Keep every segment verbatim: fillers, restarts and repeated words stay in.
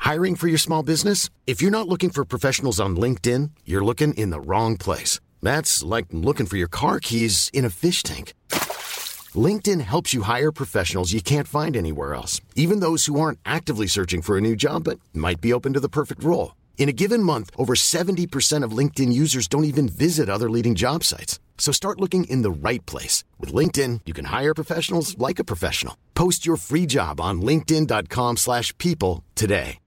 Hiring for your small business? If you're not looking for professionals on LinkedIn, you're looking in the wrong place. That's like looking for your car keys in a fish tank. LinkedIn helps you hire professionals you can't find anywhere else, even those who aren't actively searching for a new job but might be open to the perfect role. In a given month, over seventy percent of LinkedIn users don't even visit other leading job sites. So start looking in the right place. With LinkedIn, you can hire professionals like a professional. Post your free job on linkedin dot com slash people today.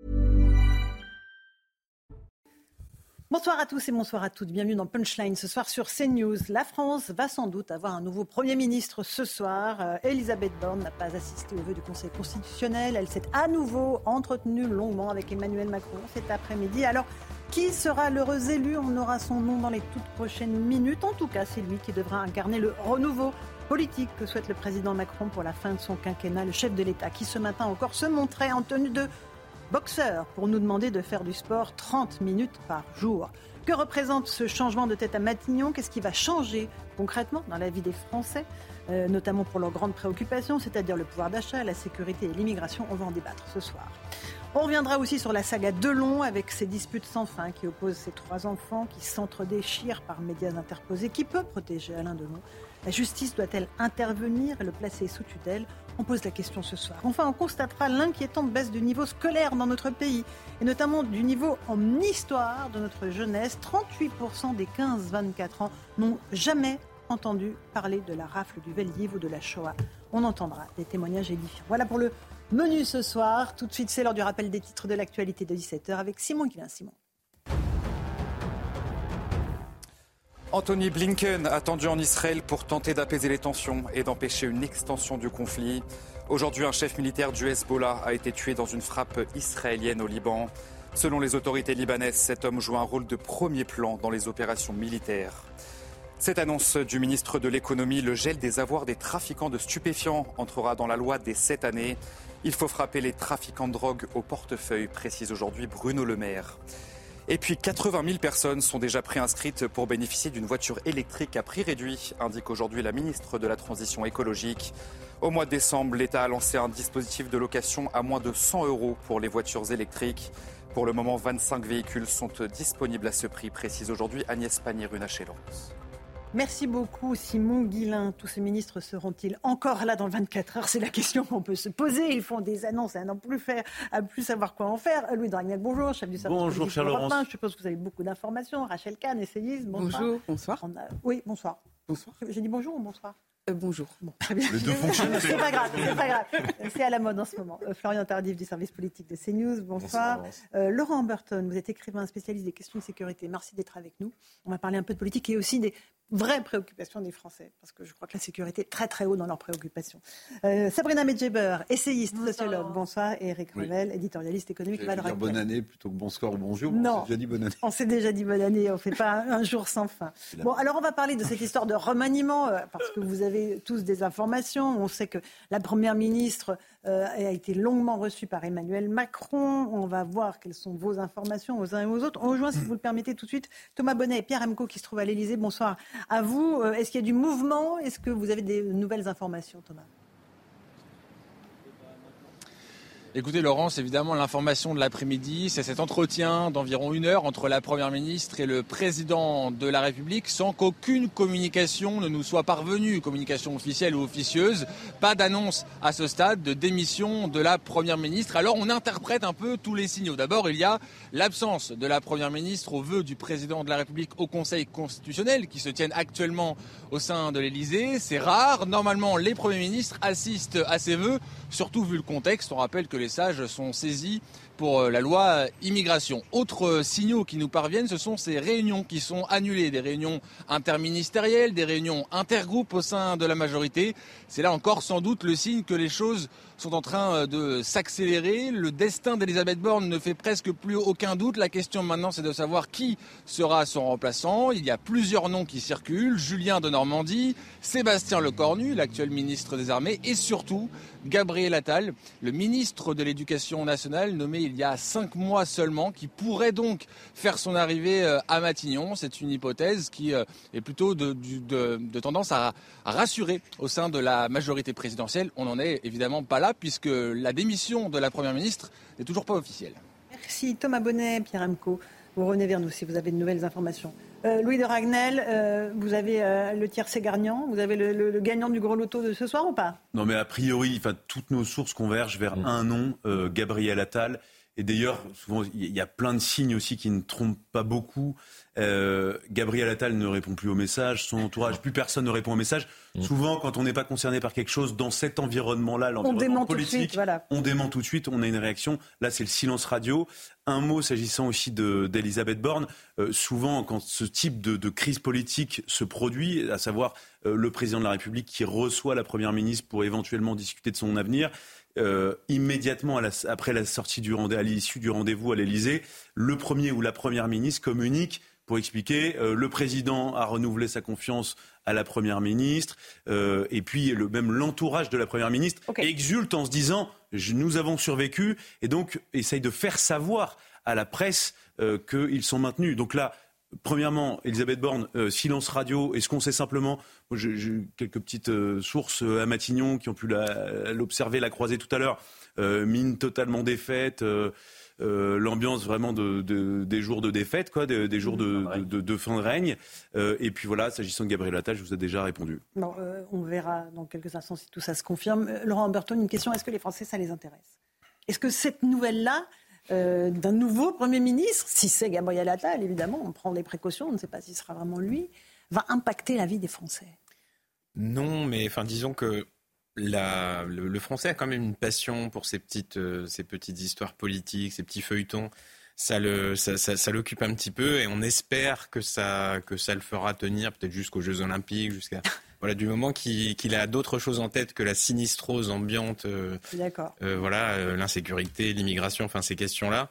Bonsoir à tous et bonsoir à toutes. Bienvenue dans Punchline ce soir sur CNews. La France va sans doute avoir un nouveau Premier ministre ce soir. Euh, Elisabeth Borne n'a pas assisté au vœu du Conseil constitutionnel. Elle s'est à nouveau entretenue longuement avec Emmanuel Macron cet après-midi. Alors, qui sera l'heureux élu ? On aura son nom dans les toutes prochaines minutes. En tout cas, c'est lui qui devra incarner le renouveau politique que souhaite le président Macron pour la fin de son quinquennat. Le chef de l'État qui ce matin encore se montrait en tenue de boxeur pour nous demander de faire du sport trente minutes par jour. Que représente ce changement de tête à Matignon ? Qu'est-ce qui va changer concrètement dans la vie des Français, euh, notamment pour leurs grandes préoccupations, c'est-à-dire le pouvoir d'achat, la sécurité et l'immigration ? On va en débattre ce soir. On reviendra aussi sur la saga Delon avec ses disputes sans fin qui opposent ses trois enfants qui s'entre-déchirent par médias interposés. Qui peut protéger Alain Delon ? La justice doit-elle intervenir et le placer sous tutelle ? On pose la question ce soir. Enfin, on constatera l'inquiétante baisse du niveau scolaire dans notre pays, et notamment du niveau en histoire de notre jeunesse. trente-huit pour cent des quinze vingt-quatre ans n'ont jamais entendu parler de la rafle du Veldiv ou de la Shoah. On entendra des témoignages édifiants. Voilà pour le menu ce soir. Tout de suite, c'est l'heure du rappel des titres de l'actualité de dix-sept heures avec Simon Guillain. Simon. Anthony Blinken attendu en Israël pour tenter d'apaiser les tensions et d'empêcher une extension du conflit. Aujourd'hui, un chef militaire du Hezbollah a été tué dans une frappe israélienne au Liban. Selon les autorités libanaises, cet homme joue un rôle de premier plan dans les opérations militaires. Cette annonce du ministre de l'économie, le gel des avoirs des trafiquants de stupéfiants entrera dans la loi dès cette année. Il faut frapper les trafiquants de drogue au portefeuille, précise aujourd'hui Bruno Le Maire. Et puis quatre-vingt mille personnes sont déjà préinscrites pour bénéficier d'une voiture électrique à prix réduit, indique aujourd'hui la ministre de la Transition écologique. Au mois de décembre, l'État a lancé un dispositif de location à moins de cent euros pour les voitures électriques. Pour le moment, vingt-cinq véhicules sont disponibles à ce prix, précise aujourd'hui Agnès Pannier-Runacher-Lens. Merci beaucoup Simon Guillain. Tous ces ministres seront-ils encore là dans vingt-quatre heures ? C'est la question qu'on peut se poser. Ils font des annonces à n'en plus faire, à plus savoir quoi en faire. Louis Dragnel, bonjour, chef du service bonjour, politique Europe un. Je suppose que vous avez beaucoup d'informations. Rachel Kahn, essayiste, bonsoir. Bonjour, bonsoir. On a... Oui, bonsoir. Bonsoir. J'ai dit bonjour ou bonsoir ? Euh, bonjour. Bon, très bien. Les deux fonctionnent. C'est pas grave, c'est pas grave. C'est à la mode en ce moment. Euh, Florian Tardif du service politique de CNews, bonsoir. bonsoir euh, Laurent Burton, vous êtes écrivain spécialiste des questions de sécurité. Merci d'être avec nous. On va parler un peu de politique et aussi des vraies préoccupations des Français, parce que je crois que la sécurité est très très haut dans leurs préoccupations. Euh, Sabrina Medjeber, essayiste, bonsoir. Sociologue, bonsoir. Et Eric Revel, oui. éditorialiste économique. Je vais dire bonne année plutôt que bonsoir ou bonjour. Non, on s'est déjà dit bonne année. On s'est déjà dit bonne année, on ne fait pas un, un jour sans fin. Bon, alors on va parler de cette histoire de remaniement, euh, parce que vous avez tous des informations. On sait que la Première ministre euh, a été longuement reçue par Emmanuel Macron. On va voir quelles sont vos informations aux uns et aux autres. On rejoint, si vous le permettez, tout de suite Thomas Bonnet et Pierre Emco qui se trouvent à l'Élysée. Bonsoir à vous. Euh, est-ce qu'il y a du mouvement ? Est-ce que vous avez des nouvelles informations, Thomas ? Écoutez Laurence, évidemment l'information de l'après-midi, c'est cet entretien d'environ une heure entre la Première ministre et le Président de la République sans qu'aucune communication ne nous soit parvenue, communication officielle ou officieuse, pas d'annonce à ce stade de démission de la Première ministre. Alors on interprète un peu tous les signaux. D'abord il y a l'absence de la Première ministre au vœu du Président de la République au Conseil constitutionnel qui se tiennent actuellement au sein de l'Élysée. C'est rare, normalement les Premiers ministres assistent à ces vœux, surtout vu le contexte. On rappelle que les sages sont saisis pour la loi immigration. Autres signaux qui nous parviennent, ce sont ces réunions qui sont annulées, des réunions interministérielles, des réunions intergroupes au sein de la majorité. C'est là encore sans doute le signe que les choses sont en train de s'accélérer. Le destin d'Elisabeth Borne ne fait presque plus aucun doute. La question maintenant, c'est de savoir qui sera son remplaçant. Il y a plusieurs noms qui circulent. Julien de Normandie, Sébastien Lecornu, l'actuel ministre des Armées, et surtout Gabriel Attal, le ministre de l'Éducation nationale, nommé il y a cinq mois seulement, qui pourrait donc faire son arrivée à Matignon. C'est une hypothèse qui est plutôt de, de, de tendance à, à rassurer au sein de la majorité présidentielle. On n'en est évidemment pas là. là, puisque la démission de la Première ministre n'est toujours pas officielle. Merci Thomas Bonnet, Pierre Emco. Vous revenez vers nous si vous avez de nouvelles informations. Euh, Louis de Ragnel, euh, vous avez euh, le tiercé gagnant, vous avez le, le, le gagnant du gros loto de ce soir ou pas ? Non mais a priori, toutes nos sources convergent vers mmh. un nom, euh, Gabriel Attal. Et d'ailleurs, souvent, il y a plein de signes aussi qui ne trompent pas beaucoup. Euh, Gabriel Attal ne répond plus aux messages, son entourage, plus personne ne répond aux messages. Mmh. Souvent, quand on n'est pas concerné par quelque chose, dans cet environnement-là, l'environnement politique, tout de suite, voilà. on dément tout de suite, on a une réaction. Là, c'est le silence radio. Un mot s'agissant aussi de, d'Elisabeth Borne. Euh, souvent, quand ce type de, de crise politique se produit, à savoir euh, le président de la République qui reçoit la Première ministre pour éventuellement discuter de son avenir, Euh, immédiatement à la, après la sortie du rendez, à l'issue du rendez-vous à l'Élysée, le premier ou la première ministre communique pour expliquer euh, le président a renouvelé sa confiance à la première ministre euh, et puis le, même l'entourage de la première ministre okay. exulte en se disant nous avons survécu et donc essaye de faire savoir à la presse euh, qu'ils sont maintenus. Donc là, premièrement, Elisabeth Borne, euh, silence radio. Est-ce qu'on sait simplement... Moi, j'ai, j'ai eu quelques petites euh, sources euh, à Matignon qui ont pu la, l'observer, la croiser tout à l'heure. Euh, mine totalement défaite, euh, euh, l'ambiance vraiment de, de, des jours de défaite, quoi, des, des jours de, de, de, de fin de règne. Euh, et puis voilà, s'agissant de Gabriel Attal, je vous ai déjà répondu. Bon, euh, on verra dans quelques instants si tout ça se confirme. Euh, Laurent Humberton, une question, est-ce que les Français, ça les intéresse ? Est-ce que cette nouvelle-là, Euh, d'un nouveau Premier ministre, si c'est Gabriel Attal, évidemment, on prend des précautions, on ne sait pas si ce sera vraiment lui, va impacter la vie des Français? Non, mais enfin, disons que la, le, le Français a quand même une passion pour ces petites, euh, ces petites histoires politiques, ces petits feuilletons. Ça, le, ça, ça, ça l'occupe un petit peu et on espère que ça, que ça le fera tenir peut-être jusqu'aux Jeux Olympiques, jusqu'à... Voilà, du moment qu'il, qu'il a d'autres choses en tête que la sinistrose ambiante, euh, euh, voilà, euh, l'insécurité, l'immigration, enfin ces questions-là.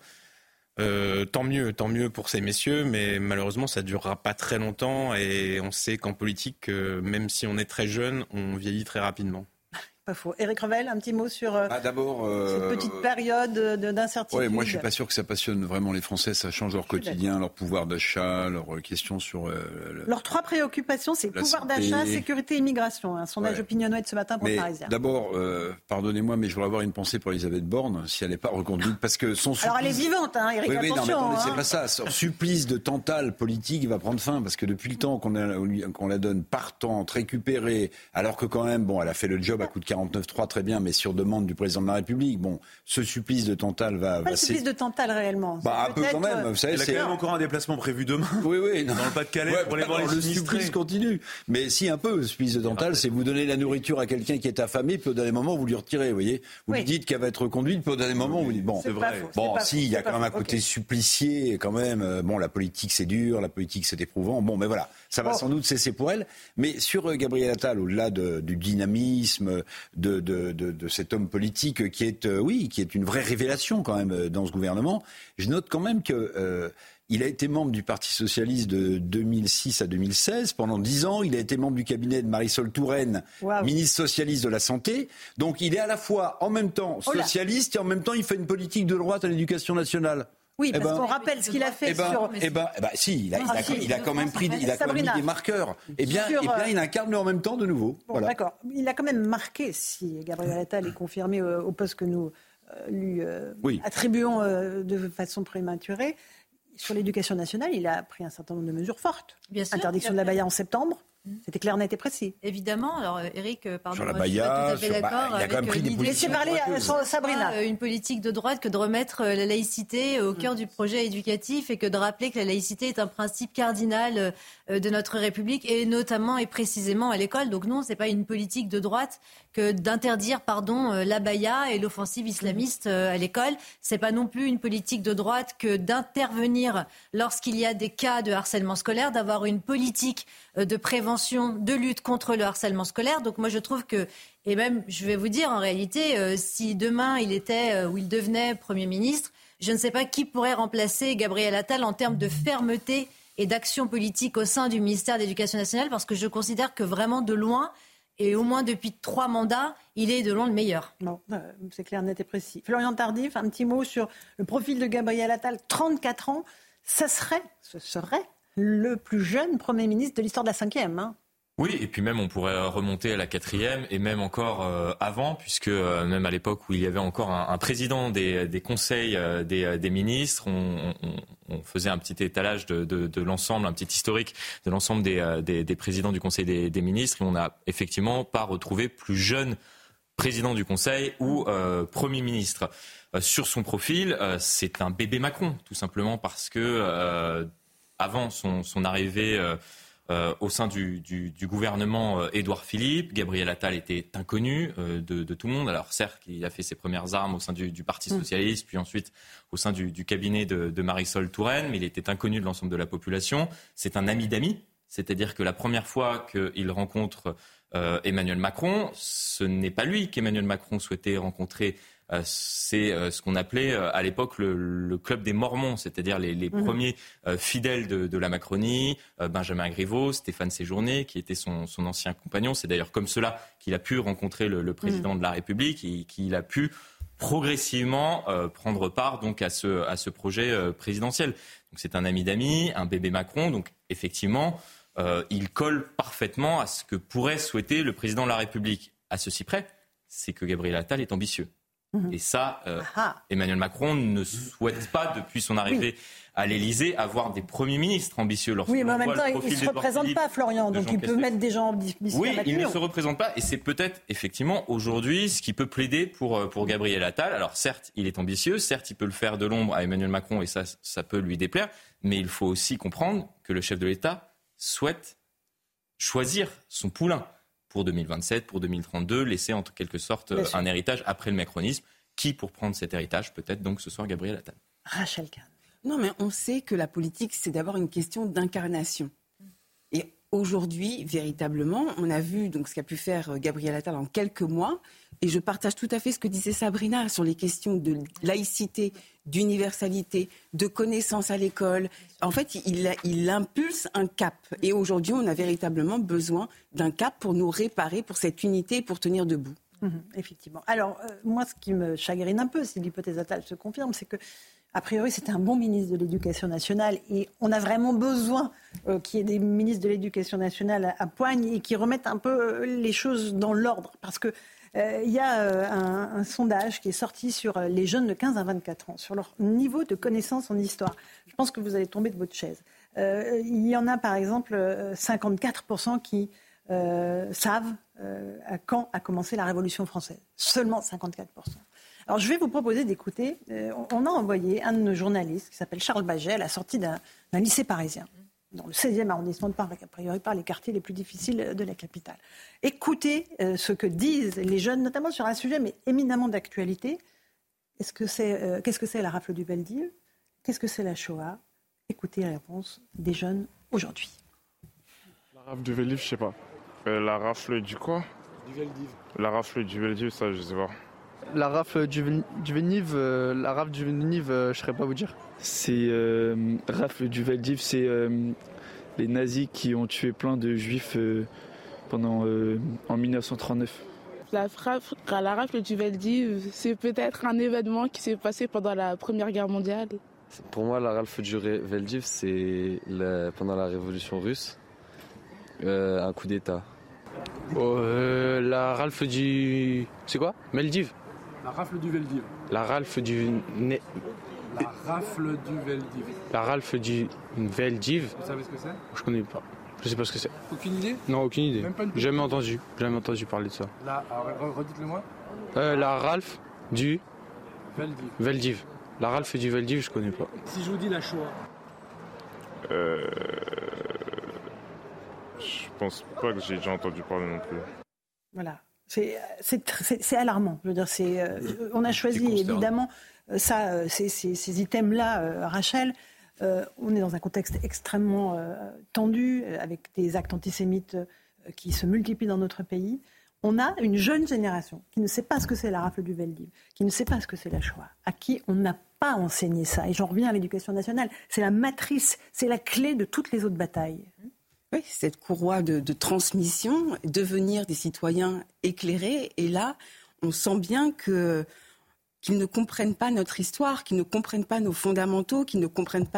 Euh, tant mieux, tant mieux pour ces messieurs, mais malheureusement ça durera pas très longtemps et on sait qu'en politique, euh, même si on est très jeune, on vieillit très rapidement. Pas faux. Éric Revel, un petit mot sur euh, ah, d'abord, euh, cette petite période de, d'incertitude. Ouais, moi, je ne suis pas sûr que ça passionne vraiment les Français. Ça change leur quotidien, leur pouvoir d'achat, leurs questions sur... Euh, le, leurs trois préoccupations, c'est pouvoir santé. d'achat, sécurité, immigration. Un sondage ouais. Opinionway de ce matin pour mais le Parisien. D'abord, euh, pardonnez-moi, mais je voudrais avoir une pensée pour Elisabeth Borne, si elle n'est pas reconduite, parce que son supplice... Alors, elle est vivante, hein, Éric, oui, oui, attention. Non, mais attendez, hein. c'est pas ça. Son supplice de Tantale politique va prendre fin, parce que depuis le temps qu'on, a, qu'on la donne partante, récupérée, alors que quand même, bon, elle a fait le job à coup de quarante-neuf trois, très bien, mais sur demande du président de la République. Bon, ce supplice de Tantale va... Pas va le supplice de Tantale, réellement. Bah, un peu quand même. Vous savez, il a c'est... quand même encore un déplacement prévu demain. Oui, oui. Dans le Pas-de-Calais, ouais, pour les voir les Le sinistrés. supplice continue. Mais si, un peu, le supplice de Tantale, c'est vous donner la nourriture à quelqu'un qui est affamé, puis au dernier moment, vous lui retirez, vous voyez. Vous oui. lui dites qu'elle va être reconduite, puis au dernier moment, vous lui dites, bon, c'est vrai. Faux, bon, c'est si, il y a quand même un côté okay. supplicié, quand même. Bon, la politique, c'est dur, la politique, c'est éprouvant. Bon, mais voilà, ça va oh. sans doute cesser pour elle. Mais sur euh, Gabriel Attal, au-delà de, du dynamisme de, de, de, de cet homme politique qui est, euh, oui, qui est une vraie révélation quand même euh, dans ce gouvernement, je note quand même que euh, il a été membre du Parti socialiste de deux mille six à deux mille seize. Pendant dix ans, il a été membre du cabinet de Marisol Touraine, wow. ministre socialiste de la Santé. Donc, il est à la fois, en même temps, socialiste oh et en même temps, il fait une politique de droite à l'éducation nationale. Oui, parce eh ben, qu'on rappelle ce qu'il a fait eh ben, sur... Eh ben, eh ben, si, il a, il a, ah, si, il a quand même pris, il a quand même mis des marqueurs. Eh bien, sur, eh bien, il incarne en même temps de nouveau. Bon, voilà. D'accord. Il a quand même marqué, si Gabriel Attal est confirmé au poste que nous euh, lui euh, oui. attribuons euh, de façon prématurée, sur l'éducation nationale, il a pris un certain nombre de mesures fortes. Bien sûr, interdiction de la baya en septembre. C'était clair, net et précis. Évidemment. Alors, Éric, pardon, sur la moi, baya, je suis pas tout à fait d'accord bah, il a quand même pris des Laissez parler à Sabrina. Une politique de droite que de remettre la laïcité au cœur mmh. du projet éducatif et que de rappeler que la laïcité est un principe cardinal de notre République et notamment et précisément à l'école. Donc non, c'est pas une politique de droite que d'interdire, pardon, la baya et l'offensive islamiste à l'école. C'est pas non plus une politique de droite que d'intervenir lorsqu'il y a des cas de harcèlement scolaire, d'avoir une politique de prévention, de lutte contre le harcèlement scolaire. Donc moi je trouve que, et même je vais vous dire en réalité, euh, si demain il était euh, ou il devenait Premier ministre, je ne sais pas qui pourrait remplacer Gabriel Attal en termes de fermeté et d'action politique au sein du ministère de l'Éducation nationale, parce que je considère que vraiment de loin, et au moins depuis trois mandats, il est de loin le meilleur. Bon, euh, c'est clair, net et précis. Florian Tardif, un petit mot sur le profil de Gabriel Attal, trente-quatre ans, ça serait, ce serait le plus jeune Premier ministre de l'histoire de la cinquième. Hein. Oui, et puis même on pourrait remonter à la quatrième et même encore euh, avant, puisque euh, même à l'époque où il y avait encore un, un président des, des conseils euh, des, des ministres, on, on, on faisait un petit étalage de, de, de l'ensemble, un petit historique de l'ensemble des, des, des présidents du conseil des, des ministres, et on n'a effectivement pas retrouvé plus jeune président du conseil ou euh, premier ministre. Euh, sur son profil, euh, c'est un bébé Macron, tout simplement parce que euh, avant son, son arrivée euh, Euh, au sein du, du, du gouvernement euh, Édouard Philippe, Gabriel Attal était inconnu euh, de, de tout le monde. Alors certes, il a fait ses premières armes au sein du, du Parti socialiste, mmh. puis ensuite au sein du, du cabinet de, de Marisol Touraine, mais il était inconnu de l'ensemble de la population. C'est un ami d'amis, c'est-à-dire que la première fois qu'il rencontre euh, Emmanuel Macron, ce n'est pas lui qu'Emmanuel Macron souhaitait rencontrer. Euh, c'est euh, ce qu'on appelait euh, à l'époque le, le club des Mormons, c'est-à-dire les, les mmh. premiers euh, fidèles de, de la Macronie, euh, Benjamin Griveaux, Stéphane Séjourné, qui était son, son ancien compagnon. C'est d'ailleurs comme cela qu'il a pu rencontrer le, le président mmh. de la République et qu'il a pu progressivement euh, prendre part donc à ce, à ce projet euh, présidentiel. Donc c'est un ami d'amis, un bébé Macron, donc effectivement, euh, il colle parfaitement à ce que pourrait souhaiter le président de la République. À ceci près, c'est que Gabriel Attal est ambitieux. Et ça, euh, Emmanuel Macron ne souhaite pas, depuis son arrivée oui. à l'Élysée, avoir des premiers ministres ambitieux. Oui, mais en même temps, il ne se représente pas, Florian, donc il peut mettre des gens ambitieux. Oui, il ne se représente pas, et c'est peut-être, effectivement, aujourd'hui, ce qui peut plaider pour, pour Gabriel Attal. Alors, certes, il est ambitieux, certes, il peut le faire de l'ombre à Emmanuel Macron, et ça, ça peut lui déplaire, mais il faut aussi comprendre que le chef de l'État souhaite choisir son poulain pour deux mille vingt-sept, pour deux mille trente-deux, laisser en quelque sorte un héritage après le macronisme. Qui, pour prendre cet héritage, peut-être donc ce soir Gabriel Attal. Rachel Kahn. Non, mais on sait que la politique, c'est d'abord une question d'incarnation. Et aujourd'hui, véritablement, on a vu donc ce qu'a pu faire Gabriel Attal en quelques mois. Et je partage tout à fait ce que disait Sabrina sur les questions de laïcité, d'universalité, de connaissance à l'école. En fait, il, il impulse un cap. Et aujourd'hui, on a véritablement besoin d'un cap pour nous réparer, pour cette unité et pour tenir debout. Mmh, effectivement. Alors, euh, moi, ce qui me chagrine un peu, si l'hypothèse Attal se confirme, c'est que, a priori, c'était un bon ministre de l'Éducation nationale et on a vraiment besoin euh, qu'il y ait des ministres de l'Éducation nationale à, à poigne et qui remettent un peu les choses dans l'ordre. Parce qu'il euh, y a euh, un, un sondage qui est sorti sur les jeunes de quinze à vingt-quatre ans, sur leur niveau de connaissance en histoire. Je pense que vous allez tomber de votre chaise. Euh, il y en a, par exemple, cinquante-quatre pour cent qui euh, savent Euh, à quand a commencé la Révolution française. Seulement cinquante-quatre pour cent. Alors je vais vous proposer d'écouter, euh, on a envoyé un de nos journalistes qui s'appelle Charles Baget à la sortie d'un, d'un lycée parisien, dans le seizième arrondissement de Paris, a priori par les quartiers les plus difficiles de la capitale. Écoutez euh, ce que disent les jeunes, notamment sur un sujet mais éminemment d'actualité. Est-ce que c'est, euh, qu'est-ce que c'est la rafle du Veldiv ? Qu'est-ce que c'est la Shoah ? Écoutez la réponse des jeunes aujourd'hui. La rafle du Veldiv, je sais pas. Euh, la rafle du quoi ? Du Veldiv. La rafle du Veldiv, ça je sais pas. La rafle du, du Veldiv, euh, la rafle du Veldiv, euh, je saurais pas vous dire. C'est euh, rafle du Veldiv, c'est euh, les nazis qui ont tué plein de juifs euh, pendant euh, en dix-neuf cent trente-neuf. La, rafle, la rafle du Veldiv, c'est peut-être un événement qui s'est passé pendant la Première Guerre mondiale. Pour moi, la rafle du Veldiv, c'est la, pendant la Révolution russe, euh, un coup d'État. Oh, euh, la rafle du... C'est quoi ? Veldiv. La rafle du Veldiv. La rafle du... Ne... La rafle du Veldiv. La rafle du Veldiv. Vous savez ce que c'est ? Je connais pas. Je sais pas ce que c'est. Aucune idée ? Non, aucune idée. Même pas une Jamais entendu. Jamais entendu parler de ça. La... Alors, redites-le moi. Euh, la rafle du... Veldiv. Veldiv. La rafle du Veldiv, je connais pas. Si je vous dis la Shoah ? Euh... Je pense pas que j'ai déjà entendu parler non plus. Voilà, c'est, c'est, c'est, c'est alarmant. Je veux dire, c'est, euh, on a choisi évidemment ça, ces, ces, ces items-là, euh, Rachel. Euh, on est dans un contexte extrêmement euh, tendu, avec des actes antisémites euh, qui se multiplient dans notre pays. On a une jeune génération qui ne sait pas ce que c'est la rafle du Veldiv, qui ne sait pas ce que c'est la Shoah, à qui on n'a pas enseigné ça. Et j'en reviens à l'éducation nationale. C'est la matrice, c'est la clé de toutes les autres batailles. Oui, cette courroie de, de transmission, devenir des citoyens éclairés. Et là, on sent bien que, qu'ils ne comprennent pas notre histoire, qu'ils ne comprennent pas nos fondamentaux, qu'ils ne comprennent pas les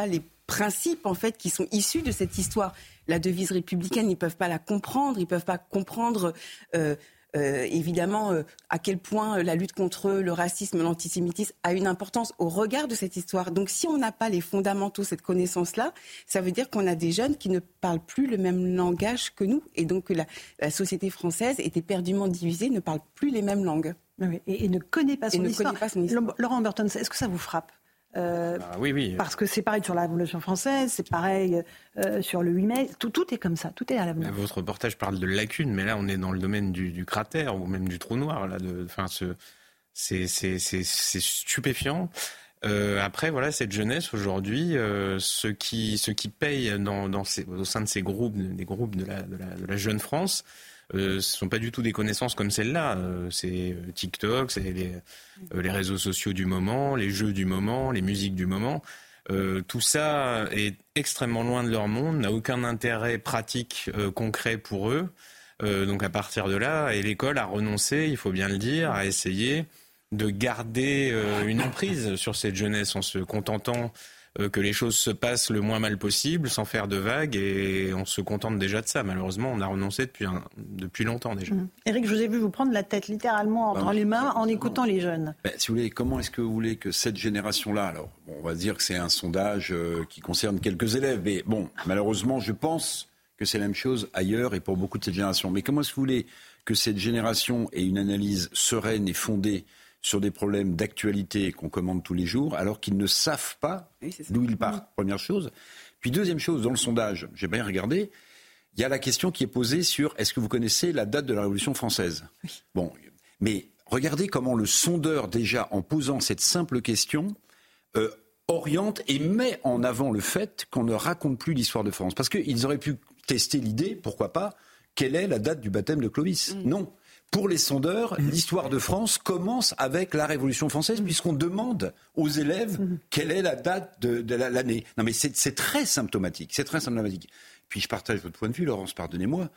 principes, en fait, qui sont issus de cette histoire. La devise républicaine, ils ne peuvent pas la comprendre, ils ne peuvent pas comprendre... Euh, Euh, évidemment, euh, à quel point la lutte contre le racisme, l'antisémitisme a une importance au regard de cette histoire. Donc si on n'a pas les fondamentaux, cette connaissance-là, ça veut dire qu'on a des jeunes qui ne parlent plus le même langage que nous. Et donc la, la société française est éperdument divisée, ne parle plus les mêmes langues. Oui, et, et ne connaît pas son et histoire. Ne connaît pas son histoire. Laurent Burton, est-ce que ça vous frappe ? Euh, ah, oui, oui. Parce que c'est pareil sur la Révolution française, c'est pareil euh, sur le huit mai, tout, tout est comme ça, tout est à l'avenir. Votre reportage parle de lacunes, mais là on est dans le domaine du, du cratère ou même du trou noir. Là, de, enfin, ce, c'est, c'est, c'est, c'est stupéfiant. Euh, après, voilà, cette jeunesse aujourd'hui, euh, ceux qui, ceux qui payent dans, dans ces, au sein de ces groupes, des groupes de la, de la, de la jeune France, Euh, ce ne sont pas du tout des connaissances comme celle-là. Euh, c'est euh, TikTok, c'est les, euh, les réseaux sociaux du moment, les jeux du moment, les musiques du moment. Euh, tout ça est extrêmement loin de leur monde, n'a aucun intérêt pratique, euh, concret pour eux. Euh, donc à partir de là, et l'école a renoncé, il faut bien le dire, à essayer de garder euh, une emprise sur cette jeunesse en se contentant que les choses se passent le moins mal possible, sans faire de vagues, et on se contente déjà de ça. Malheureusement, on a renoncé depuis, un, depuis longtemps déjà. Mmh. Éric, je vous ai vu vous prendre la tête littéralement entre bah, les mains en écoutant les jeunes. Ben, si vous voulez, comment est-ce que vous voulez que cette génération-là, alors, bon, on va dire que c'est un sondage euh, qui concerne quelques élèves, mais bon, malheureusement, je pense que c'est la même chose ailleurs et pour beaucoup de cette génération. Mais comment est-ce que vous voulez que cette génération ait une analyse sereine et fondée sur des problèmes d'actualité qu'on commande tous les jours, alors qu'ils ne savent pas oui, d'où ils partent, première chose. Puis deuxième chose, dans le sondage, j'ai bien regardé, il y a la question qui est posée sur est-ce que vous connaissez la date de la Révolution française ? Oui. Bon, mais regardez comment le sondeur, déjà, en posant cette simple question, euh, oriente et met en avant le fait qu'on ne raconte plus l'histoire de France. Parce qu'ils auraient pu tester l'idée, pourquoi pas, quelle est la date du baptême de Clovis ? mmh. Non. Pour les sondeurs, l'histoire de France commence avec la Révolution française, puisqu'on demande aux élèves quelle est la date de, de la, l'année. Non, mais c'est, c'est très symptomatique. C'est très symptomatique. Puis je partage votre point de vue, Laurence, pardonnez-moi.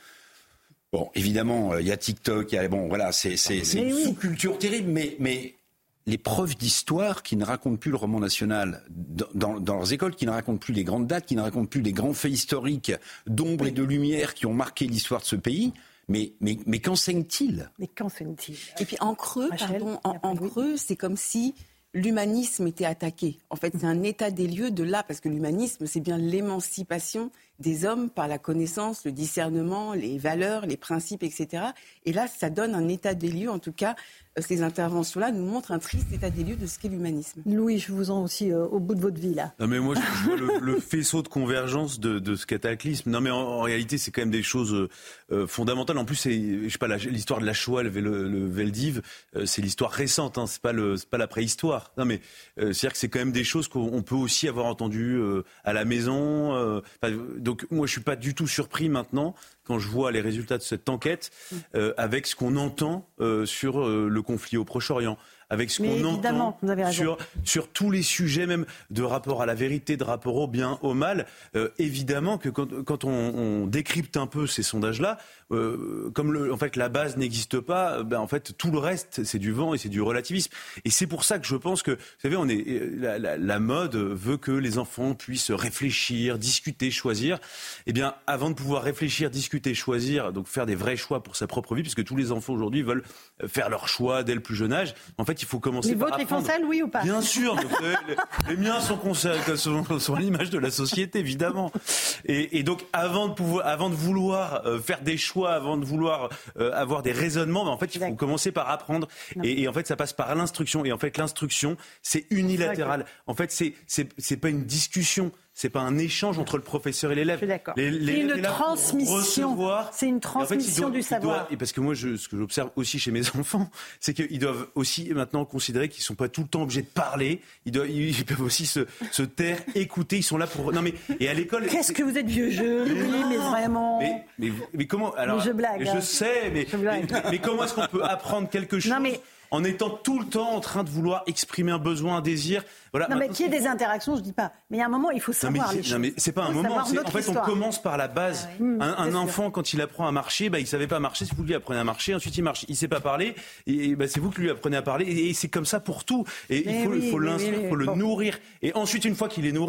Bon, évidemment, il y a TikTok, il y a bon, voilà, c'est, c'est, c'est une oui. sous-culture terrible, mais, mais les profs d'histoire qui ne racontent plus le roman national dans, dans, dans leurs écoles, qui ne racontent plus les grandes dates, qui ne racontent plus les grands faits historiques d'ombre et de lumière qui ont marqué l'histoire de ce pays. Mais, mais, mais qu'enseigne-t-il ? Mais qu'enseigne-t-il ? Et puis en creux, Rachel, pardon, en, en creux, c'est comme si l'humanisme était attaqué. En fait, c'est un état des lieux de là, parce que l'humanisme, c'est bien l'émancipation des hommes par la connaissance, le discernement, les valeurs, les principes, et cetera. Et là, ça donne un état des lieux, en tout cas, ces interventions-là nous montrent un triste état des lieux de ce qu'est l'humanisme. Louis, je vous en aussi euh, au bout de votre vie, là. Non, mais moi, je vois le, le faisceau de convergence de, de ce cataclysme. Non, mais en, en réalité, c'est quand même des choses euh, fondamentales. En plus, c'est, je sais pas, la, l'histoire de la Shoah, le, le, le Veldiv, euh, c'est l'histoire récente, hein, c'est pas le, c'est pas la préhistoire. Non, mais euh, c'est-à-dire que c'est quand même des choses qu'on peut aussi avoir entendues euh, à la maison. Euh, donc, moi, je suis pas du tout surpris maintenant quand je vois les résultats de cette enquête, euh, avec ce qu'on entend euh, sur euh, le conflit au Proche-Orient, avec ce Mais qu'on entend sur, sur tous les sujets, même de rapport à la vérité, de rapport au bien, au mal. Euh, évidemment que quand, quand on, on décrypte un peu ces sondages-là, euh, comme le, en fait la base n'existe pas, ben en fait tout le reste c'est du vent et c'est du relativisme. Et c'est pour ça que je pense que, vous savez, on est la, la, la mode veut que les enfants puissent réfléchir, discuter, choisir. Eh bien, avant de pouvoir réfléchir, discuter, choisir, donc faire des vrais choix pour sa propre vie, puisque tous les enfants aujourd'hui veulent faire leur choix dès le plus jeune âge. En fait, il faut commencer les par vôtres, apprendre. Les vôtres, ils font ça, Louis, ou pas ? Bien sûr, mais les, les miens sont, sont, sont à l'image de la société, évidemment. Et, et donc, avant de pouvoir, avant de vouloir euh, faire des choix, avant de vouloir euh, avoir des raisonnements, ben, en fait, il faut commencer par apprendre. Et, et en fait, ça passe par l'instruction. Et en fait, l'instruction, c'est unilatéral. En fait, c'est, c'est, c'est pas une discussion. C'est pas un échange entre le professeur et l'élève. Je suis d'accord. Les, les, c'est une transmission. C'est une transmission en fait, du savoir. Doivent, et parce que moi, je, ce que j'observe aussi chez mes enfants, c'est qu'ils doivent aussi maintenant considérer qu'ils sont pas tout le temps obligés de parler. Ils, doivent, ils peuvent aussi se, se taire, écouter. Ils sont là pour. Non mais et à l'école. Qu'est-ce que vous êtes vieux jeu, Louis, mais vraiment. Mais, mais, mais comment alors mais je blague. Je sais, mais, mais, mais comment est-ce qu'on peut apprendre quelque chose? Non mais. En étant tout le temps en train de vouloir exprimer un besoin, un désir. Voilà, non, mais qu'il y ait des interactions, je ne dis pas. Mais il y a un moment, il faut savoir non, mais les choses. Non, mais c'est pas un moment. C'est, en fait, histoire. On commence par la base. Ah, oui. Un, un enfant, quand il apprend à marcher, bah, il ne savait pas marcher. Si vous lui apprenez à marcher, ensuite il marche. Il ne sait pas parler. Et bah, c'est vous qui lui apprenez à parler. Et, et c'est comme ça pour tout. Et mais il faut, oui, il faut l'instruire, il faut le bon. nourrir. Et ensuite, une fois qu'il est nourri,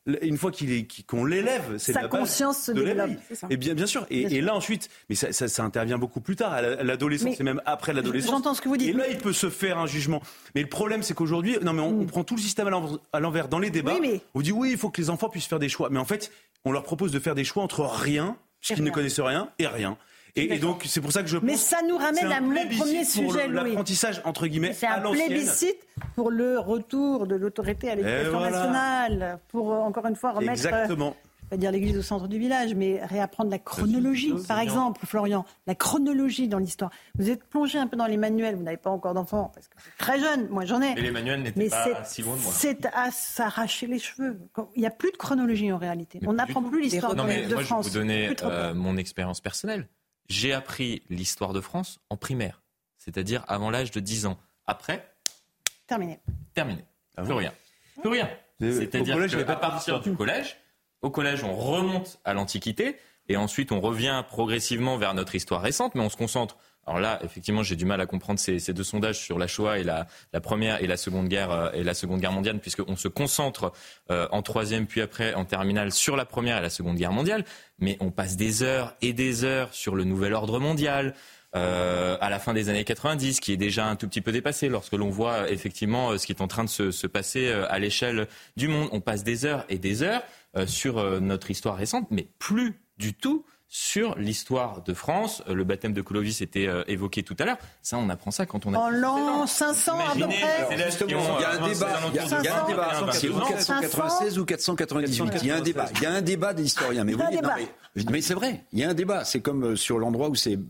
une fois qu'il est, qu'on l'élève, c'est sa la base conscience se de développe. l'éveil. Et bien, bien sûr. Et, Bien et sûr. là ensuite, mais ça, ça, ça intervient beaucoup plus tard, à l'adolescence Mais et même après l'adolescence. j'entends ce que vous dites. Et là, il peut se faire un jugement. Mais le problème, c'est qu'aujourd'hui, non, mais on, on prend tout le système à l'envers, à l'envers dans les débats. Oui, mais- On dit oui, il faut que les enfants puissent faire des choix. Mais en fait, on leur propose de faire des choix entre rien, puisqu'ils ne rien. connaissent rien, et rien. Et, et donc, c'est pour ça que je pense. Mais ça nous ramène c'est un à mon plébiscite premier pour sujet, le- Louis. l'apprentissage entre guillemets C'est à un l'ancienne. plébiscite pour le retour de l'autorité à l'éducation voilà. nationale, pour euh, encore une fois remettre, Exactement. euh, je vais pas dire l'église au centre du village, mais réapprendre la chronologie, C'est par bien. exemple, Florian, la chronologie dans l'histoire. Vous êtes plongé un peu dans les manuels, vous n'avez pas encore d'enfants, parce que vous êtes très jeune, moi j'en ai. Mais les manuels n'étaient Mais pas c'est- si loin de moi. C'est à s'arracher les cheveux. Il n'y a plus de chronologie en réalité. On n'apprend plus l'histoire de, Non, mais de moi, France. je vais vous donner Plus trop euh, tard. mon expérience personnelle. J'ai appris l'histoire de France en primaire, c'est-à-dire avant l'âge de dix ans. Après, Terminé. terminé. Ah Plus bon rien. Plus rien. Mais au C'est-à-dire collège, il y avait qu'à pas partir d'histoire. du collège, au collège, on remonte à l'Antiquité et ensuite on revient progressivement vers notre histoire récente, mais on se concentre. Alors là, effectivement, j'ai du mal à comprendre ces, ces deux sondages sur la Shoah et la, la première et la seconde guerre euh, et la seconde guerre mondiale, puisqu'on se concentre euh, en troisième puis après en terminale sur la première et la seconde guerre mondiale, mais on passe des heures et des heures sur le nouvel ordre mondial. Euh, à la fin des années quatre-vingt-dix, qui est déjà un tout petit peu dépassé lorsque l'on voit euh, effectivement euh, ce qui est en train de se, se passer euh, à l'échelle du monde. On passe des heures et des heures euh, sur euh, notre histoire récente, mais plus du tout sur l'histoire de France. Euh, le baptême de Clovis était euh, évoqué tout à l'heure. Ça, on apprend ça quand on a... En l'an cinq cents à peu Imaginez près. les élèves qui ont, Il y a euh, un débat, il y a, il y a un débat. C'est ou quatre cent quatre-vingt-seize ou quatre cent quatre-vingt-dix-huit. Il y a un débat. Il y a un débat des historiens. Mais, Il y a vous un dites, non, débat. mais, mais c'est vrai. Il y a un débat. C'est comme euh, sur l'endroit où c'est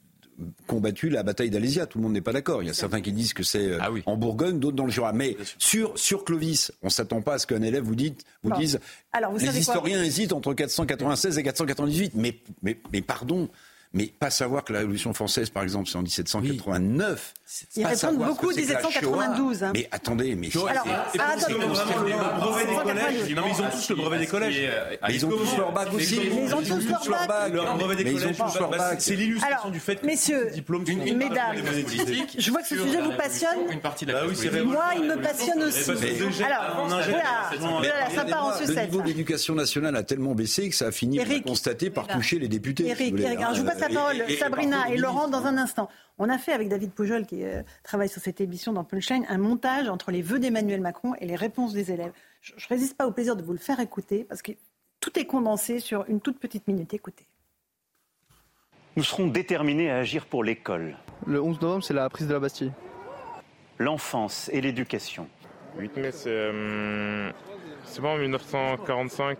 combattu la bataille d'Alésia. Tout le monde n'est pas d'accord. Il y a certains qui disent que c'est euh, Ah oui. en Bourgogne, d'autres dans le Jura. Mais sur, sur Clovis, on ne s'attend pas à ce qu'un élève vous, dite, vous Bon. dise Alors, vous les savez quoi historiens hésitent entre quatre cent quatre-vingt-seize et quatre cent quatre-vingt-dix-huit. Mais, mais, mais pardon. Mais pas savoir que la Révolution française, par exemple, c'est en dix-sept cent quatre-vingt-neuf. Ils Pas répondent savoir beaucoup ce que c'est que la dix-sept cent quatre-vingt-douze. Shoah. hein. Mais attendez, mais Alors, Et- et ah, pour attendez. ceux qui ont vraiment le brevet des cent quatre-vingt-douze. collèges, non, mais ils ont tous le brevet des collèges. Mais ils ont tous leur bac aussi. Ils ont tous leur bac. Leur brevet des Mais ils ont collèges, tous leur bah, bac. c'est l'illustration Alors, du fait que messieurs, ces diplômes sont Une- mesdames, politique je vois que ce sur sujet la vous Révolution, passionne. Une partie de la Bah oui, classe c'est politique. Moi, il me passionne aussi. Mais- Alors, on injecte- voilà, voilà, ça part en Le sucette. niveau d'éducation nationale a tellement baissé que ça a fini, on a Eric. constaté, par Voilà. toucher les députés. si vous Eric, voulez, Eric, alors hein. je vous passe la Et- parole, et- et Sabrina parfois et les Laurent, ministres. dans un instant. On a fait avec David Pujol, qui euh, travaille sur cette émission dans Punchline, un montage entre les vœux d'Emmanuel Macron et les réponses des élèves. Je ne résiste pas au plaisir de vous le faire écouter, parce que tout est condensé sur une toute petite minute. Écoutez. Nous serons déterminés à agir pour l'école, Le onze novembre, c'est la prise de la Bastille. l'enfance et l'éducation. huit mai, c'est. euh, c'est pas en mille neuf cent quarante-cinq.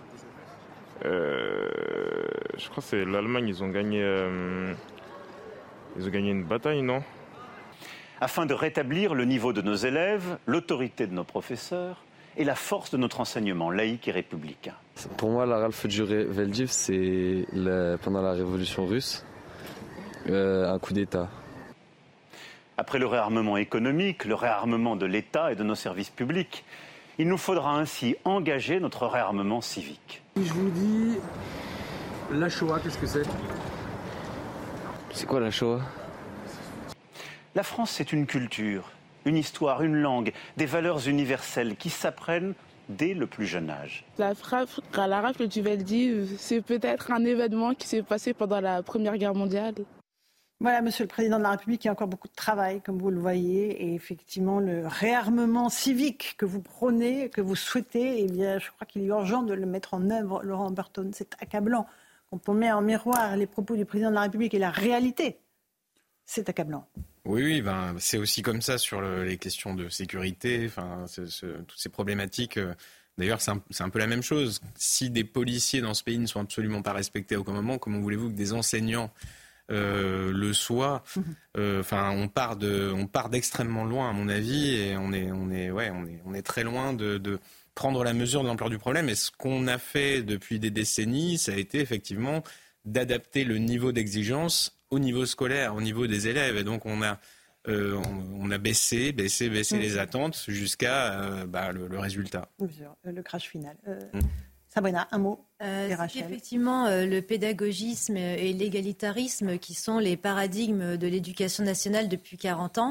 Euh, je crois que c'est l'Allemagne, ils ont gagné. euh, ils ont gagné une bataille, non? Afin de rétablir le niveau de nos élèves, l'autorité de nos professeurs et la force de notre enseignement laïque et républicain. Pour moi, la Ralph Djuré-Veldiv, c'est la- pendant la révolution russe, euh, un coup d'État. Après le réarmement économique, le réarmement de l'État et de nos services publics, il nous faudra ainsi engager notre réarmement civique. Si je vous dis la Shoah, qu'est-ce que c'est? C'est quoi la Shoah? La France, c'est une culture, une histoire, une langue, des valeurs universelles qui s'apprennent dès le plus jeune âge. La, frappe, la rafle du Veldiv, c'est peut-être un événement qui s'est passé pendant la Première Guerre mondiale. Voilà, Monsieur le Président de la République, il y a encore beaucoup de travail, comme vous le voyez, et effectivement, le réarmement civique que vous prônez, que vous souhaitez, eh bien, je crois qu'il est urgent de le mettre en œuvre, Laurent Burton. C'est accablant. Quand on met en miroir les propos du Président de la République et la réalité, c'est accablant. Oui, oui, ben, c'est aussi comme ça sur le- les questions de sécurité, enfin, ce- ce- toutes ces problématiques. euh, D'ailleurs, c'est un, c'est un peu la même chose. Si des policiers dans ce pays ne sont absolument pas respectés au commandement, comment voulez-vous que des enseignants euh, le soient? euh, Enfin, on part de, on part d'extrêmement loin, à mon avis, et on est, on est, ouais, on est, on est très loin de, de prendre la mesure de l'ampleur du problème. Et ce qu'on a fait depuis des décennies, ça a été effectivement d'adapter le niveau d'exigence au niveau scolaire, au niveau des élèves. Et donc, on a, euh, on, on a baissé, baissé, baissé Mmh. les attentes jusqu'à euh, bah, le, le résultat. Bien sûr, le crash final. Euh, Mm. Sabrina, un mot. Euh, Et c'est Rachel. effectivement euh, le pédagogisme et l'égalitarisme qui sont les paradigmes de l'éducation nationale depuis quarante ans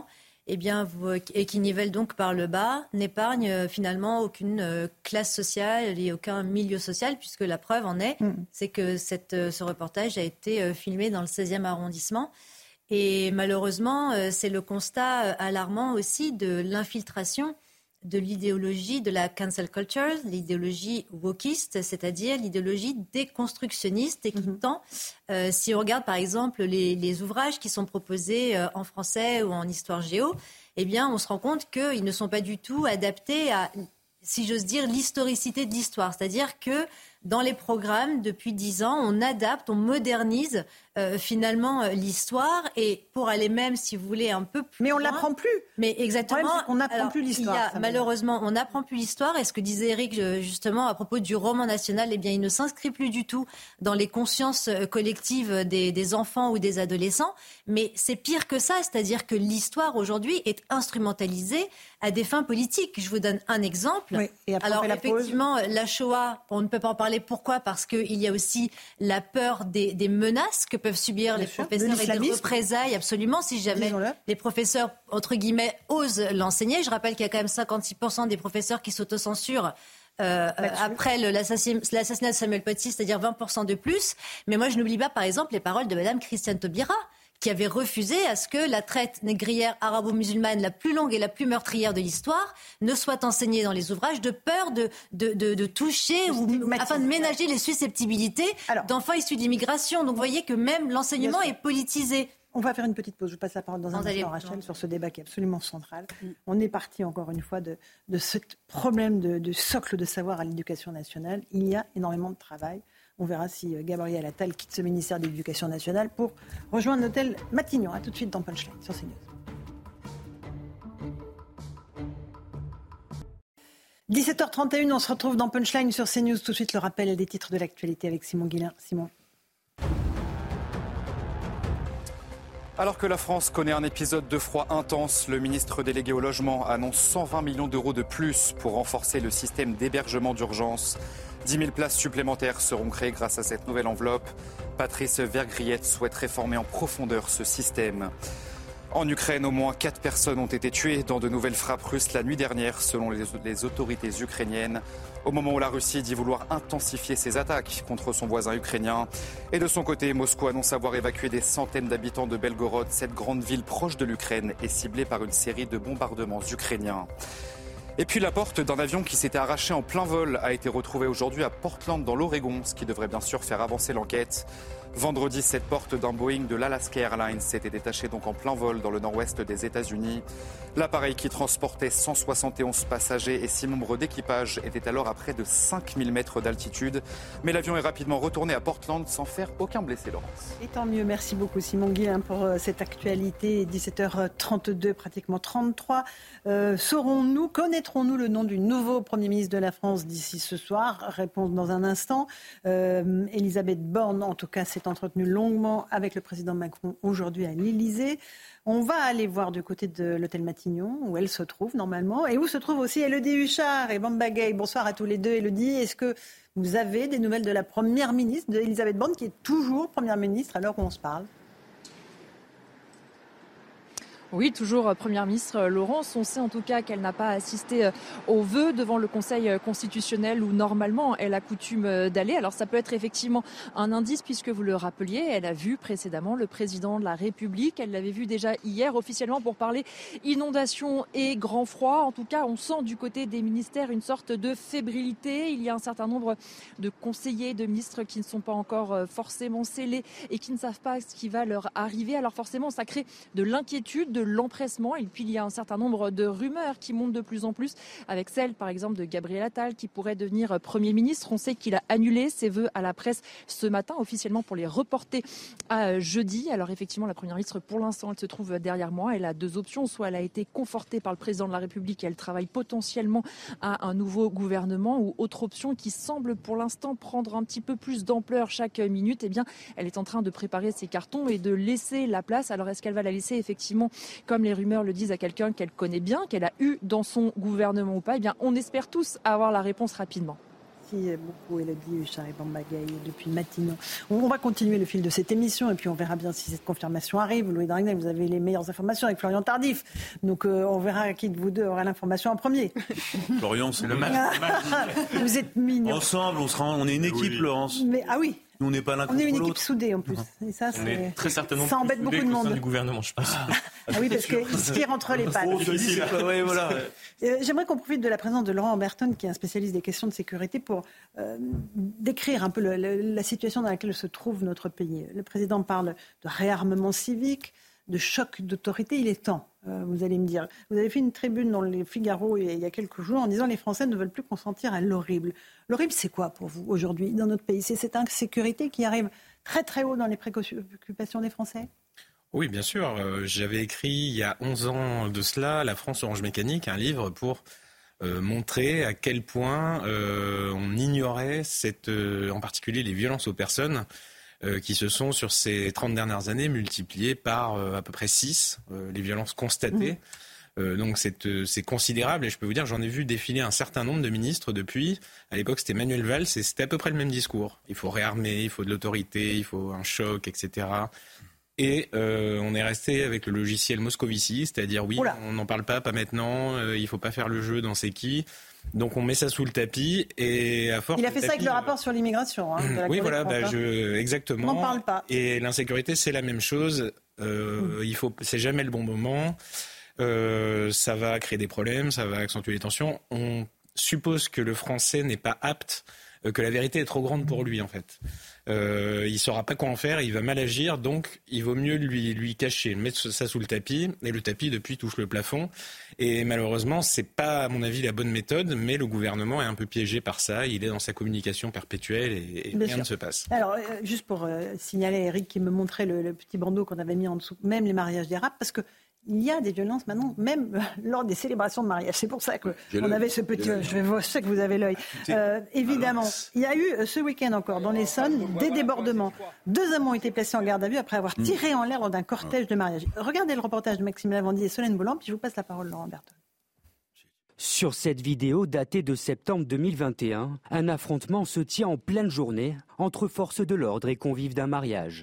eh bien, vous, et qui nivelle donc par le bas, n'épargne euh, finalement aucune euh, classe sociale et aucun milieu social, puisque la preuve en est, mmh. c'est que cette, euh, ce reportage a été euh, filmé dans le seizième arrondissement. Et malheureusement, euh, c'est le constat euh, alarmant aussi de l'infiltration de l'idéologie de la cancel culture, l'idéologie wokiste, c'est-à-dire l'idéologie déconstructionniste et qui mm-hmm. tend, euh, si on regarde par exemple les, les ouvrages qui sont proposés euh, en français ou en histoire géo, eh bien on se rend compte qu'ils ne sont pas du tout adaptés à, si j'ose dire, l'historicité de l'histoire. C'est-à-dire que dans les programmes, depuis dix ans, on adapte, on modernise euh, finalement euh, l'histoire et pour aller même, si vous voulez, un peu plus Mais on loin, l'apprend plus. Mais exactement. On n'apprend plus l'histoire. Il y a, malheureusement, on n'apprend plus l'histoire. Et ce que disait Eric justement à propos du roman national, eh bien, il ne s'inscrit plus du tout dans les consciences collectives des, des enfants ou des adolescents. Mais c'est pire que ça, c'est-à-dire que l'histoire aujourd'hui est instrumentalisée à des fins politiques. Je vous donne un exemple. Oui, et après, Alors la effectivement, pause. La Shoah, on ne peut pas en parler. Pourquoi ? Parce qu'il y a aussi la peur des, des menaces que peuvent subir Bien les sûr, professeurs de et des représailles, absolument, si jamais les professeurs, entre guillemets, osent l'enseigner. Je rappelle qu'il y a quand même cinquante-six pour cent des professeurs qui s'autocensurent euh, après le, l'assassin, l'assassinat de Samuel Paty, c'est-à-dire vingt pour cent de plus. Mais moi, je n'oublie pas, par exemple, les paroles de Madame Christiane Taubira, qui avait refusé à ce que la traite négrière arabo-musulmane la plus longue et la plus meurtrière de l'histoire ne soit enseignée dans les ouvrages de peur de, de, de, de toucher ou afin de ménager les susceptibilités Alors, d'enfants issus de l'immigration. Donc vous voyez que même l'enseignement est politisé. On va faire une petite pause. Je vous passe la parole dans un instant, Rachel, sur ce débat qui est absolument central. Mm. On est parti, encore une fois, de, de ce problème de, de socle de savoir à l'éducation nationale. Il y a énormément de travail. On verra si Gabriel Attal quitte ce ministère de l'Éducation nationale pour rejoindre l'hôtel Matignon. A tout de suite dans Punchline sur CNews. dix-sept heures trente et un, on se retrouve dans Punchline sur CNews. Tout de suite, le rappel des titres de l'actualité avec Simon Guillain. Simon. Alors que la France connaît un épisode de froid intense, le ministre délégué au logement annonce cent vingt millions d'euros de plus pour renforcer le système d'hébergement d'urgence. dix mille places supplémentaires seront créées grâce à cette nouvelle enveloppe. Patrice Vergriette souhaite réformer en profondeur ce système. En Ukraine, au moins quatre personnes ont été tuées dans de nouvelles frappes russes la nuit dernière, selon les, les autorités ukrainiennes. Au moment où la Russie dit vouloir intensifier ses attaques contre son voisin ukrainien. Et de son côté, Moscou annonce avoir évacué des centaines d'habitants de Belgorod. Cette grande ville proche de l'Ukraine est ciblée par une série de bombardements ukrainiens. Et puis la porte d'un avion qui s'était arraché en plein vol a été retrouvée aujourd'hui à Portland dans l'Oregon, ce qui devrait bien sûr faire avancer l'enquête. Vendredi, cette porte d'un Boeing de l'Alaska Airlines s'était détachée donc en plein vol dans le nord-ouest des États-Unis. L'appareil qui transportait cent soixante et onze passagers et six membres d'équipage était alors à près de cinq mille mètres d'altitude. Mais l'avion est rapidement retourné à Portland sans faire aucun blessé, Laurence. Et tant mieux, merci beaucoup Simon Guillain pour cette actualité. dix-sept heures trente-deux, pratiquement trente-trois. Euh, saurons-nous, connaîtrons-nous le nom du nouveau Premier ministre de la France d'ici ce soir ? Réponse dans un instant. Euh, Elisabeth Borne, en tout cas, s'est entretenue longuement avec le président Macron aujourd'hui à l'Élysée. On va aller voir du côté de l'hôtel Matignon, où elle se trouve normalement, et où se trouve aussi Élodie Huchard et Bamba Gay. Bonsoir à tous les deux. Élodie, est-ce que vous avez des nouvelles de la Première ministre, d'Elisabeth Borne, qui est toujours Première ministre à l'heure où on se parle ? Oui, toujours Première ministre Laurence. On sait en tout cas qu'elle n'a pas assisté aux vœux devant le Conseil constitutionnel où normalement elle a coutume d'aller. Alors ça peut être effectivement un indice puisque vous le rappeliez, elle a vu précédemment le président de la République. Elle l'avait vu déjà hier officiellement pour parler inondation et grand froid. En tout cas, on sent du côté des ministères une sorte de fébrilité. Il y a un certain nombre de conseillers, de ministres qui ne sont pas encore forcément scellés et qui ne savent pas ce qui va leur arriver. Alors forcément, ça crée de l'inquiétude, de de l'empressement et puis il y a un certain nombre de rumeurs qui montent de plus en plus avec celle par exemple de Gabriel Attal qui pourrait devenir Premier ministre. On sait qu'il a annulé ses vœux à la presse ce matin officiellement pour les reporter à jeudi. Alors effectivement la Première ministre pour l'instant elle se trouve derrière moi. Elle a deux options, soit elle a été confortée par le président de la République et elle travaille potentiellement à un nouveau gouvernement, ou autre option qui semble pour l'instant prendre un petit peu plus d'ampleur chaque minute, eh bien elle est en train de préparer ses cartons et de laisser la place. Alors est-ce qu'elle va la laisser effectivement comme les rumeurs le disent, à quelqu'un qu'elle connaît bien, qu'elle a eu dans son gouvernement ou pas? Eh bien, on espère tous avoir la réponse rapidement. Merci beaucoup Élodie Huchard-Bambagay depuis Matignon. On va continuer le fil de cette émission et puis on verra bien si cette confirmation arrive. Louis Dragnel, vous avez les meilleures informations avec Florian Tardif. Donc euh, on verra qui de vous deux aura l'information en premier. Florian, c'est le match. Vous êtes mignon. Ensemble, on, sera, on est une équipe, oui. Laurence. Mais, ah oui. Nous, on n'est pas l'un contre l'autre. On est une l'autre. équipe soudée en plus. Et ça, on est très certainement ça embête beaucoup de monde. Du gouvernement, je pense. Ah oui, parce qu'il se tire entre les pattes. Ouais, voilà. euh, j'aimerais qu'on profite de la présence de Laurent Oberton, qui est un spécialiste des questions de sécurité, pour euh, décrire un peu le, le, la situation dans laquelle se trouve notre pays. Le président parle de réarmement civique, de choc d'autorité. Il est temps, euh, vous allez me dire. Vous avez fait une tribune dans le Figaro il y a quelques jours en disant que les Français ne veulent plus consentir à l'horrible. L'horrible, c'est quoi pour vous aujourd'hui dans notre pays ? C'est cette insécurité qui arrive très très haut dans les préoccupations des Français ? Oui, bien sûr. Euh, j'avais écrit il y a onze ans de cela, La France Orange Mécanique, un livre pour euh, montrer à quel point euh, on ignorait cette, euh, en particulier les violences aux personnes euh, qui se sont sur ces trente dernières années multipliées par euh, à peu près six, euh, les violences constatées. Mmh. Euh, donc c'est, euh, c'est considérable et je peux vous dire, j'en ai vu défiler un certain nombre de ministres depuis. À l'époque, c'était Manuel Valls et c'était à peu près le même discours. Il faut réarmer, il faut de l'autorité, il faut un choc, et cetera. Et euh, on est resté avec le logiciel Moscovici, c'est-à-dire oui, Oula. on n'en parle pas, pas maintenant, euh, il ne faut pas faire le jeu dans c'est qui. Donc on met ça sous le tapis et à force. Il a fait ça tapis, avec le rapport sur l'immigration. Hein, de la oui, Cour voilà, bah, France, je, exactement. On n'en parle pas. Et l'insécurité, c'est la même chose. Euh, mmh. Il faut, c'est jamais le bon moment. Euh, ça va créer des problèmes, ça va accentuer les tensions. On suppose que le Français n'est pas apte, euh, que la vérité est trop grande pour lui en fait. Euh, il ne saura pas quoi en faire, il va mal agir, donc il vaut mieux lui, lui cacher, mettre ça sous le tapis, et le tapis depuis touche le plafond. Et malheureusement, ce n'est pas à mon avis la bonne méthode, mais le gouvernement est un peu piégé par ça, il est dans sa communication perpétuelle et, et rien sûr. ne se passe. Alors, euh, juste pour euh, signaler à Eric qui me montrait le, le petit bandeau qu'on avait mis en dessous, même les mariages d'Arabes, parce que il y a des violences maintenant, même euh, lors des célébrations de mariage. C'est pour ça qu'on avait ce petit... Je, je sais que vous avez l'œil. Euh, évidemment, il y a eu euh, ce week-end encore, dans l'Essonne, des débordements. Deux hommes ont été placés en garde à vue après avoir tiré en l'air lors d'un cortège de mariage. Regardez le reportage de Maxime Lavandier et Solène Boland, puis je vous passe la parole, Laurent Berton. Sur cette vidéo datée de septembre deux mille vingt et un, un affrontement se tient en pleine journée entre forces de l'ordre et convives d'un mariage.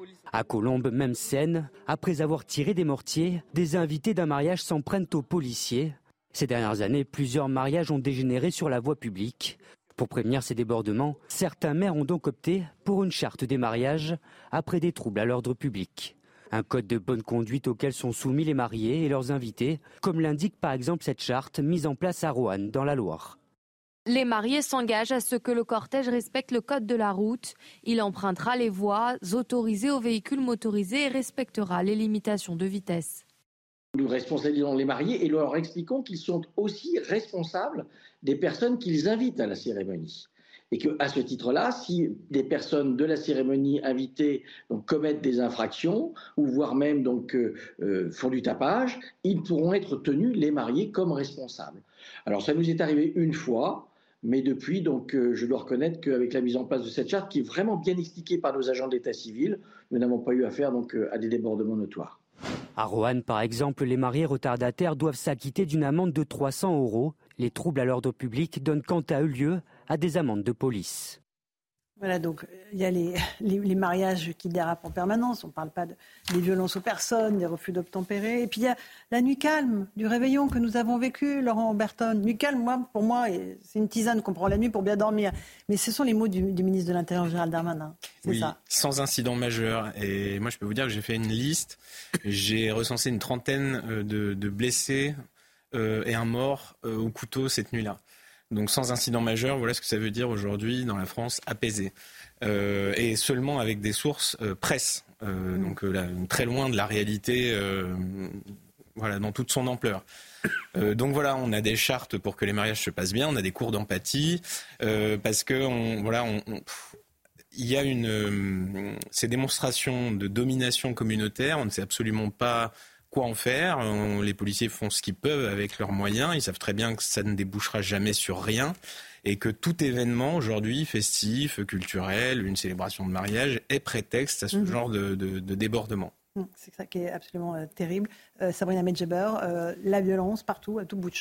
À Colombes, même scène, après avoir tiré des mortiers, des invités d'un mariage s'en prennent aux policiers. Ces dernières années, plusieurs mariages ont dégénéré sur la voie publique. Pour prévenir ces débordements, certains maires ont donc opté pour une charte des mariages après des troubles à l'ordre public. Un code de bonne conduite auquel sont soumis les mariés et leurs invités, comme l'indique par exemple cette charte mise en place à Roanne dans la Loire. Les mariés s'engagent à ce que le cortège respecte le code de la route. Il empruntera les voies autorisées aux véhicules motorisés et respectera les limitations de vitesse. Nous responsabilisons les mariés et leur expliquons qu'ils sont aussi responsables des personnes qu'ils invitent à la cérémonie. Et qu'à ce titre-là, si des personnes de la cérémonie invitées donc, commettent des infractions, ou voire même donc, euh, font du tapage, ils pourront être tenus, les mariés, comme responsables. Alors ça nous est arrivé une fois, mais depuis, donc, euh, je dois reconnaître qu'avec la mise en place de cette charte, qui est vraiment bien expliquée par nos agents d'état civil, nous n'avons pas eu affaire donc, euh, à des débordements notoires. À Roanne, par exemple, les mariés retardataires doivent s'acquitter d'une amende de trois cents euros. Les troubles à l'ordre public donnent quant à eux lieu à des amendes de police. Voilà, donc il y a les, les, les mariages qui dérapent en permanence. On ne parle pas de, des violences aux personnes, des refus d'obtempérer. Et puis il y a la nuit calme du réveillon que nous avons vécu, Laurent Oberton. Nuit calme, moi, pour moi, c'est une tisane qu'on prend la nuit pour bien dormir. Mais ce sont les mots du, du ministre de l'Intérieur, Gérald Darmanin. C'est oui, ça. Sans incident majeur. Et moi, je peux vous dire que j'ai fait une liste. J'ai recensé une trentaine de, de blessés euh, et un mort euh, au couteau cette nuit-là. Donc sans incident majeur, voilà ce que ça veut dire aujourd'hui dans la France apaisée. Euh, et seulement avec des sources euh, presse, euh, mmh. donc euh, là, très loin de la réalité euh, voilà, dans toute son ampleur. Euh, donc voilà, on a des chartes pour que les mariages se passent bien, on a des cours d'empathie, euh, parce que on, voilà, on, on, pff, il y a une, euh, ces démonstrations de domination communautaire, on ne sait absolument pas quoi en faire. Les policiers font ce qu'ils peuvent avec leurs moyens. Ils savent très bien que ça ne débouchera jamais sur rien et que tout événement aujourd'hui, festif, culturel, une célébration de mariage, est prétexte à ce mmh. genre de, de, de débordement. C'est ça qui est absolument euh, terrible. Euh, Sabrina Medjeber, euh, la violence partout, à tout bout de champ.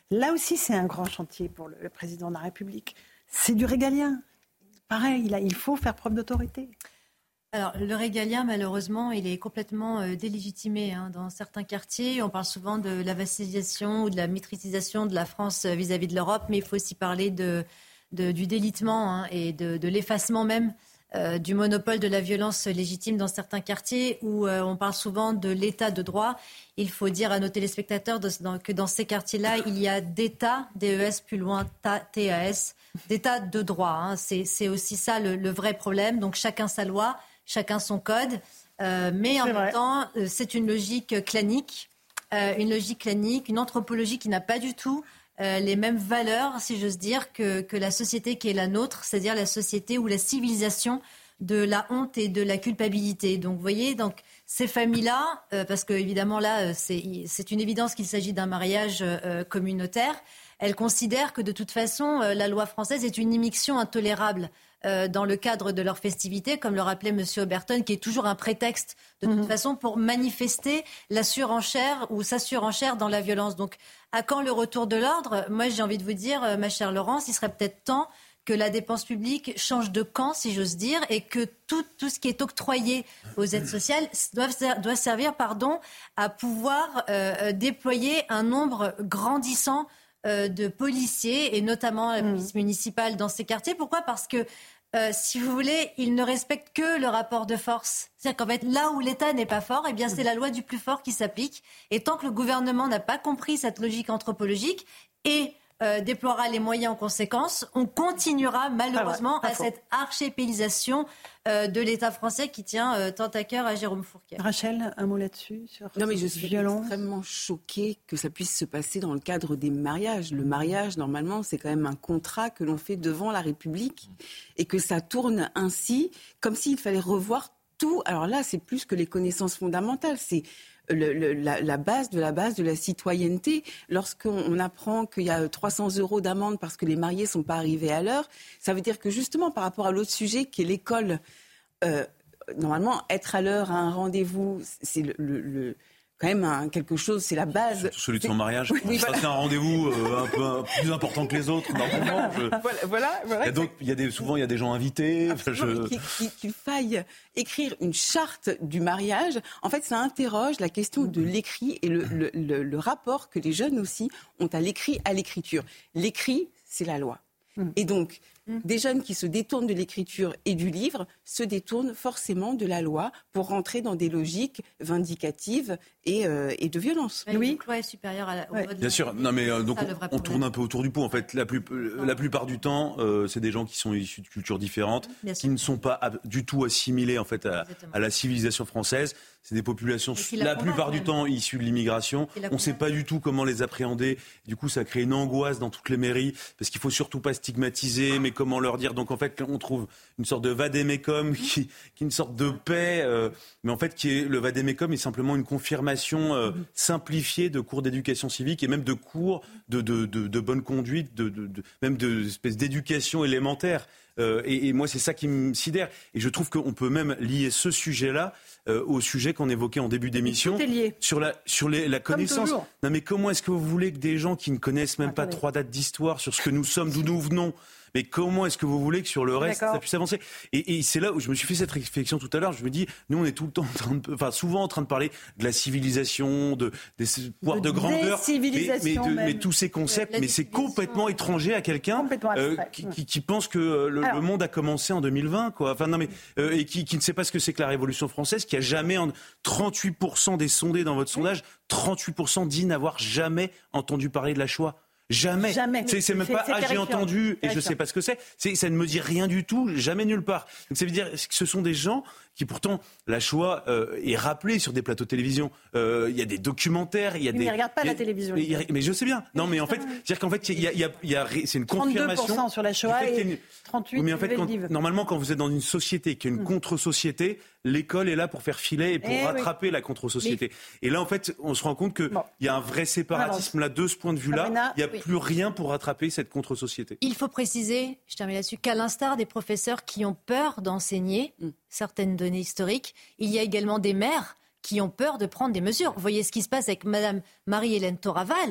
Là aussi, c'est un grand chantier pour le, le président de la République. C'est du régalien. Pareil, il, a, il faut faire preuve d'autorité. Alors, le régalien, malheureusement, il est complètement euh, délégitimé hein, dans certains quartiers. On parle souvent de la vassalisation ou de la maîtrisation de la France euh, vis-à-vis de l'Europe, mais il faut aussi parler de, de, du délitement hein, et de, de l'effacement même euh, du monopole de la violence légitime dans certains quartiers où euh, on parle souvent de l'état de droit. Il faut dire à nos téléspectateurs de, dans, que dans ces quartiers-là, il y a d'état, D E S plus loin, T A S, d'état de droit. Hein. C'est, c'est aussi ça le, le vrai problème. Donc chacun sa loi. Chacun son code, euh, mais en même temps, euh, c'est une logique clanique, euh, une logique clanique, une anthropologie qui n'a pas du tout euh, les mêmes valeurs, si j'ose dire, que, que la société qui est la nôtre, c'est-à-dire la société ou la civilisation de la honte et de la culpabilité. Donc, vous voyez, donc ces familles-là, euh, parce que évidemment là, c'est, c'est une évidence qu'il s'agit d'un mariage euh, communautaire. Elles considèrent que de toute façon, euh, la loi française est une immixtion intolérable. Euh, dans le cadre de leur festivité, comme le rappelait M. Oberton, qui est toujours un prétexte de toute mmh. façon pour manifester la surenchère ou sa surenchère dans la violence. Donc, à quand le retour de l'ordre ? Moi, j'ai envie de vous dire, euh, ma chère Laurence, il serait peut-être temps que la dépense publique change de camp, si j'ose dire, et que tout, tout ce qui est octroyé aux aides sociales doit, doit servir pardon, à pouvoir euh, déployer un nombre grandissant euh, de policiers, et notamment la police mmh. municipale dans ces quartiers. Pourquoi ? Parce que Euh, si vous voulez, ils ne respectent que le rapport de force. C'est-à-dire qu'en fait, là où l'État n'est pas fort, eh bien, c'est la loi du plus fort qui s'applique. Et tant que le gouvernement n'a pas compris cette logique anthropologique et euh, déploiera les moyens en conséquence, on continuera malheureusement ah ouais, à faux. cette archipélisation euh, de l'État français qui tient euh, tant à cœur à Jérôme Fourquet. Rachel, un mot là-dessus sur Non, mais je suis violent. extrêmement choquée que ça puisse se passer dans le cadre des mariages. Le mariage, normalement, c'est quand même un contrat que l'on fait devant la République et que ça tourne ainsi, comme s'il fallait revoir tout. Alors là, c'est plus que les connaissances fondamentales, c'est Le, le, la, la base de la base de la citoyenneté. Lorsqu'on on apprend qu'il y a trois cents euros d'amende parce que les mariés ne sont pas arrivés à l'heure, ça veut dire que justement par rapport à l'autre sujet qui est l'école, euh, normalement être à l'heure à un rendez-vous, c'est le, le, le quand même un, quelque chose, c'est la base. Surtout celui de son mariage. Oui, oui, ça voilà. c'est un rendez-vous euh, un peu un, plus important que les autres. Normalement, je... voilà, voilà, voilà. Il y a d'autres, il y a des, souvent il y a des gens invités. Je... Qu'il, qu'il, qu'il faille écrire une charte du mariage, en fait, ça interroge la question de l'écrit et le, le, le, le rapport que les jeunes aussi ont à l'écrit, à l'écriture. L'écrit, c'est la loi. Mmh. Et donc, mmh. des jeunes qui se détournent de l'écriture et du livre se détournent forcément de la loi pour rentrer dans des logiques vindicatives et, euh, et de violence. Oui, oui. La loi est supérieure à la, au ouais. Bien sûr, non mais euh, donc ça, on, on tourne un peu autour du pot. En fait, la, plus, euh, la plupart du temps, euh, c'est des gens qui sont issus de cultures différentes, Bien qui sûr. ne sont pas ab- du tout assimilés en fait à, à la civilisation française. C'est des populations, la, la plupart du temps, issues de l'immigration. On ne sait pas du tout comment les appréhender. Du coup, ça crée une angoisse dans toutes les mairies, parce qu'il faut surtout pas stigmatiser, mais comment leur dire. Donc, en fait, on trouve une sorte de vadémécum, qui, qui est une sorte de paix, euh, mais en fait, qui est, le vadémécum est simplement une confirmation euh, simplifiée de cours d'éducation civique et même de cours de, de, de, de bonne conduite, de, de, de, même d'espèces d'éducation élémentaire. Euh, et, et moi, c'est ça qui me sidère. Et je trouve qu'on peut même lier ce sujet-là euh, au sujet qu'on évoquait en début d'émission sur la sur les, la connaissance. Non, mais comment est-ce que vous voulez que des gens qui ne connaissent même Attendez. pas trois dates d'histoire sur ce que nous sommes, d'où nous venons, mais comment est-ce que vous voulez que sur le reste D'accord. ça puisse avancer ? Et, et c'est là où je me suis fait cette réflexion tout à l'heure. Je me dis, nous on est tout le temps, en train de, enfin souvent en train de parler de la civilisation, de des pouvoirs de, de grandeur, mais, mais, de, mais tous ces concepts, mais c'est complètement étranger à quelqu'un euh, qui, qui, qui pense que euh, le, Alors, le monde a commencé en deux mille vingt, quoi. Enfin non mais euh, et qui, qui ne sait pas ce que c'est que la Révolution française, qui a jamais en, trente-huit pour cent des sondés dans votre sondage, trente-huit pour cent dit n'avoir jamais entendu parler de la Shoah. Jamais. Jamais. C'est, c'est même c'est, pas c'est ah j'ai entendu et je sais pas ce que c'est. c'est. Ça ne me dit rien du tout, jamais nulle part. Donc ça veut dire que ce sont des gens qui pourtant la Shoah euh, est rappelée sur des plateaux de télévision. Il euh, y a des documentaires, il y a mais des. Ils ne regardent pas y a, la télévision. Y a, mais je sais bien. Non mais en fait, c'est-à-dire qu'en fait il y a, y a, y a c'est une confirmation. trente-deux pour cent sur la Shoah et une... trente-huit pour cent. Mais en fait, quand, normalement, quand vous êtes dans une société qui est une mmh. contre-société, l'école est là pour faire filet et pour et rattraper oui. la contre-société. Mais... Et là, en fait, on se rend compte qu'il bon. y a un vrai séparatisme là de ce point de vue-là. Il n'y a oui. plus rien pour rattraper cette contre-société. Il faut préciser, je termine là-dessus, qu'à l'instar des professeurs qui ont peur d'enseigner mmh. certaines données historiques, il y a également des maires qui ont peur de prendre des mesures. Vous voyez ce qui se passe avec Madame Marie-Hélène Toraval.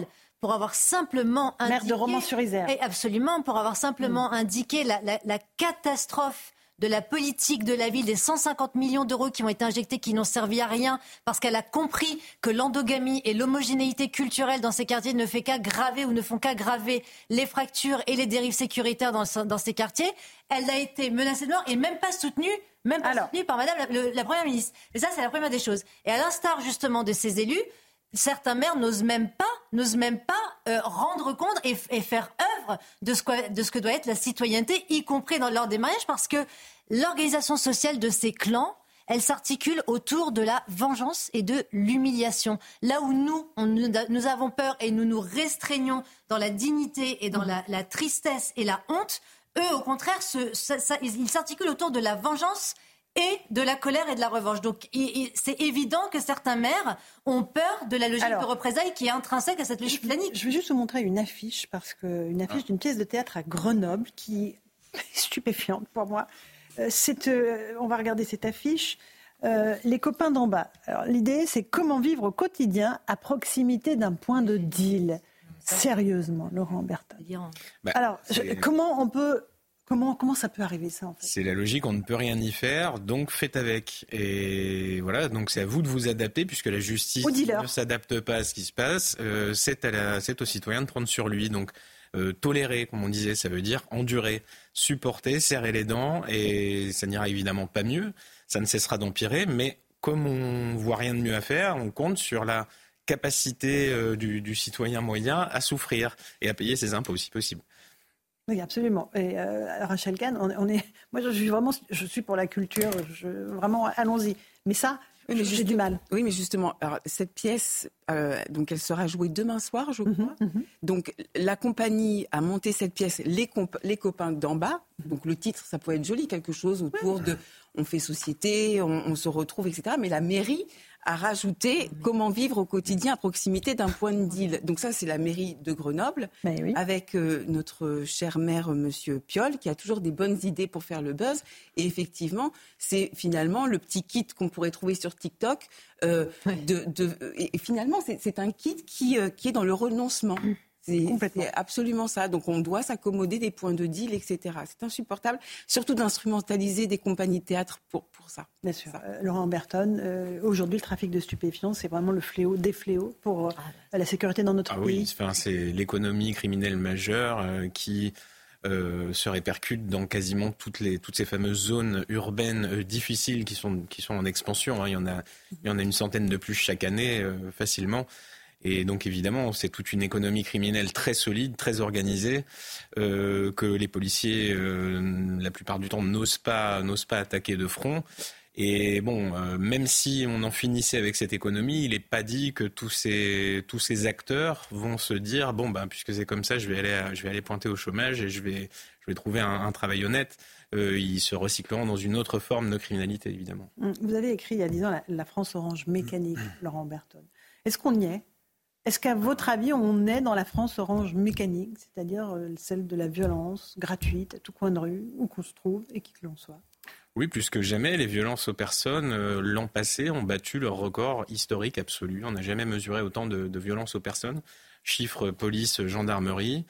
pour avoir simplement indiqué... Maire de Romans-sur-Isère. Et absolument, pour avoir simplement mmh. indiqué la, la, la catastrophe de la politique de la ville, des cent cinquante millions d'euros qui ont été injectés, qui n'ont servi à rien, parce qu'elle a compris que l'endogamie et l'homogénéité culturelle dans ces quartiers ne fait qu'aggraver ou ne font qu'aggraver les fractures et les dérives sécuritaires dans, dans ces quartiers. Elle a été menacée de mort et même pas soutenue, même pas Alors. soutenue par Madame la, le, la Première ministre. Et ça, c'est la première des choses. Et à l'instar justement de ces élus, certains maires n'osent même pas, n'osent même pas euh, rendre compte et, et faire œuvre de ce, que, de ce que doit être la citoyenneté, y compris dans, lors des mariages, parce que l'organisation sociale de ces clans, elle s'articule autour de la vengeance et de l'humiliation. Là où nous, on, nous avons peur et nous nous restreignons dans la dignité et dans la, la tristesse et la honte, eux, au contraire, ce, ça, ça, ils s'articulent autour de la vengeance et de la colère et de la revanche. Donc il, il, c'est évident que certains maires ont peur de la logique Alors, de représailles qui est intrinsèque à cette logique planique. Je vais juste vous montrer une affiche, parce que une affiche ah. d'une pièce de théâtre à Grenoble qui est stupéfiante pour moi. Euh, c'est, euh, on va regarder cette affiche. Euh, les copains d'en bas. Alors, l'idée, c'est comment vivre au quotidien à proximité d'un point de deal. Sérieusement, Laurent Berton. Bah, Alors, je, comment on peut... Comment, comment ça peut arriver, ça, en fait ? C'est la logique, on ne peut rien y faire, donc faites avec. Et voilà, donc c'est à vous de vous adapter, puisque la justice ne s'adapte pas à ce qui se passe. Euh, c'est, à la, c'est aux citoyens de prendre sur lui. Donc, euh, tolérer, comme on disait, ça veut dire endurer, supporter, serrer les dents, et ça n'ira évidemment pas mieux. Ça ne cessera d'empirer, mais comme on ne voit rien de mieux à faire, on compte sur la capacité euh, du, du citoyen moyen à souffrir et à payer ses impôts, si possible. Oui, absolument. Et euh, Rachel Kahn, on, on est, moi, je suis vraiment, je suis pour la culture. Je, vraiment, allons-y. Mais ça, oui, mais j'ai juste, du mal. Oui, mais justement, alors, cette pièce, euh, donc, elle sera jouée demain soir, je crois. Mm-hmm, mm-hmm. Donc, la compagnie a monté cette pièce, les, comp- les copains d'en bas. Donc, le titre, ça peut être joli, quelque chose autour oui. de, on fait société, on, on se retrouve, et cetera. Mais la mairie a rajouté comment vivre au quotidien à proximité d'un point de deal. Donc ça, c'est la mairie de Grenoble, oui. avec euh, notre cher maire, Monsieur Piolle, qui a toujours des bonnes idées pour faire le buzz. Et effectivement, c'est finalement le petit kit qu'on pourrait trouver sur TikTok. Euh, ouais. de, de, et finalement, c'est, c'est un kit qui, euh, qui est dans le renoncement. C'est, c'est absolument ça. Donc on doit s'accommoder des points de deal, et cetera. C'est insupportable, surtout d'instrumentaliser des compagnies de théâtre pour, pour ça. Bien sûr. Euh, Laurent Berton, euh, aujourd'hui, le trafic de stupéfiants, c'est vraiment le fléau des fléaux pour euh, la sécurité dans notre ah pays. Oui, enfin, c'est l'économie criminelle majeure euh, qui euh, se répercute dans quasiment toutes, les, toutes ces fameuses zones urbaines euh, difficiles qui sont, qui sont en expansion. Hein. Il y en a, il y en a une centaine de plus chaque année, euh, facilement. Et donc évidemment, c'est toute une économie criminelle très solide, très organisée, euh, que les policiers, euh, la plupart du temps, n'osent pas, n'osent pas attaquer de front. Et bon, euh, même si on en finissait avec cette économie, il n'est pas dit que tous ces, tous ces acteurs vont se dire, bon, ben, puisque c'est comme ça, je vais aller, à, je vais aller pointer au chômage et je vais, je vais trouver un, un travail honnête. Euh, ils se recycleront dans une autre forme de criminalité, évidemment. Vous avez écrit il y a dix ans la, la France orange mécanique, Laurent Berton. Est-ce qu'on y est ? Est-ce qu'à votre avis, on est dans la France orange mécanique, c'est-à-dire celle de la violence gratuite à tout coin de rue, où qu'on se trouve et qui que l'on soit ? Oui, plus que jamais, les violences aux personnes, euh, l'an passé, ont battu leur record historique absolu. On n'a jamais mesuré autant de, de violences aux personnes. Chiffres police, gendarmerie.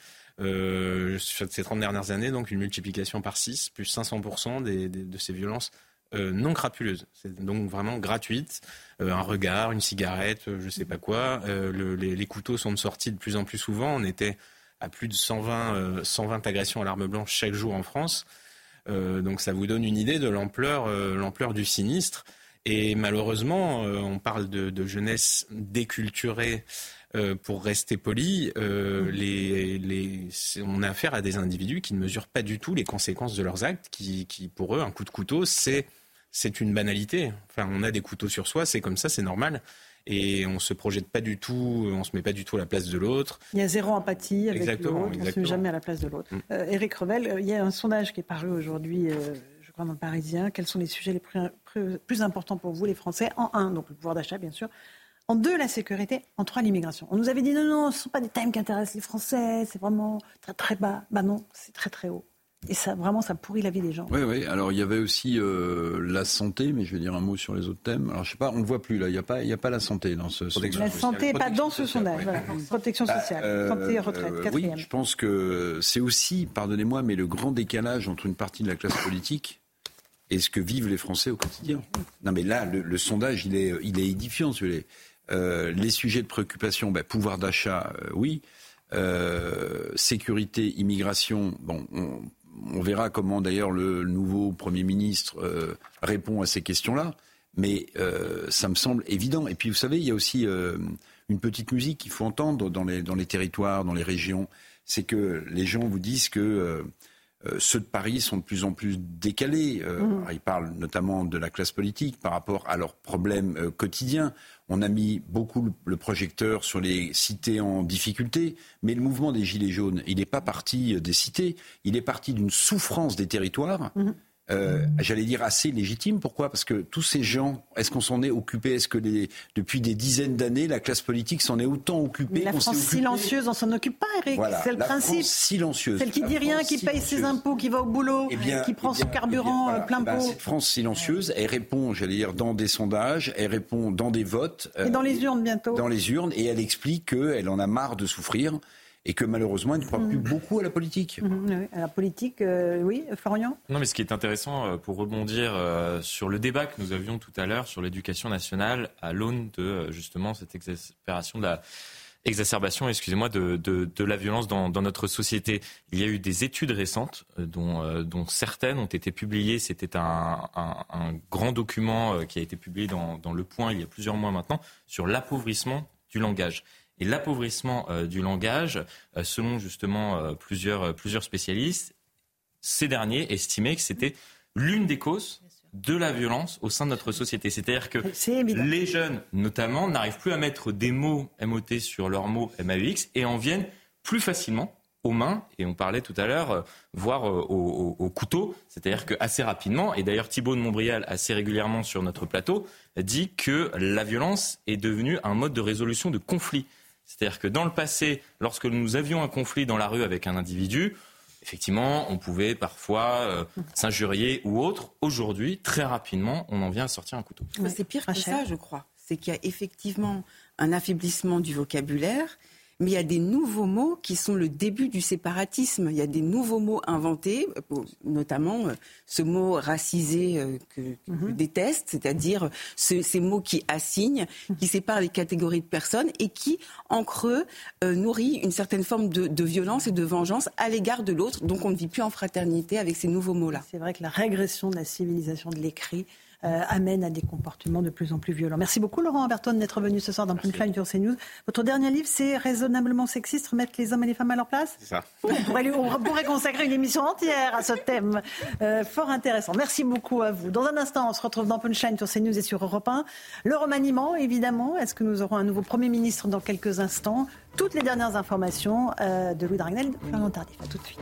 Euh, sur ces trente dernières années, donc une multiplication par six, plus cinq cents pour cent des, des, de ces violences Euh, non crapuleuses, c'est donc vraiment gratuite, euh, un regard, une cigarette, euh, je sais pas quoi. Euh, le, les, les couteaux sont sortis de plus en plus souvent. On était à plus de cent vingt, euh, cent vingt agressions à l'arme blanche chaque jour en France. Euh, donc ça vous donne une idée de l'ampleur, euh, l'ampleur du sinistre. Et malheureusement, euh, on parle de, de jeunesse déculturée. Euh, pour rester poli, euh, les, les, on a affaire à des individus qui ne mesurent pas du tout les conséquences de leurs actes, qui, qui pour eux, un coup de couteau, c'est, c'est une banalité. Enfin, on a des couteaux sur soi, c'est comme ça, c'est normal. Et on ne se projette pas du tout, on ne se met pas du tout à la place de l'autre. Il y a zéro empathie avec exactement, l'autre, exactement. On ne se met jamais à la place de l'autre. Mm. Euh, Éric Revel, euh, il y a un sondage qui est paru aujourd'hui, euh, je crois dans le Parisien. Quels sont les sujets les plus, plus, plus importants pour vous, les Français ? En un, donc le pouvoir d'achat, bien sûr. En deux, la sécurité. En trois, l'immigration. On nous avait dit non, non, ce ne sont pas des thèmes qui intéressent les Français, c'est vraiment très très bas. Bah non, c'est très très haut. Et ça, vraiment, ça pourrit la vie des gens. Oui, oui. Alors, il y avait aussi euh, la santé, mais je vais dire un mot sur les autres thèmes. Alors, je sais pas, on ne le voit plus, là. Il n'y a pas, il y a pas la santé dans ce sondage. La santé, pas dans ce sondage. Oui. Voilà. Protection sociale, euh, santé et retraite, euh, quatrième. Oui, je pense que c'est aussi, pardonnez-moi, mais le grand décalage entre une partie de la classe politique et ce que vivent les Français au quotidien. Non, mais là, le, le sondage, il est, il est édifiant, si vous voulez. Euh, les sujets de préoccupation, ben, pouvoir d'achat, euh, oui. Euh, sécurité, immigration, bon, on, on verra comment d'ailleurs le nouveau Premier ministre euh, répond à ces questions-là, mais euh, ça me semble évident. Et puis vous savez, il y a aussi euh, une petite musique qu'il faut entendre dans les, dans les territoires, dans les régions, c'est que les gens vous disent que euh, euh, ceux de Paris sont de plus en plus décalés. Euh, mmh. Ils parlent notamment de la classe politique par rapport à leurs problèmes euh, quotidiens. On a mis beaucoup le projecteur sur les cités en difficulté, mais le mouvement des Gilets jaunes, il n'est pas parti des cités, il est parti d'une souffrance des territoires, mmh. euh, j'allais dire assez légitime. Pourquoi ? Parce que tous ces gens, est-ce qu'on s'en est occupé ? Est-ce que les, depuis des dizaines d'années, la classe politique s'en est autant occupée ? Mais la France silencieuse, on ne s'en occupe pas, Eric. Voilà, c'est le la principe. France silencieuse. Celle qui dit rien, qui paye ses impôts, qui va au boulot, eh bien, qui prend eh bien, son carburant eh bien, voilà, plein pot. Ben, cette France silencieuse, elle répond, j'allais dire, dans des sondages, elle répond dans des votes. Et euh, dans les urnes bientôt. Dans les urnes, et elle explique qu'elle en a marre de souffrir. Et que malheureusement, elle ne croit mmh. plus beaucoup à la politique. Mmh, oui. À la politique, euh, oui, Florian ? Non, mais ce qui est intéressant, pour rebondir euh, sur le débat que nous avions tout à l'heure sur l'éducation nationale, à l'aune de justement cette exaspération de la exacerbation, excusez-moi, de, de, de la violence dans, dans notre société. Il y a eu des études récentes, dont, euh, dont certaines ont été publiées. C'était un, un, un grand document euh, qui a été publié dans, dans Le Point il y a plusieurs mois maintenant, sur l'appauvrissement du langage. Et l'appauvrissement euh, du langage, euh, selon justement euh, plusieurs, euh, plusieurs spécialistes, ces derniers estimaient que c'était l'une des causes de la violence au sein de notre société. C'est-à-dire que les jeunes, notamment, n'arrivent plus à mettre des mots M O T sur leurs mots M A U X et en viennent plus facilement aux mains, et on parlait tout à l'heure, euh, voire euh, au, au, au couteau, c'est-à-dire qu'assez rapidement, et d'ailleurs Thibault de Montbrial assez régulièrement sur notre plateau, dit que la violence est devenue un mode de résolution de conflits. C'est-à-dire que dans le passé, lorsque nous avions un conflit dans la rue avec un individu, effectivement, on pouvait parfois euh, s'injurier ou autre. Aujourd'hui, très rapidement, on en vient à sortir un couteau. Mais c'est pire que ça, je crois. C'est qu'il y a effectivement un affaiblissement du vocabulaire, mais il y a des nouveaux mots qui sont le début du séparatisme. Il y a des nouveaux mots inventés, notamment ce mot racisé que, que mm-hmm. je déteste, c'est-à-dire ce, ces mots qui assignent, qui séparent les catégories de personnes et qui, en creux, euh, nourrit une certaine forme de, de violence et de vengeance à l'égard de l'autre. Donc on ne vit plus en fraternité avec ces nouveaux mots-là. C'est vrai que la régression de la civilisation de l'écrit Euh, amène à des comportements de plus en plus violents. Merci beaucoup Laurent Aberton d'être venu ce soir dans Punchline sur CNews. Votre dernier livre, c'est Raisonnablement sexiste, remettre les hommes et les femmes à leur place ? C'est ça. On pourrait, lui, on pourrait consacrer une émission entière à ce thème. Euh, fort intéressant. Merci beaucoup à vous. Dans un instant, on se retrouve dans Punchline sur CNews et sur Europe un. Le remaniement, évidemment. Est-ce que nous aurons un nouveau Premier ministre dans quelques instants ? Toutes les dernières informations euh, de Louis Dragnel, de Florian Tardif. À tout de suite.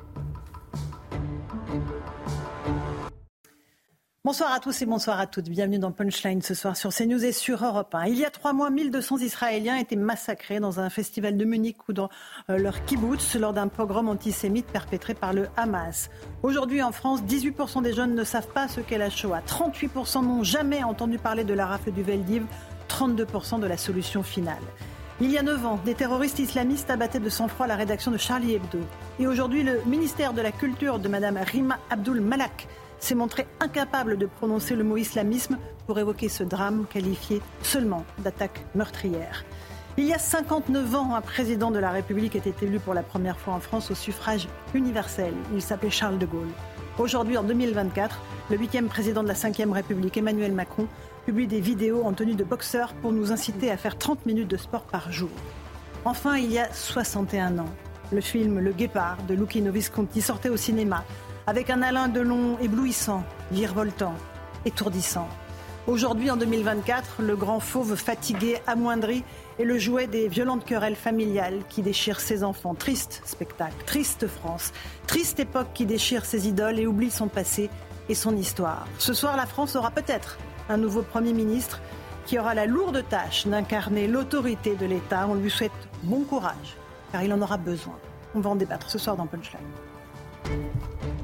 Bonsoir à tous et bonsoir à toutes. Bienvenue dans Punchline ce soir sur CNews et sur Europe un. Il y a trois mois, mille deux cents Israéliens étaient massacrés dans un festival de Munich ou dans euh, leur kibbutz lors d'un pogrom antisémite perpétré par le Hamas. Aujourd'hui en France, dix-huit pour cent des jeunes ne savent pas ce qu'est la Shoah. trente-huit pour cent n'ont jamais entendu parler de la rafle du Veldiv. trente-deux pour cent de la solution finale. Il y a neuf ans, des terroristes islamistes abattaient de sang-froid la rédaction de Charlie Hebdo. Et aujourd'hui, le ministère de la Culture de Mme Rima Abdul Malak s'est montré incapable de prononcer le mot islamisme pour évoquer ce drame qualifié seulement d'attaque meurtrière. Il y a cinquante-neuf ans, un président de la République était élu pour la première fois en France au suffrage universel. Il s'appelait Charles de Gaulle. Aujourd'hui, en deux mille vingt-quatre, le huitième président de la cinquième République, Emmanuel Macron, publie des vidéos en tenue de boxeur pour nous inciter à faire trente minutes de sport par jour. Enfin, il y a soixante et un ans, le film Le Guépard de Luchino Visconti sortait au cinéma, avec un Alain Delon éblouissant, virevoltant, étourdissant. Aujourd'hui, en deux mille vingt-quatre, le grand fauve fatigué, amoindri, est le jouet des violentes querelles familiales qui déchirent ses enfants. Triste spectacle, triste France, triste époque qui déchire ses idoles et oublie son passé et son histoire. Ce soir, la France aura peut-être un nouveau Premier ministre qui aura la lourde tâche d'incarner l'autorité de l'État. On lui souhaite bon courage, car il en aura besoin. On va en débattre ce soir dans Punchline.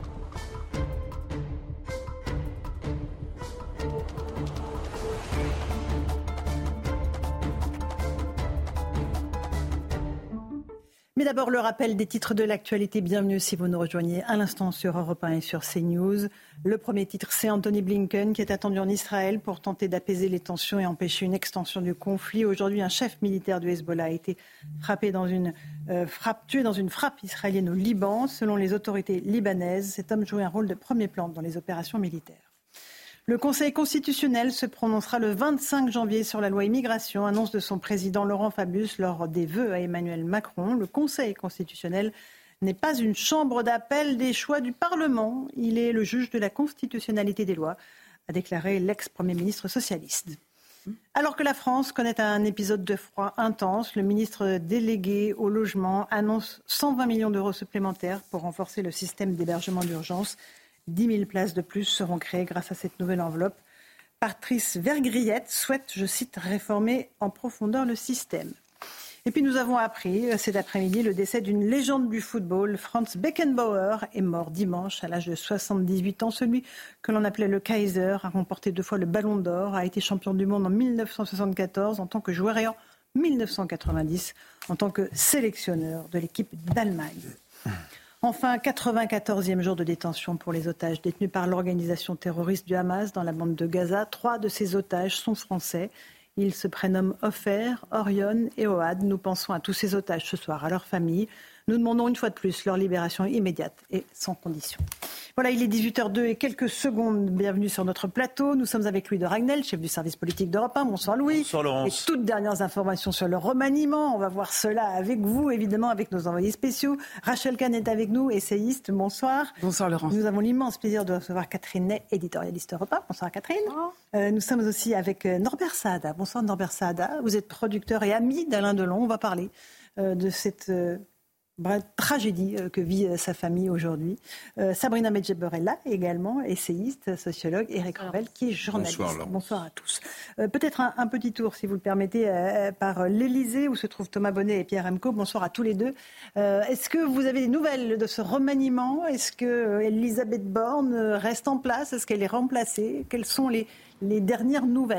Mais d'abord, le rappel des titres de l'actualité. Bienvenue si vous nous rejoignez à l'instant sur Europe un et sur CNews. Le premier titre, c'est Anthony Blinken qui est attendu en Israël pour tenter d'apaiser les tensions et empêcher une extension du conflit. Aujourd'hui, un chef militaire du Hezbollah a été frappé dans une, euh, frappe, tué dans une frappe israélienne au Liban. Selon les autorités libanaises, cet homme jouait un rôle de premier plan dans les opérations militaires. Le Conseil constitutionnel se prononcera le vingt-cinq janvier sur la loi immigration, annonce de son président Laurent Fabius lors des vœux à Emmanuel Macron. Le Conseil constitutionnel n'est pas une chambre d'appel des choix du Parlement. Il est le juge de la constitutionnalité des lois, a déclaré l'ex-premier ministre socialiste. Alors que la France connaît un épisode de froid intense, le ministre délégué au logement annonce cent vingt millions d'euros supplémentaires pour renforcer le système d'hébergement d'urgence. dix mille places de plus seront créées grâce à cette nouvelle enveloppe. Patrice Vergriette souhaite, je cite, réformer en profondeur le système. Et puis nous avons appris cet après-midi le décès d'une légende du football. Franz Beckenbauer est mort dimanche à l'âge de soixante-dix-huit ans. Celui que l'on appelait le Kaiser a remporté deux fois le Ballon d'Or, a été champion du monde en dix-neuf cent soixante-quatorze en tant que joueur et en dix-neuf cent quatre-vingt-dix en tant que sélectionneur de l'équipe d'Allemagne. Enfin, quatre-vingt-quatorzième jour de détention pour les otages détenus par l'organisation terroriste du Hamas dans la bande de Gaza. Trois de ces otages sont français. Ils se prénomment Ofer, Orion et Ohad. Nous pensons à tous ces otages ce soir, à leurs familles. Nous demandons une fois de plus leur libération immédiate et sans condition. Voilà, il est dix-huit heures zéro deux et quelques secondes. Bienvenue sur notre plateau. Nous sommes avec Louis de Ragnel, chef du service politique d'Europe un. Bonsoir Louis. Bonsoir Laurence. Et toutes dernières informations sur le remaniement. On va voir cela avec vous, évidemment, avec nos envoyés spéciaux. Rachel Kahn est avec nous, essayiste. Bonsoir. Bonsoir Laurence. Nous avons l'immense plaisir de recevoir Catherine Ney, éditorialiste Europe un. Bonsoir Catherine. Euh, nous sommes aussi avec Norbert Saada. Bonsoir Norbert Saada. Vous êtes producteur et ami d'Alain Delon. On va parler euh, de cette... Euh, Bref, tragédie que vit sa famille aujourd'hui. Euh, Sabrina Medjeber est là également, essayiste, sociologue, et Eric Revel qui est journaliste. Bonsoir, Bonsoir à tous. Euh, peut-être un, un petit tour, si vous le permettez, euh, par l'Élysée où se trouvent Thomas Bonnet et Pierre Emco. Bonsoir à tous les deux. Euh, est-ce que vous avez des nouvelles de ce remaniement ? Est-ce que euh, Elisabeth Borne reste en place ? Est-ce qu'elle est remplacée ? Quelles sont les, les dernières nouvelles ?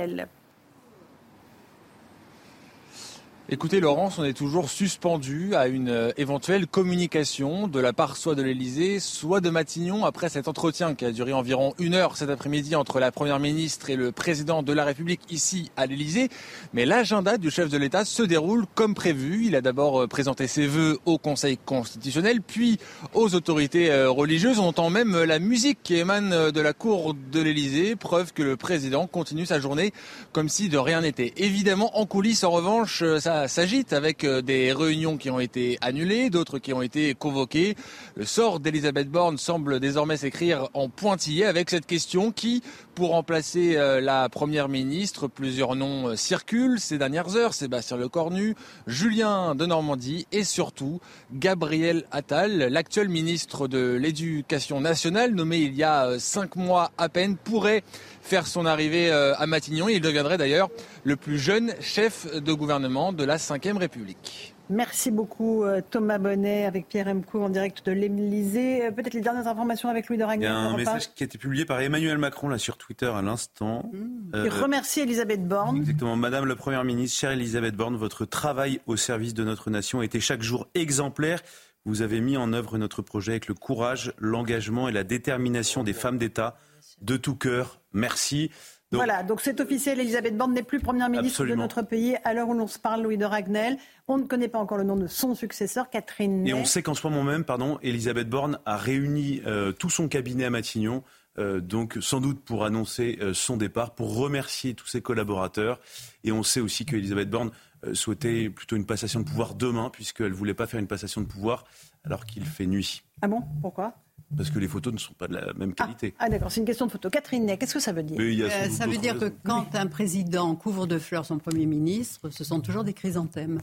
Écoutez Laurence, on est toujours suspendu à une euh, éventuelle communication de la part soit de l'Élysée, soit de Matignon après cet entretien qui a duré environ une heure cet après-midi entre la Première ministre et le Président de la République ici à l'Élysée. Mais l'agenda du chef de l'État se déroule comme prévu. Il a d'abord présenté ses vœux au Conseil constitutionnel, puis aux autorités religieuses. On entend même la musique qui émane de la cour de l'Élysée, preuve que le Président continue sa journée comme si de rien n'était. Évidemment, en coulisses, en revanche, ça s'agite avec des réunions qui ont été annulées, d'autres qui ont été convoquées. Le sort d'Elisabeth Borne semble désormais s'écrire en pointillé avec cette question qui, pour remplacer la Première ministre, plusieurs noms circulent ces dernières heures. Sébastien Lecornu, Julien Denormandie et surtout Gabriel Attal, l'actuel ministre de l'Éducation nationale, nommé il y a cinq mois à peine, pourrait faire son arrivée à Matignon. Il deviendrait d'ailleurs le plus jeune chef de gouvernement de la cinquième République. Merci beaucoup Thomas Bonnet avec Pierre Emco en direct de l'Élysée. Peut-être les dernières informations avec Louis de Ragnel. Il y a un message qui a été publié par Emmanuel Macron là sur Twitter à l'instant. Mmh. Euh, Il remercie Elisabeth Borne. Exactement. Madame la Première ministre, chère Elisabeth Borne, votre travail au service de notre nation a été chaque jour exemplaire. Vous avez mis en œuvre notre projet avec le courage, l'engagement et la détermination des femmes d'État. De tout cœur, merci. Donc, voilà, donc c'est officiel, Elisabeth Borne n'est plus Première ministre absolument. de notre pays à l'heure où l'on se parle, Louis de Ragnel. On ne connaît pas encore le nom de son successeur, Catherine Ney. Et on sait qu'en ce moment même, pardon, Elisabeth Borne a réuni euh, tout son cabinet à Matignon, euh, donc sans doute pour annoncer euh, son départ, pour remercier tous ses collaborateurs. Et on sait aussi qu'Elisabeth Borne euh, souhaitait plutôt une passation de pouvoir demain, puisqu'elle ne voulait pas faire une passation de pouvoir alors qu'il fait nuit. Ah bon ? Pourquoi ? Parce que les photos ne sont pas de la même qualité. Ah, ah d'accord, c'est une question de photo. Catherine Ney, qu'est-ce que ça veut dire ? euh, Ça veut dire raisons. que quand un président couvre de fleurs son Premier ministre, ce sont toujours des chrysanthèmes.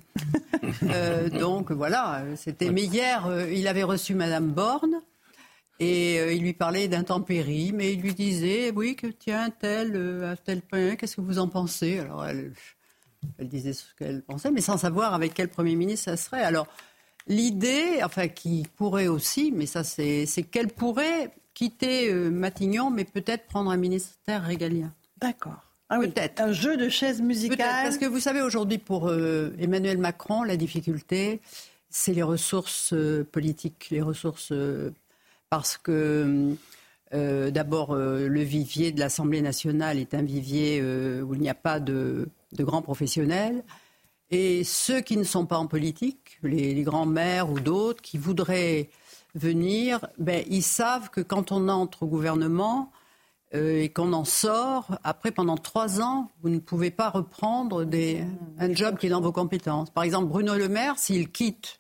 euh, donc voilà, c'était... Mais hier, euh, il avait reçu Madame Borne et euh, il lui parlait d'intempéries, mais il lui disait, oui, que tiens, tel, euh, à tel point, qu'est-ce que vous en pensez ? Alors elle, elle disait ce qu'elle pensait, mais sans savoir avec quel Premier ministre ça serait. Alors... L'idée, enfin qui pourrait aussi, mais ça c'est, c'est qu'elle pourrait quitter euh, Matignon, mais peut-être prendre un ministère régalien. D'accord. Ah oui, peut-être. Un jeu de chaises musicales. Peut-être, parce que vous savez aujourd'hui pour euh, Emmanuel Macron, la difficulté, c'est les ressources euh, politiques, les ressources euh, parce que euh, d'abord euh, le vivier de l'Assemblée nationale est un vivier euh, où il n'y a pas de, de grands professionnels. Et ceux qui ne sont pas en politique, les, les grands maires ou d'autres qui voudraient venir, ben, ils savent que quand on entre au gouvernement euh, et qu'on en sort, après pendant trois ans, vous ne pouvez pas reprendre des, un job qui est dans vos compétences. Par exemple, Bruno Le Maire, s'il quitte,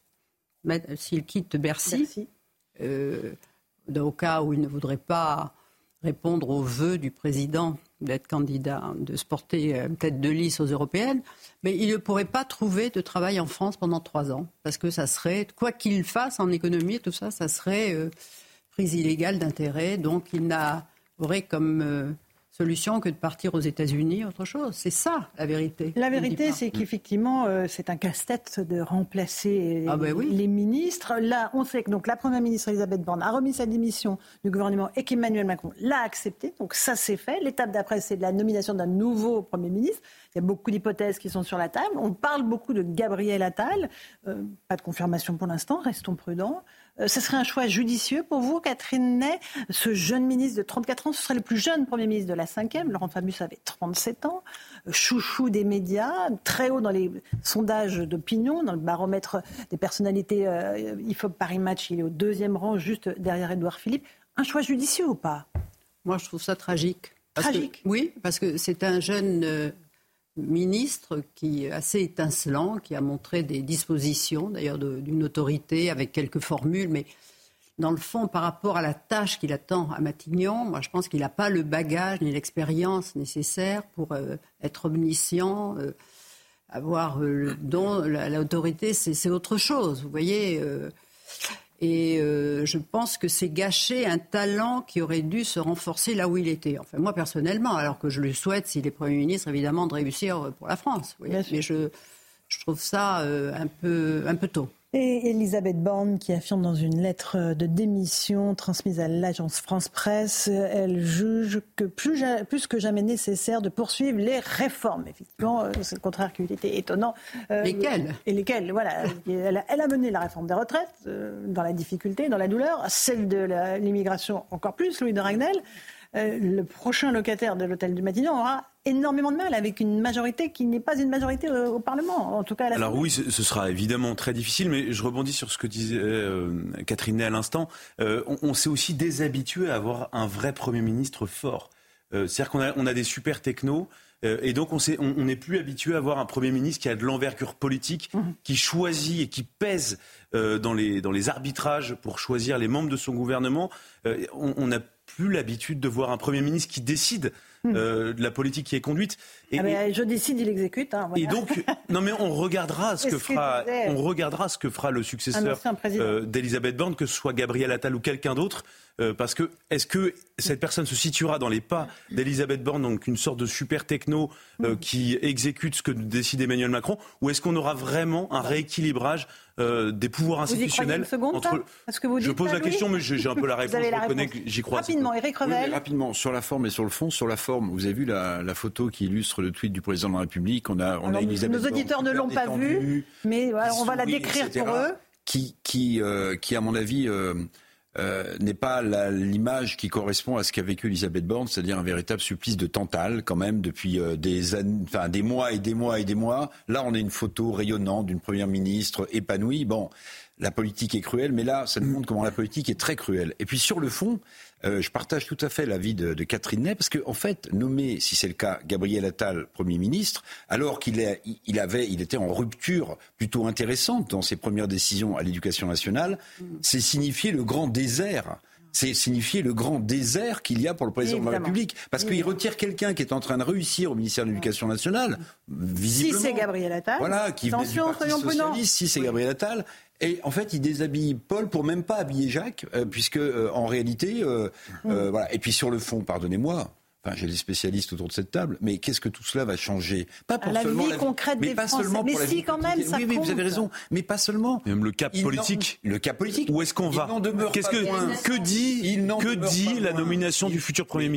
s'il quitte Bercy, Bercy. Euh, au cas où il ne voudrait pas répondre aux vœux du président d'être candidat, de se porter tête de liste aux européennes, mais il ne pourrait pas trouver de travail en France pendant trois ans, parce que ça serait, quoi qu'il fasse en économie, tout ça, ça serait euh, prise illégale d'intérêt, donc il n'aurait comme euh, solution que de partir aux États-Unis, autre chose. C'est ça, la vérité. La vérité, c'est qu'effectivement, euh, c'est un casse-tête de remplacer ah ben oui. les ministres. Là, on sait que donc, la Première ministre Elisabeth Borne a remis sa démission du gouvernement et qu'Emmanuel Macron l'a acceptée. Donc ça, c'est fait. L'étape d'après, c'est de la nomination d'un nouveau Premier ministre. Il y a beaucoup d'hypothèses qui sont sur la table. On parle beaucoup de Gabriel Attal. Euh, pas de confirmation pour l'instant, restons prudents. Euh, ce serait un choix judicieux pour vous, Catherine Ney, ce jeune ministre de trente-quatre ans, ce serait le plus jeune Premier ministre de la cinquième. Laurent Fabius avait trente-sept ans, euh, chouchou des médias, très haut dans les sondages d'opinion, dans le baromètre des personnalités euh, I F O P Paris Match, il est au deuxième rang, juste derrière Édouard Philippe. Un choix judicieux ou pas ? Moi, je trouve ça tragique. Parce tragique que, Oui, parce que c'est un jeune... Euh... ministre qui est assez étincelant, qui a montré des dispositions, d'ailleurs de, d'une autorité avec quelques formules, mais dans le fond, par rapport à la tâche qu'il attend à Matignon, moi je pense qu'il n'a pas le bagage ni l'expérience nécessaire pour euh, être omniscient, euh, avoir euh, le don, la, l'autorité, c'est, c'est autre chose, vous voyez. Euh, Et euh, je pense que c'est gâcher un talent qui aurait dû se renforcer là où il était. Enfin, moi, personnellement, alors que je lui souhaite, s'il est Premier ministre, évidemment, de réussir pour la France. Oui. Mais je, je trouve ça euh, un peu, un peu tôt. Et Elisabeth Borne qui affirme dans une lettre de démission transmise à l'agence France-Presse, elle juge que plus, plus que jamais nécessaire de poursuivre les réformes. Effectivement, c'est le contraire qui était étonnant. Lesquelles ? Et lesquelles, voilà. Elle a, elle a mené la réforme des retraites dans la difficulté, dans la douleur. Celle de la, l'immigration encore plus, Louis de Ragnel. Euh, le prochain locataire de l'hôtel du Matignon aura énormément de mal avec une majorité qui n'est pas une majorité au, au Parlement, en tout cas à la Alors oui, ce, ce sera évidemment très difficile, mais je rebondis sur ce que disait euh, Catherine Ney à l'instant. Euh, on, on s'est aussi déshabitué à avoir un vrai Premier ministre fort. Euh, c'est-à-dire qu'on a, on a des super technos, euh, et donc on n'est on, on plus habitué à avoir un Premier ministre qui a de l'envergure politique, mmh. qui choisit et qui pèse euh, dans, les, dans les arbitrages pour choisir les membres de son gouvernement. Euh, on, on a plus l'habitude de voir un Premier ministre qui décide euh, de la politique qui est conduite. Et, ah ben, je décide, il exécute. Hein, voilà. Et donc, non mais on regardera ce que fera, on regardera ce que fera le successeur euh, d'Elisabeth Borne, que ce soit Gabriel Attal ou quelqu'un d'autre, euh, parce que est-ce que cette personne se situera dans les pas d'Elisabeth Borne, donc une sorte de super techno euh, mmh. qui exécute ce que décide Emmanuel Macron, ou est-ce qu'on aura vraiment un rééquilibrage euh, des pouvoirs institutionnels vous y croyez une seconde, entre... Parce que vous Je pose ça, la question, mais j'ai, j'ai un peu la réponse. Je reconnais que j'y crois. Rapidement, Éric Revel. Oui, rapidement, sur la forme et sur le fond. Sur la forme, vous avez vu la, la photo qui illustre le tweet du président de la République. On a, on Alors, a Elisabeth nos auditeurs Borne, ne l'ont pas vu, mais voilà, on va la décrire et cetera, pour eux. Qui, qui, euh, qui, à mon avis, euh, euh, n'est pas la, l'image qui correspond à ce qu'a vécu Elisabeth Borne, c'est-à-dire un véritable supplice de Tantale, quand même, depuis euh, des, années, enfin, des mois et des mois et des mois. Là, on a une photo rayonnante d'une première ministre épanouie. Bon, la politique est cruelle, mais là, ça nous montre comment la politique est très cruelle. Et puis, sur le fond, Euh, je partage tout à fait l'avis de, de Catherine Ney, parce qu'en en fait, nommer, si c'est le cas, Gabriel Attal Premier ministre, alors qu'il est, il avait, il était en rupture plutôt intéressante dans ses premières décisions à l'Éducation nationale, mmh. c'est signifier le grand désert. C'est signifier le grand désert qu'il y a pour le président Évidemment. de la République. Parce Évidemment. qu'il retire quelqu'un qui est en train de réussir au ministère de l'Éducation nationale, visiblement. Si c'est Gabriel Attal. Voilà, qui venait du Parti socialiste, si c'est oui. Gabriel Attal. Et en fait, il déshabille Paul pour même pas habiller Jacques, euh, puisque euh, en réalité, euh, mmh. euh, voilà. Et puis sur le fond, pardonnez-moi. Enfin, j'ai des spécialistes autour de cette table, mais qu'est-ce que tout cela va changer ? Pas pour la seulement vie la vie concrète mais des pas Français. seulement mais pour si, la vie quand même, ça oui, oui, vous avez raison. Mais pas seulement. Même le cap il politique. Le cap politique. Où est-ce qu'on va ? Qu'est-ce que, que dit, que dit la nomination du futur Premier ministre ?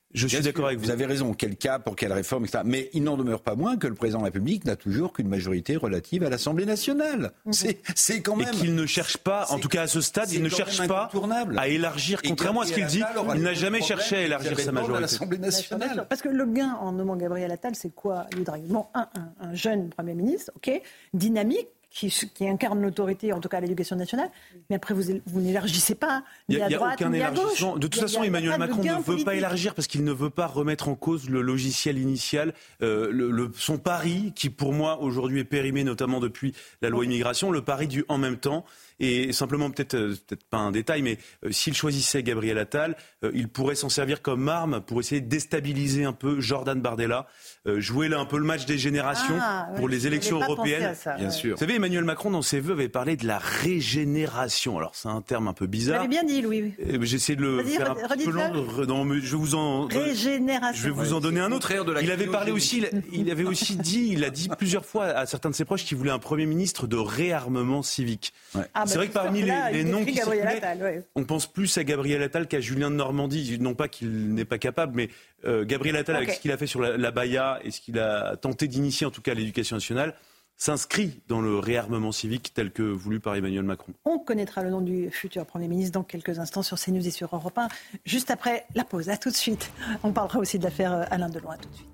Je suis Bien d'accord sûr, avec vous. Vous avez raison, quel cas, pour quelle réforme, et cetera. Mais il n'en demeure pas moins que le président de la République n'a toujours qu'une majorité relative à l'Assemblée nationale. C'est, c'est quand même... Et qu'il ne cherche pas, en tout cas à ce stade, il ne cherche pas à élargir, contrairement à ce qu'il dit, il n'a jamais cherché à élargir sa majorité. À l'Assemblée nationale. Parce que le gain en nommant Gabriel Attal, c'est quoi, Ludwig ? Bon, un, un, un jeune Premier ministre, ok, dynamique, Qui, qui incarne l'autorité, en tout cas à l'éducation nationale, mais après vous, vous n'élargissez pas, ni il y a, à droite, il y a aucun ni à élargissement. gauche. De toute il y a, façon, il y a Emmanuel Macron ne veut politique. pas élargir parce qu'il ne veut pas remettre en cause le logiciel initial, euh, le, le, son pari, qui pour moi aujourd'hui est périmé, notamment depuis la loi immigration, le pari du en même temps. Et simplement, peut-être, euh, peut-être pas un détail, mais euh, s'il choisissait Gabriel Attal, euh, il pourrait s'en servir comme arme pour essayer de déstabiliser un peu Jordan Bardella, euh, jouer là un peu le match des générations ah, pour ouais, les élections européennes. Ça, Bien ouais. sûr. Vous savez, Emmanuel Macron, dans ses vœux, avait parlé de la régénération. Alors, c'est un terme un peu Vous bizarre. l'avez bien dit, Louis. Euh, J'essaie de le Vas-y, faire un petit peu long. redites-le. Non, mais je vais vous en... Régénération. Je vais vous en donner un autre. Il avait parlé aussi, il, il avait aussi dit, il a dit plusieurs fois à certains de ses proches qu'il voulait un Premier ministre de réarmement civique. Ouais. Ah, bah, c'est vrai que parmi là, les, les noms qui Gabriel circulaient, Attal, ouais. on pense plus à Gabriel Attal qu'à Julien de Normandie. Non pas qu'il n'est pas capable, mais euh, Gabriel Attal, okay. avec ce qu'il a fait sur la, la Baïa et ce qu'il a tenté d'initier, en tout cas à l'éducation nationale, s'inscrit dans le réarmement civique tel que voulu par Emmanuel Macron. On connaîtra le nom du futur Premier ministre dans quelques instants sur CNews et sur Europe un, juste après la pause. À tout de suite. On parlera aussi de l'affaire Alain Delon. À tout de suite.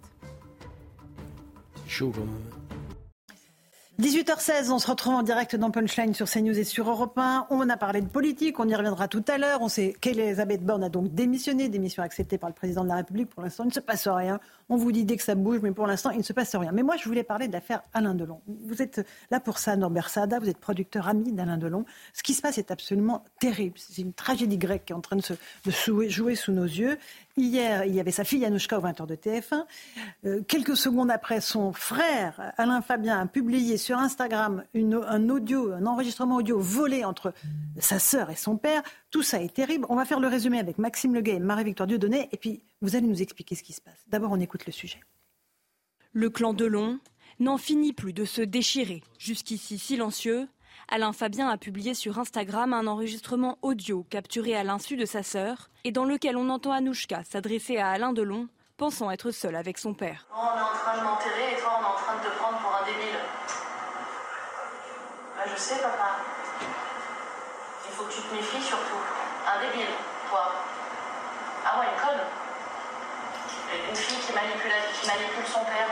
C'est chaud quand même. dix-huit heures seize, on se retrouve en direct dans Punchline sur CNews et sur Europe un. On a parlé de politique, on y reviendra tout à l'heure. On sait qu'Elisabeth Borne a donc démissionné, démission acceptée par le président de la République. Pour l'instant, il ne se passe rien. On vous dit dès que ça bouge, mais pour l'instant, il ne se passe rien. Mais moi, je voulais parler de l'affaire Alain Delon. Vous êtes là pour ça, Norbert Saada, vous êtes producteur ami d'Alain Delon. Ce qui se passe est absolument terrible. C'est une tragédie grecque qui est en train de se de jouer, jouer sous nos yeux. Hier, il y avait sa fille Anouchka au vingt heures de T F un. Euh, quelques secondes après, son frère, Alain Fabien, a publié sur Instagram une, un audio, un enregistrement audio volé entre sa sœur et son père. Tout ça est terrible. On va faire le résumé avec Maxime Leguet et Marie-Victoire Dieudonné. Et puis, vous allez nous expliquer ce qui se passe. D'abord, on écoute le sujet. Le clan Delon n'en finit plus de se déchirer. Jusqu'ici silencieux, Alain Fabien a publié sur Instagram un enregistrement audio capturé à l'insu de sa sœur et dans lequel on entend Anouchka s'adresser à Alain Delon, pensant être seule avec son père. On est en train de m'enterrer et toi on est en train de te prendre pour un débile. Bah, je sais papa. Il faut que tu te méfies surtout. Un débile, toi. Ah ouais, une conne. Une fille qui manipule, qui manipule son père.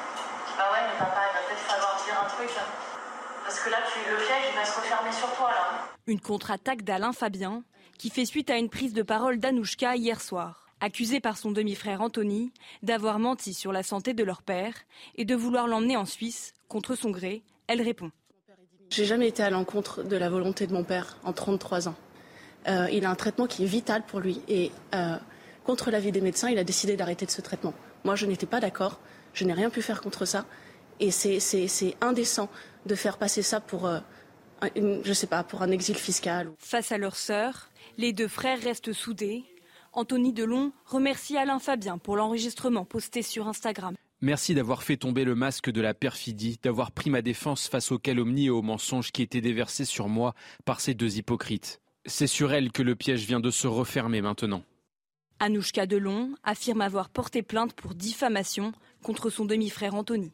Bah ouais, mais papa, il va peut-être falloir dire un truc. Parce que là, tu, le piège, il va se refermer sur toi, là. Une contre-attaque d'Alain Fabien, qui fait suite à une prise de parole d'Anouchka hier soir. Accusée par son demi-frère Anthony d'avoir menti sur la santé de leur père et de vouloir l'emmener en Suisse, contre son gré, elle répond. J'ai jamais été à l'encontre de la volonté de mon père en trente-trois ans. Euh, il a un traitement qui est vital pour lui et euh, contre l'avis des médecins, il a décidé d'arrêter de ce traitement. Moi, je n'étais pas d'accord, je n'ai rien pu faire contre ça et c'est, c'est, c'est indécent de faire passer ça pour, euh, une, je sais pas, pour un exil fiscal. Face à leur sœur, les deux frères restent soudés. Anthony Delon remercie Alain Fabien pour l'enregistrement posté sur Instagram. Merci d'avoir fait tomber le masque de la perfidie, d'avoir pris ma défense face aux calomnies et aux mensonges qui étaient déversés sur moi par ces deux hypocrites. C'est sur elle que le piège vient de se refermer maintenant. Anouchka Delon affirme avoir porté plainte pour diffamation contre son demi-frère Anthony.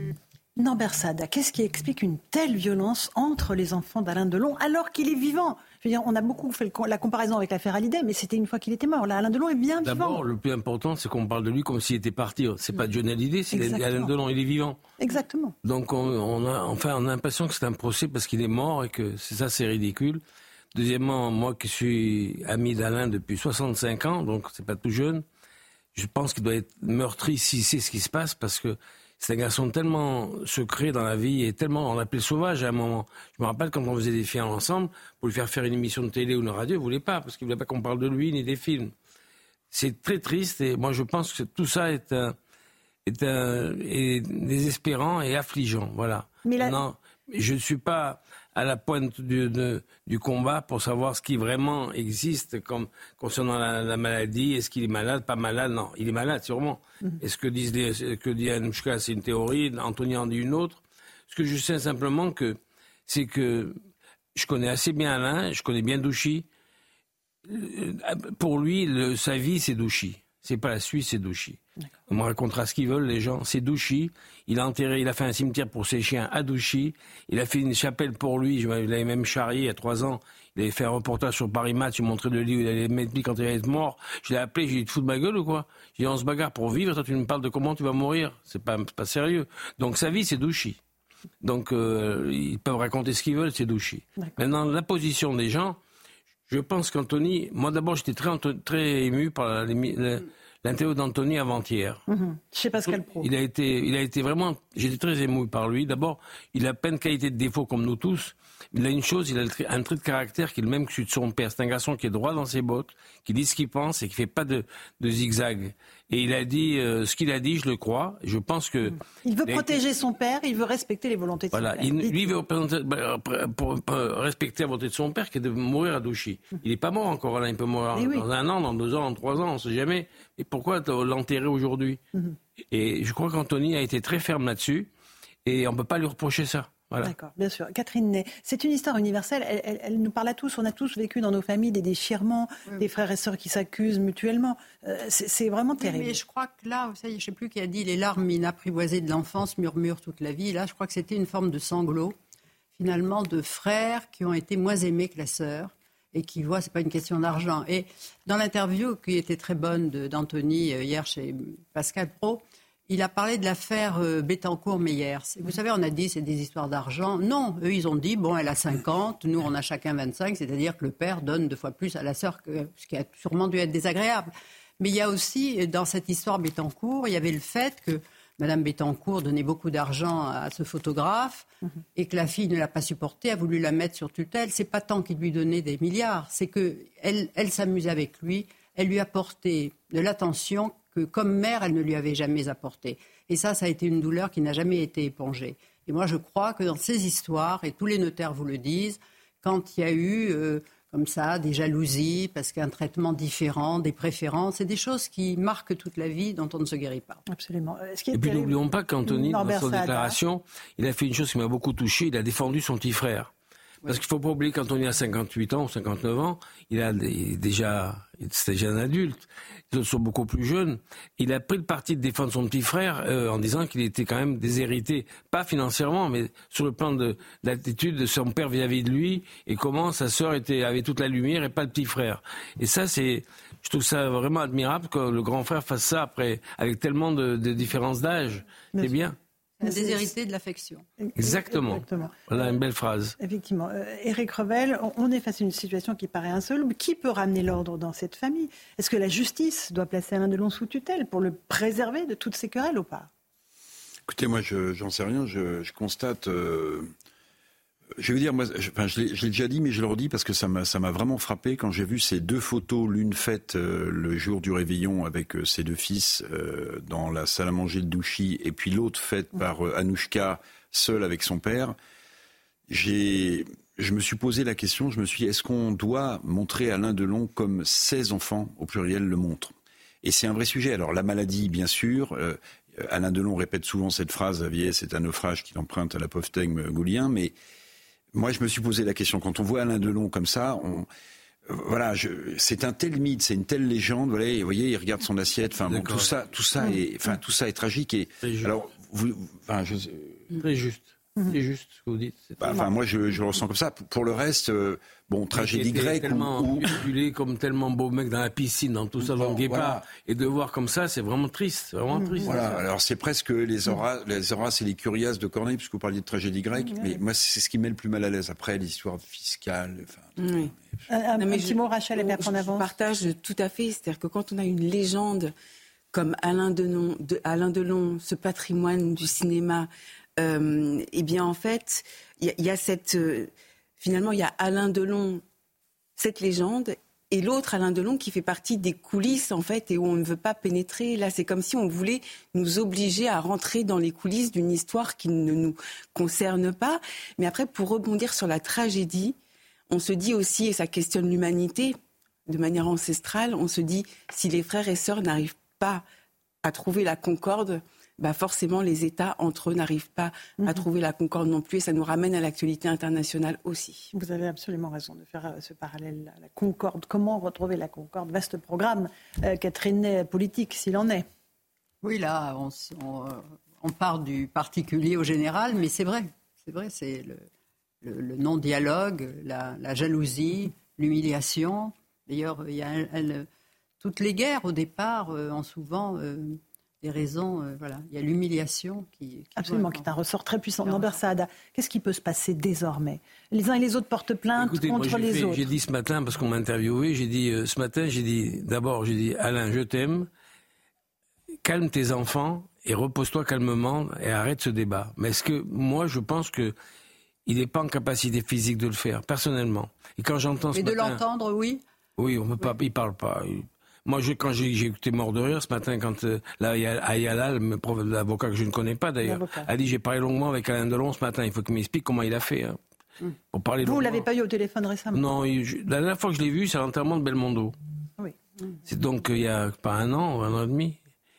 Norbert Saada, qu'est-ce qui explique une telle violence entre les enfants d'Alain Delon alors qu'il est vivant ? Je veux dire, on a beaucoup fait la comparaison avec l'affaire Hallyday, mais c'était une fois qu'il était mort. Là, Alain Delon est bien vivant. D'abord, le plus important, c'est qu'on parle de lui comme s'il était parti. C'est pas Johnny Hallyday, c'est Exactement. Alain Delon, il est vivant. Exactement. Donc, on, on a, enfin, on a l'impression que c'est un procès parce qu'il est mort et que c'est ça, c'est ridicule. Deuxièmement, moi qui suis ami d'Alain depuis soixante-cinq ans, donc c'est pas tout jeune, je pense qu'il doit être meurtri si c'est ce qui se passe parce que c'est un garçon tellement secret dans la vie et tellement, on l'appelait sauvage à un moment. Je me rappelle quand on faisait des films ensemble, pour lui faire faire une émission de télé ou une radio, il voulait pas, parce qu'il voulait pas qu'on parle de lui ni des films. C'est très triste et moi je pense que tout ça est un, est un, est désespérant et affligeant, voilà. Mais la... Non, je ne suis pas à la pointe du, de, du combat pour savoir ce qui vraiment existe comme, concernant la, la maladie. Est-ce qu'il est malade, pas malade? Non, il est malade sûrement. Mm-hmm. Est-ce que, disent les, ce que dit Anouchka, c'est une théorie, Anthony en dit une autre? Ce que je sais simplement, que, c'est que je connais assez bien Alain, je connais bien Douchy. Pour lui, le, sa vie, c'est Douchy. C'est pas la Suisse, c'est Douchy. D'accord. On me racontera ce qu'ils veulent, les gens. C'est Douchy. Il a enterré, il a fait un cimetière pour ses chiens à Douchy. Il a fait une chapelle pour lui. Je l'avais même charrié il y a trois ans. Il avait fait un reportage sur Paris Match. Il montrait le lit où il allait mettre lui quand il allait être mort. Je l'ai appelé, j'ai dit, tu te fous de ma gueule ou quoi? J'ai dit, on se bagarre pour vivre. Toi, tu me parles de comment tu vas mourir. C'est pas, pas sérieux. Donc, sa vie, c'est Douchy. Donc, euh, ils peuvent raconter ce qu'ils veulent, c'est Douchy. D'accord. Maintenant, la position des gens, je pense qu'Anthony, moi d'abord, j'étais très, très ému par la, la, l'interview d'Anthony avant-hier. Mmh. Chez Pascal Praud. Il a été, il a été vraiment, j'étais très ému par lui. D'abord, il a plein de qualités de défauts comme nous tous. Il a une chose, il a un trait de caractère qui est le même que celui de son père. C'est un garçon qui est droit dans ses bottes, qui dit ce qu'il pense et qui fait pas de, de zigzag. Et il a dit euh, ce qu'il a dit, je le crois. Je pense que il veut il protéger été... son père, il veut respecter les volontés de voilà. son père. Il, lui il veut pour, pour, pour respecter la volonté de son père, qui est de mourir à Douchy. Il n'est pas mort encore, Alain. Il peut mourir dans oui. un an, dans deux ans, dans trois ans, on ne sait jamais. Et pourquoi l'enterrer aujourd'hui? mm-hmm. Et je crois qu'Anthony a été très ferme là-dessus, et on ne peut pas lui reprocher ça. Voilà. D'accord, bien sûr. Catherine Ney, c'est une histoire universelle, elle, elle, elle nous parle à tous, on a tous vécu dans nos familles des déchirements, oui. des frères et sœurs qui s'accusent mutuellement. Euh, c'est, c'est vraiment terrible. Oui, mais je crois que là, ça y est, je ne sais plus qui a dit, les larmes inapprivoisées de l'enfance murmurent toute la vie. Là, je crois que c'était une forme de sanglot, finalement, de frères qui ont été moins aimés que la sœur et qui voient, c'est pas une question d'argent. Et dans l'interview qui était très bonne de, d'Anthony euh, hier chez Pascal Praud, il a parlé de l'affaire euh, Bettencourt-Meyers. Vous savez, on a dit c'est des histoires d'argent. Non, eux, ils ont dit, bon, elle a cinquante, nous, on a chacun vingt-cinq, c'est-à-dire que le père donne deux fois plus à la sœur, que, ce qui a sûrement dû être désagréable. Mais il y a aussi, dans cette histoire Bettencourt, il y avait le fait que Mme Bettencourt donnait beaucoup d'argent à ce photographe mmh. et que la fille ne l'a pas supporté, a voulu la mettre sur tutelle. C'est pas tant qu'il lui donnait des milliards, c'est qu'elle elle s'amusait avec lui, elle lui apportait de l'attention que comme mère, elle ne lui avait jamais apporté. Et ça, ça a été une douleur qui n'a jamais été épongée. Et moi, je crois que dans ces histoires, et tous les notaires vous le disent, quand il y a eu, euh, comme ça, des jalousies, parce qu'un traitement différent, des préférences, c'est des choses qui marquent toute la vie, dont on ne se guérit pas. Absolument. Et puis, n'oublions pas qu'Anthony, dans son déclaration, il a fait une chose qui m'a beaucoup touché, il a défendu son petit frère. Parce qu'il ne faut pas oublier qu'Anthony a cinquante-huit ans ou cinquante-neuf ans, il a des, déjà, c'est déjà un adulte, les autres sont beaucoup plus jeunes. Il a pris le parti de défendre son petit frère euh, en disant qu'il était quand même déshérité, pas financièrement, mais sur le plan de, de l'attitude de son père vis-à-vis de lui et comment sa sœur était, avait toute la lumière et pas le petit frère. Et ça, c'est, je trouve ça vraiment admirable que le grand frère fasse ça après, avec tellement de, de différences d'âge. Mais c'est bien. La déshérité de l'affection. Exactement. Exactement. Voilà une belle phrase. Effectivement. Euh, Éric Revel, on est face à une situation qui paraît insoluble. Qui peut ramener l'ordre dans cette famille? Est-ce que la justice doit placer Alain Delon sous tutelle pour le préserver de toutes ces querelles ou pas? Écoutez, moi, je, j'en sais rien. Je, je constate... Euh... Je veux dire, moi, je, enfin, je, l'ai, je l'ai déjà dit, mais je le redis parce que ça m'a, ça m'a vraiment frappé quand j'ai vu ces deux photos, l'une faite euh, le jour du réveillon avec euh, ses deux fils euh, dans la salle à manger de Douchy, et puis l'autre faite par euh, Anouchka seule avec son père. J'ai, je me suis posé la question, je me suis dit, est-ce qu'on doit montrer Alain Delon comme ses enfants, au pluriel, le montrent? Et c'est un vrai sujet. Alors la maladie, bien sûr. Euh, Alain Delon répète souvent cette phrase, la vieillesse est un naufrage qu'il emprunte à l'apophthegme gaulien, mais moi, je me suis posé la question. Quand on voit Alain Delon comme ça, on, euh, voilà, je, c'est un tel mythe, c'est une telle légende. Voilà, vous voyez, il regarde son assiette. Enfin, bon, tout ça, tout ça est, enfin, tout ça est tragique. Et alors, vous, enfin, je, très juste. C'est juste ce que vous dites. Bah, enfin, moi, je, je le ressens comme ça. Pour le reste, euh, bon, tragédie grecque. Tellement ou, ou... comme tellement beau mec dans la piscine, dans tout ça, dans le guépard. Voilà. Et de voir comme ça, c'est vraiment triste. C'est vraiment triste. Voilà. Alors, c'est presque les Horaces, les Horaces et les Curias de Corneille, puisque vous parliez de tragédie grecque. Oui. Mais moi, c'est ce qui me met le plus mal à l'aise. Après, l'histoire fiscale. Enfin, oui. Un, un, un petit mot, Rachel, et bien après on avance. Je partage tout à fait. C'est-à-dire que quand on a une légende comme Alain Delon, de, Alain Delon, ce patrimoine du cinéma, Euh, eh bien, en fait, il y, y a cette... Euh, finalement, il y a Alain Delon, cette légende, et l'autre Alain Delon qui fait partie des coulisses, en fait, et où on ne veut pas pénétrer. Là, c'est comme si on voulait nous obliger à rentrer dans les coulisses d'une histoire qui ne nous concerne pas. Mais après, pour rebondir sur la tragédie, on se dit aussi, et ça questionne l'humanité de manière ancestrale, on se dit, si les frères et sœurs n'arrivent pas à trouver la concorde, bah forcément les États entre eux n'arrivent pas mmh. à trouver la concorde non plus et ça nous ramène à l'actualité internationale aussi. Vous avez absolument raison de faire ce parallèle, la concorde. Comment retrouver la concorde ? Vaste programme, euh, Catherine, politique s'il en est. Oui, là, on, on, on part du particulier au général, mais c'est vrai, c'est vrai, c'est le, le, le non-dialogue, la, la jalousie, l'humiliation. D'ailleurs, il y a elle, toutes les guerres au départ euh, ont souvent euh, des raisons. Euh, voilà, il y a l'humiliation qui, qui absolument, qui est un ressort très puissant. Namber Saada, qu'est-ce qui peut se passer désormais ? Les uns et les autres portent plainte Écoutez, contre moi, les fait, autres. J'ai dit ce matin parce qu'on m'a interviewé, j'ai dit euh, ce matin, j'ai dit d'abord, j'ai dit Alain, je t'aime. Calme tes enfants et repose-toi calmement et arrête ce débat. Mais est-ce que moi, je pense que il n'est pas en capacité physique de le faire, personnellement. Et quand j'entends ce Et de matin, l'entendre, oui. Oui, on peut pas. Oui. Il parle pas. Moi, je, quand j'ai, j'ai écouté mort de rire ce matin, quand euh, là, Ayala, le prof d'avocat que je ne connais pas d'ailleurs, l'avocat. a dit j'ai parlé longuement avec Alain Delon ce matin. Il faut qu'il m'explique comment il a fait. Hein, mmh. pour parler Vous, longuement. Vous l'avez pas eu au téléphone récemment ? Non, il, je, la dernière fois que je l'ai vu, c'est à l'enterrement de Belmondo. Oui. Mmh. C'est donc euh, il y a pas un an, un an et demi.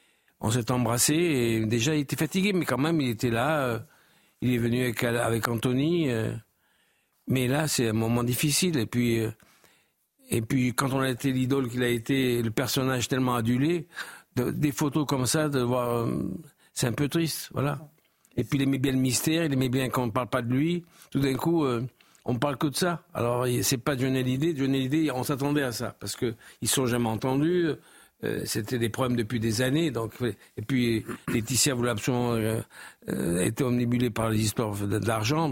On s'est embrassés et déjà il était fatigué, mais quand même il était là. Euh, il est venu avec, avec Anthony. Euh, mais là, c'est un moment difficile. Et puis, euh, et puis quand on a été l'idole qu'il a été, le personnage tellement adulé, de, des photos comme ça, de voir, euh, c'est un peu triste, voilà. Et puis il aimait bien le mystère, il aimait bien qu'on ne parle pas de lui. Tout d'un coup, euh, on parle que de ça. Alors c'est pas Johnny Hallyday. Johnny Hallyday, on s'attendait à ça parce que ils sont jamais entendus. Euh, c'était des problèmes depuis des années. Donc, et puis, Laetitia voulait absolument euh, euh, être omnibulée par les histoires de, de l'argent.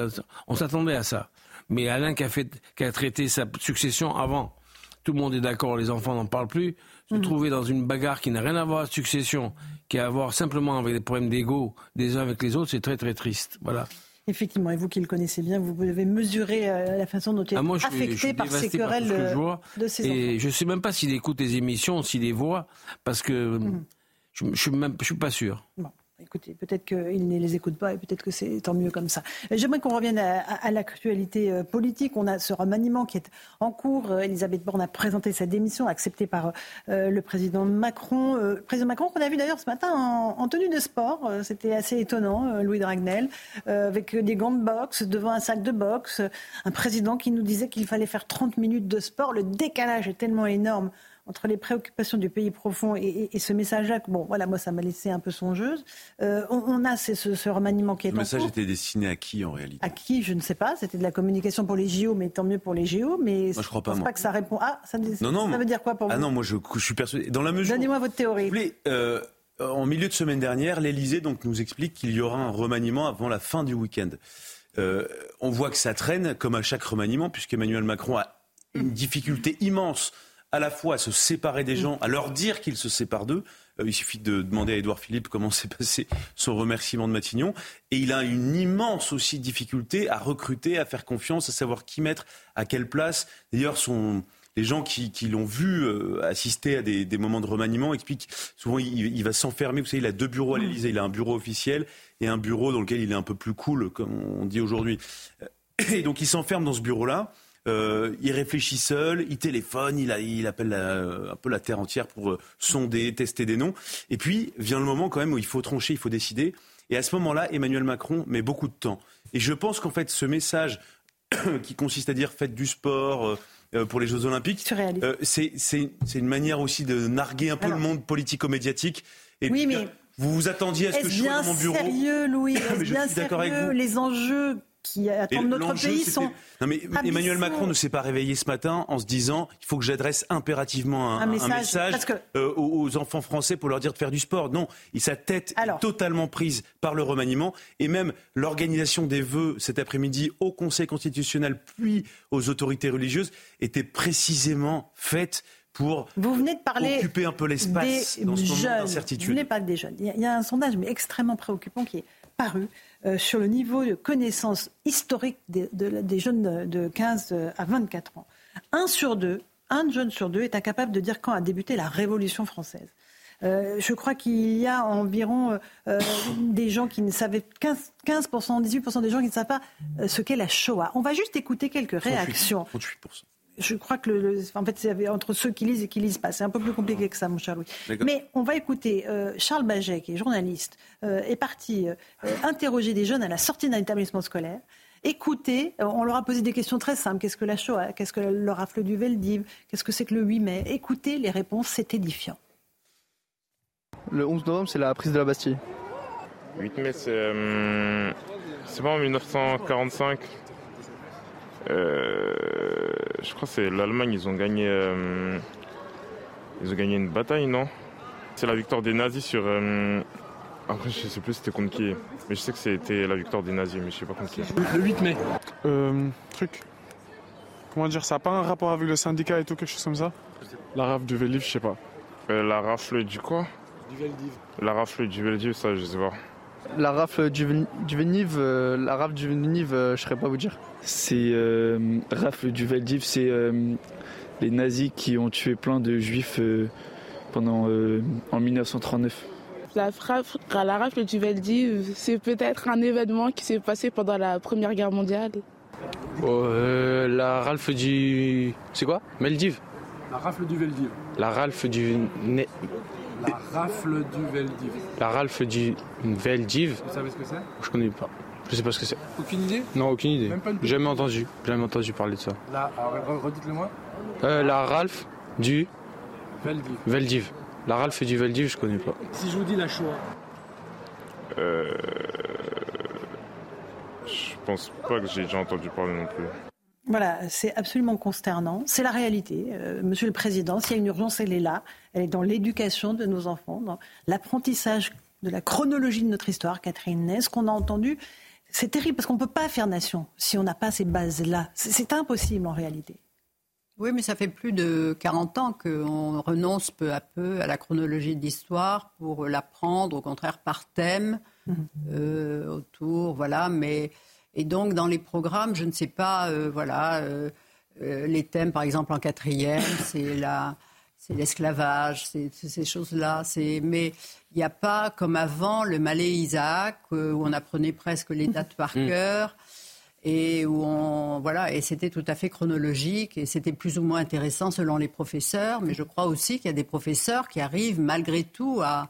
On s'attendait à ça. Mais Alain qui a, fait, qui a traité sa succession avant, tout le monde est d'accord, les enfants n'en parlent plus, se mmh. trouver dans une bagarre qui n'a rien à voir avec la succession, qui a à voir simplement avec des problèmes d'ego des uns avec les autres, c'est très très triste. Voilà. Effectivement, et vous qui le connaissez bien, vous devez mesurer euh, la façon dont il est ah, moi, je affecté suis, je par ces querelles par ce vois, de ses enfants. Et je ne sais même pas s'il écoute les émissions, s'il les voit, parce que mmh. je ne suis, suis pas sûr. Bon. Écoutez, peut-être qu'il ne les écoute pas et peut-être que c'est tant mieux comme ça. J'aimerais qu'on revienne à, à, à l'actualité politique. On a ce remaniement qui est en cours. Elisabeth Borne a présenté sa démission, acceptée par euh, le président Macron. Euh, le président Macron qu'on a vu d'ailleurs ce matin en, en tenue de sport. Euh, c'était assez étonnant, euh, Louis Dragnel, euh, avec des gants de boxe, devant un sac de boxe. Un président qui nous disait qu'il fallait faire trente minutes de sport. Le décalage est tellement énorme entre les préoccupations du pays profond et, et, et ce message-là, bon, voilà, moi, ça m'a laissé un peu songeuse. Euh, on, on a ce, ce, ce remaniement qui est en cours. Le message était destiné à qui, en réalité ? À qui, je ne sais pas. C'était de la communication pour les J O, mais tant mieux pour les J O. Mais moi, je crois pas, pense moi. pas que ça répond. Ah, ça, non, non, ça veut dire quoi pour ah vous ? Ah non, moi, je, je suis persuadé. Dans la mesure. Donnez-moi votre théorie. Vous voulez, euh, en milieu de semaine dernière, l'Élysée donc nous explique qu'il y aura un remaniement avant la fin du week-end. Euh, on voit que ça traîne, comme à chaque remaniement, puisqu'Emmanuel Macron a une difficulté immense à la fois à se séparer des gens, à leur dire qu'ils se séparent d'eux. Euh, il suffit de demander à Édouard Philippe comment s'est passé son remerciement de Matignon. Et il a une immense aussi difficulté à recruter, à faire confiance, à savoir qui mettre, à quelle place. D'ailleurs, son... les gens qui, qui l'ont vu euh, assister à des, des moments de remaniement expliquent souvent il, il va s'enfermer. Vous savez, il a deux bureaux à l'Élysée. Il a un bureau officiel et un bureau dans lequel il est un peu plus cool, comme on dit aujourd'hui. Et donc, il s'enferme dans ce bureau-là. Euh, il réfléchit seul, il téléphone, il, a, il appelle la, un peu la terre entière pour euh, sonder, tester des noms. Et puis vient le moment quand même où il faut trancher, il faut décider. Et à ce moment-là, Emmanuel Macron met beaucoup de temps. Et je pense qu'en fait, ce message qui consiste à dire faites du sport euh, pour les Jeux Olympiques, euh, c'est, c'est, c'est une manière aussi de narguer un peu Alors, le monde politico-médiatique. Et oui, dire, mais vous vous attendiez à ce que je sois dans mon bureau. Est-ce bien sérieux, Louis ? Est-ce mais je bien suis d'accord sérieux, avec vous. Les enjeux qui attendent notre pays c'était... sont non mais abyssaux. Emmanuel Macron ne s'est pas réveillé ce matin en se disant il faut que j'adresse impérativement un, un message, un message que... euh, aux enfants français pour leur dire de faire du sport. Non, il, sa tête Alors... est totalement prise par le remaniement et même l'organisation des vœux cet après-midi au Conseil constitutionnel puis aux autorités religieuses était précisément faite pour Vous venez de parler occuper un peu l'espace des dans ce jeunes. moment d'incertitude. Vous venez de parler des jeunes. Il y, a, il y a un sondage mais extrêmement préoccupant qui est paru euh, sur le niveau de connaissance historique des, de, des jeunes de quinze à vingt-quatre ans. Un sur deux, un jeune sur deux est incapable de dire quand a débuté la Révolution française. Euh, je crois qu'il y a environ euh, des gens qui ne savaient, quinze pour cent, dix-huit pour cent des gens qui ne savent pas euh, ce qu'est la Shoah. On va juste écouter quelques réactions. trente-huit pour cent. Je crois que, le, le, en fait, c'est entre ceux qui lisent et qui lisent pas. C'est un peu plus compliqué que ça, mon cher Louis. D'accord. Mais on va écouter euh, Charles Baget, qui est journaliste, euh, est parti euh, interroger des jeunes à la sortie d'un établissement scolaire. Écoutez, on leur a posé des questions très simples. Qu'est-ce que la Shoah ? Qu'est-ce que le rafle du Veldiv ? Qu'est-ce que c'est que le huit mai ? Écoutez les réponses, c'est édifiant. Le onze novembre, c'est la prise de la Bastille. huit mai, c'est, euh, c'est pas en dix-neuf cent quarante-cinq. Euh, je crois que c'est l'Allemagne, ils ont gagné, euh, ils ont gagné une bataille, non ? C'est la victoire des nazis sur... Euh, après, je sais plus c'était contre qui, mais je sais que c'était la victoire des nazis, mais je sais pas contre qui. Le huit mai. Euh, truc. Comment dire, ça n'a pas un rapport avec le syndicat et tout, quelque chose comme ça ? La rafle du Veldiv, je sais pas. Euh, la rafle du quoi ? Du Veldiv. La rafle du Veldiv, ça, je sais pas. La rafle du, du Veldiv, euh, la rafle du Veldiv, euh, je ne saurais pas vous dire. C'est euh, rafle du Veldiv, c'est euh, les nazis qui ont tué plein de juifs euh, pendant euh, en dix-neuf cent trente-neuf. La, rafle, la rafle du Veldiv, c'est peut-être un événement qui s'est passé pendant la Première Guerre mondiale. Oh, euh, la rafle du... C'est quoi ? Veldiv. La rafle du Veldiv. La rafle du... La rafle du Veldiv. La rafle du Veldiv. Vous savez ce que c'est ? Je connais pas. Je sais pas ce que c'est. Aucune idée ? Non, aucune idée. Même pas une Jamais entendu. Jamais entendu parler de ça. La, alors, redites-le moi. Euh, la rafle du Veldiv. Veldiv. La rafle du Veldiv, je connais pas. Si je vous dis la Shoah. Euh... Je pense pas que j'ai déjà entendu parler non plus. Voilà, c'est absolument consternant. C'est la réalité. Euh, Monsieur le Président, s'il y a une urgence, elle est là. Elle est dans l'éducation de nos enfants, dans l'apprentissage de la chronologie de notre histoire. Catherine Ney, ce qu'on a entendu, c'est terrible parce qu'on ne peut pas faire nation si on n'a pas ces bases-là. C'est, c'est impossible en réalité. Oui, mais ça fait plus de quarante ans qu'on renonce peu à peu à la chronologie de l'histoire pour l'apprendre, au contraire, par thème, mmh. euh, autour, voilà, mais... Et donc, dans les programmes, je ne sais pas, euh, voilà, euh, euh, les thèmes, par exemple, en quatrième, c'est, la, c'est l'esclavage, c'est, c'est ces choses-là. C'est, mais il n'y a pas, comme avant, le Malais Isaac, euh, où on apprenait presque les dates par mmh. cœur, et où on, voilà, et c'était tout à fait chronologique, et c'était plus ou moins intéressant selon les professeurs. Mais je crois aussi qu'il y a des professeurs qui arrivent, malgré tout, à,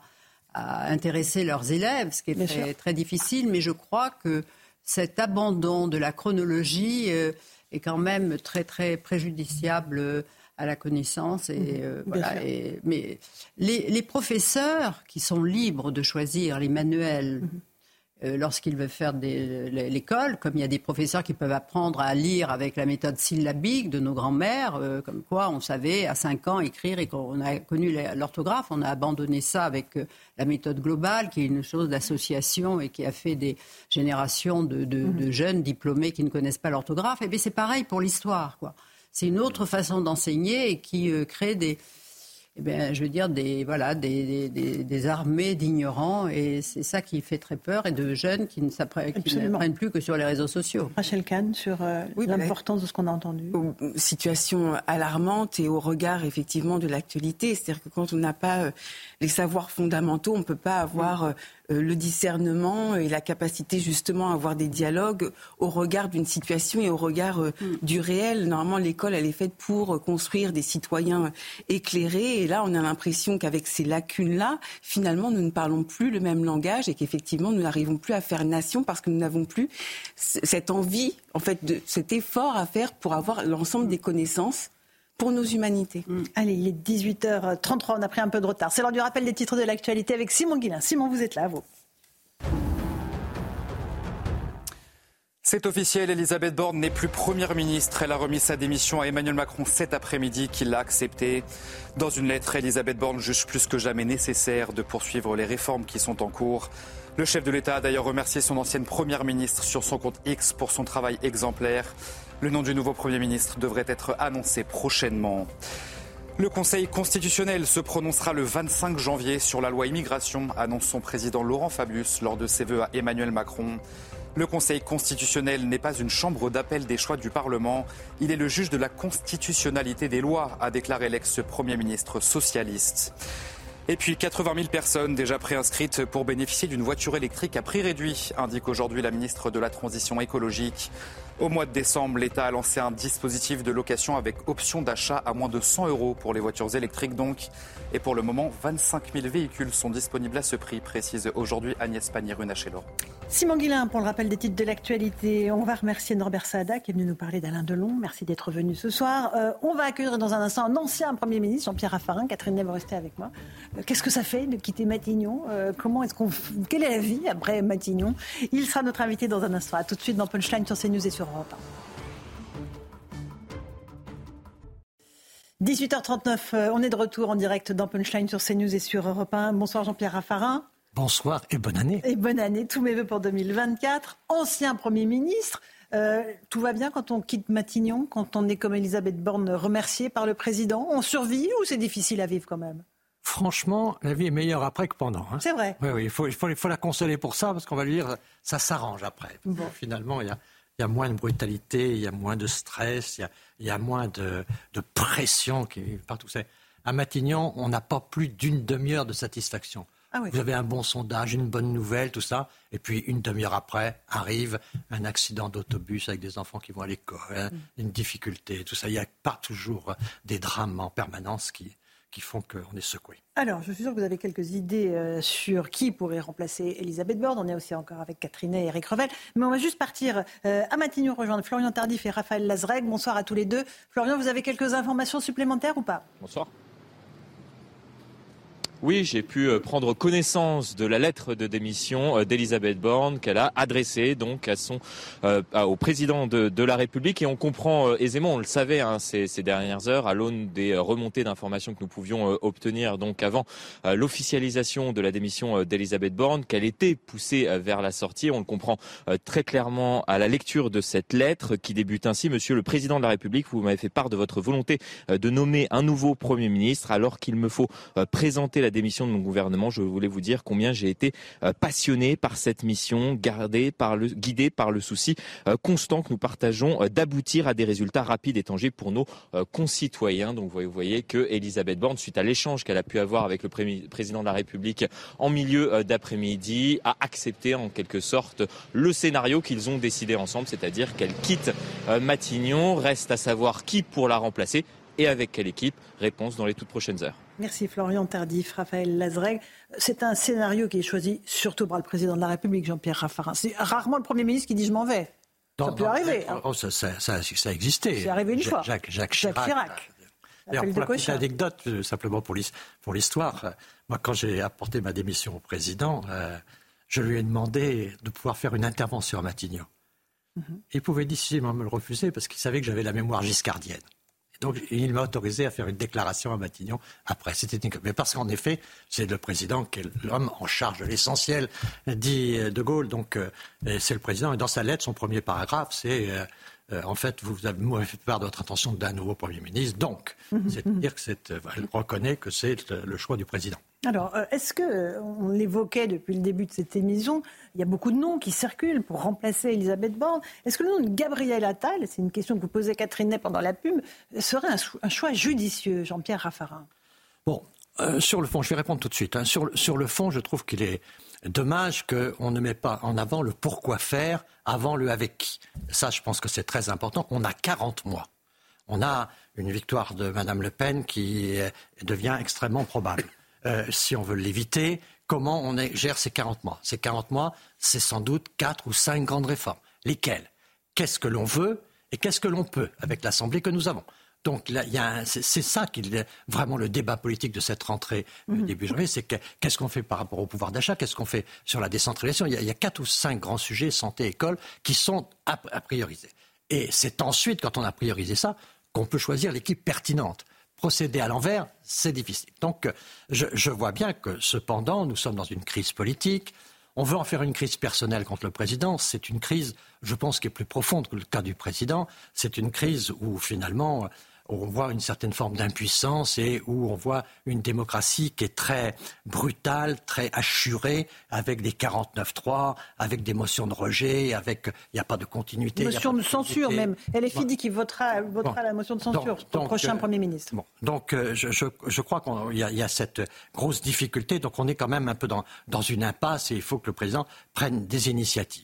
à intéresser leurs élèves, ce qui est très, très difficile. Mais je crois que cet abandon de la chronologie euh, est quand même très, très préjudiciable euh, à la connaissance. Et, euh, voilà, et, mais les, les professeurs qui sont libres de choisir les manuels mmh. euh, lorsqu'ils veulent faire des, l'école, comme il y a des professeurs qui peuvent apprendre à lire avec la méthode syllabique de nos grands-mères, euh, comme quoi on savait à cinq ans écrire et qu'on a connu l'orthographe, on a abandonné ça avec... Euh, la méthode globale, qui est une chose d'association et qui a fait des générations de, de, mmh. de jeunes diplômés qui ne connaissent pas l'orthographe. Et bien c'est pareil pour l'histoire, quoi. C'est une autre façon d'enseigner et qui euh, crée des, eh bien, je veux dire, des, voilà, des, des, des armées d'ignorants. Et c'est ça qui fait très peur, et de jeunes qui ne s'apprennent plus que sur les réseaux sociaux. Rachel Kahn, sur euh, oui, l'importance de ce qu'on a entendu. Situation alarmante et au regard, effectivement, de l'actualité. C'est-à-dire que quand on n'a pas euh, les savoirs fondamentaux, on ne peut pas avoir... Euh, Euh, le discernement et la capacité justement à avoir des dialogues au regard d'une situation et au regard euh, mm. du réel. Normalement, l'école, elle est faite pour construire des citoyens éclairés. Et là, on a l'impression qu'avec ces lacunes-là, finalement, nous ne parlons plus le même langage et qu'effectivement, nous n'arrivons plus à faire nation parce que nous n'avons plus c- cette envie, en fait, de cet effort à faire pour avoir l'ensemble des connaissances pour nos humanités. Mmh. Allez, il est dix-huit heures trente-trois, on a pris un peu de retard. C'est l'heure du rappel des titres de l'actualité avec Simon Guillain. Simon, vous êtes là, vous. C'est officiel, Elisabeth Borne n'est plus Première ministre. Elle a remis sa démission à Emmanuel Macron cet après-midi, qui l'a acceptée. Dans une lettre, Elisabeth Borne juge plus que jamais nécessaire de poursuivre les réformes qui sont en cours. Le chef de l'État a d'ailleurs remercié son ancienne Première ministre sur son compte X pour son travail exemplaire. Le nom du nouveau Premier ministre devrait être annoncé prochainement. Le Conseil constitutionnel se prononcera le vingt-cinq janvier sur la loi immigration, annonce son président Laurent Fabius lors de ses vœux à Emmanuel Macron. Le Conseil constitutionnel n'est pas une chambre d'appel des choix du Parlement. Il est le juge de la constitutionnalité des lois, a déclaré l'ex-Premier ministre socialiste. Et puis quatre-vingt mille personnes déjà préinscrites pour bénéficier d'une voiture électrique à prix réduit, indique aujourd'hui la ministre de la Transition écologique. Au mois de décembre, l'État a lancé un dispositif de location avec option d'achat à moins de cent euros pour les voitures électriques donc. Et pour le moment, vingt-cinq mille véhicules sont disponibles à ce prix, précise aujourd'hui Agnès Pannier-Runacher-Laurent. Simon Guillain pour le rappel des titres de l'actualité. On va remercier Norbert Saada qui est venu nous parler d'Alain Delon. Merci d'être venu ce soir. Euh, on va accueillir dans un instant un ancien Premier ministre, Jean-Pierre Raffarin. Catherine Ney va rester avec moi. Euh, qu'est-ce que ça fait de quitter Matignon euh, Comment est-ce qu'on, quelle est la vie après Matignon? Il sera notre invité dans un instant. À tout de suite dans Punchline sur CNews et sur Europe un. dix-huit heures trente-neuf, on est de retour en direct dans Punchline sur CNews et sur Europe un. Bonsoir Jean-Pierre Raffarin. Bonsoir et bonne année. Et bonne année, tous mes vœux pour deux mille vingt-quatre. Ancien Premier ministre, euh, tout va bien quand on quitte Matignon, quand on est comme Elisabeth Borne remercié par le président? On survit ou c'est difficile à vivre quand même? Franchement, la vie est meilleure après que pendant. Hein. C'est vrai. Oui, oui, il faut, il faut, il faut la consoler pour ça, parce qu'on va lui dire ça s'arrange après. Bon. Finalement, il y a, il y a moins de brutalité, il y a moins de stress, il y a, il y a moins de, de pression qui est partout. C'est, à Matignon, on n'a pas plus d'une demi-heure de satisfaction. Ah oui. Vous avez un bon sondage, une bonne nouvelle, tout ça, et puis une demi-heure après arrive un accident d'autobus avec des enfants qui vont à l'école, hein, mm. une difficulté, tout ça. Il n'y a pas toujours des drames en permanence qui, qui font qu'on est secoué. Alors, je suis sûr que vous avez quelques idées euh, sur qui pourrait remplacer Elisabeth Borne. On est aussi encore avec Catherine Ney et Éric Revel. Mais on va juste partir euh, à Matignon rejoindre Florian Tardif et Raphaël Lazreg. Bonsoir à tous les deux. Florian, vous avez quelques informations supplémentaires ou pas? Bonsoir. Oui, j'ai pu prendre connaissance de la lettre de démission d'Elisabeth Borne qu'elle a adressée donc à son, euh, au président de, de la République. Et on comprend euh, aisément, on le savait hein, ces, ces dernières heures, à l'aune des remontées d'informations que nous pouvions euh, obtenir donc avant euh, l'officialisation de la démission euh, d'Elisabeth Borne, qu'elle était poussée euh, vers la sortie. On le comprend euh, très clairement à la lecture de cette lettre qui débute ainsi. Monsieur le président de la République, vous m'avez fait part de votre volonté euh, de nommer un nouveau Premier ministre alors qu'il me faut euh, présenter la démission de mon gouvernement. Je voulais vous dire combien j'ai été euh, passionné par cette mission, gardé par le, guidé par le souci euh, constant que nous partageons euh, d'aboutir à des résultats rapides et tangibles pour nos euh, concitoyens. Donc vous voyez que Elisabeth Borne, suite à l'échange qu'elle a pu avoir avec le pré- président de la République en milieu euh, d'après-midi, a accepté en quelque sorte le scénario qu'ils ont décidé ensemble, c'est-à-dire qu'elle quitte euh, Matignon. Reste à savoir qui pour la remplacer et avec quelle équipe. Réponse dans les toutes prochaines heures. Merci Florian Tardif, Raphaël Lazreg. C'est un scénario qui est choisi surtout par le président de la République, Jean-Pierre Raffarin. C'est rarement le Premier ministre qui dit je m'en vais. Ça non, peut non, arriver. Hein. Oh, ça, ça, ça, ça a existé. C'est arrivé une Jacques, fois. Jacques, Jacques Chirac. Jacques Chirac. D'ailleurs, pour la petite anecdote, simplement pour l'histoire, moi quand j'ai apporté ma démission au président, euh, je lui ai demandé de pouvoir faire une intervention à Matignon. Mm-hmm. Il pouvait difficilement me le refuser parce qu'il savait que j'avais la mémoire giscardienne. Donc, il m'a autorisé à faire une déclaration à Matignon après. C'était une... Mais parce qu'en effet, c'est le président qui est l'homme en charge de l'essentiel, dit De Gaulle. Donc, euh, c'est le président. Et dans sa lettre, son premier paragraphe, c'est euh, euh, en fait, vous avez fait part de votre intention d'un nouveau Premier ministre. Donc, mmh, c'est-à-dire mmh. que c'est, euh, elle reconnaît que c'est le choix du président. Alors, est-ce que, on l'évoquait depuis le début de cette émission, il y a beaucoup de noms qui circulent pour remplacer Elisabeth Borne. Est-ce que le nom de Gabriel Attal, c'est une question que vous posez Catherine Ney pendant la pub, serait un, un choix judicieux, Jean-Pierre Raffarin? Bon, euh, sur le fond, je vais répondre tout de suite. Hein. Sur, sur le fond, je trouve qu'il est dommage qu'on ne met pas en avant le pourquoi faire avant le avec qui. Ça, je pense que c'est très important. On a quarante mois. On a une victoire de Mme Le Pen qui euh, devient extrêmement probable. Euh, si on veut l'éviter, comment on est, gère ces quarante mois? Ces quarante mois, c'est sans doute quatre ou cinq grandes réformes. Lesquelles? Qu'est-ce que l'on veut et qu'est-ce que l'on peut avec l'Assemblée que nous avons? Donc là, il y a un, c'est, c'est ça qui est vraiment le débat politique de cette rentrée euh, mmh. début janvier, c'est que, qu'est-ce qu'on fait par rapport au pouvoir d'achat, qu'est-ce qu'on fait sur la décentralisation. Il y a, il y a quatre ou cinq grands sujets, santé, école, qui sont à, à prioriser. Et c'est ensuite, quand on a priorisé ça, qu'on peut choisir l'équipe pertinente. Procéder à l'envers, c'est difficile. Donc, je, je vois bien que, cependant, nous sommes dans une crise politique. On veut en faire une crise personnelle contre le président. C'est une crise, je pense, qui est plus profonde que le cas du président. C'est une crise où, finalement, on voit une certaine forme d'impuissance et où on voit une démocratie qui est très brutale, très assurée, avec des quarante-neuf trois, avec des motions de rejet, avec il n'y a pas de continuité. Motion de, de censure même. L F I dit qu'il votera, votera bon. la motion de censure donc, pour le prochain euh, Premier ministre. Bon. Donc euh, je, je, je crois qu'il y, y a cette grosse difficulté. Donc on est quand même un peu dans, dans une impasse et il faut que le président prenne des initiatives.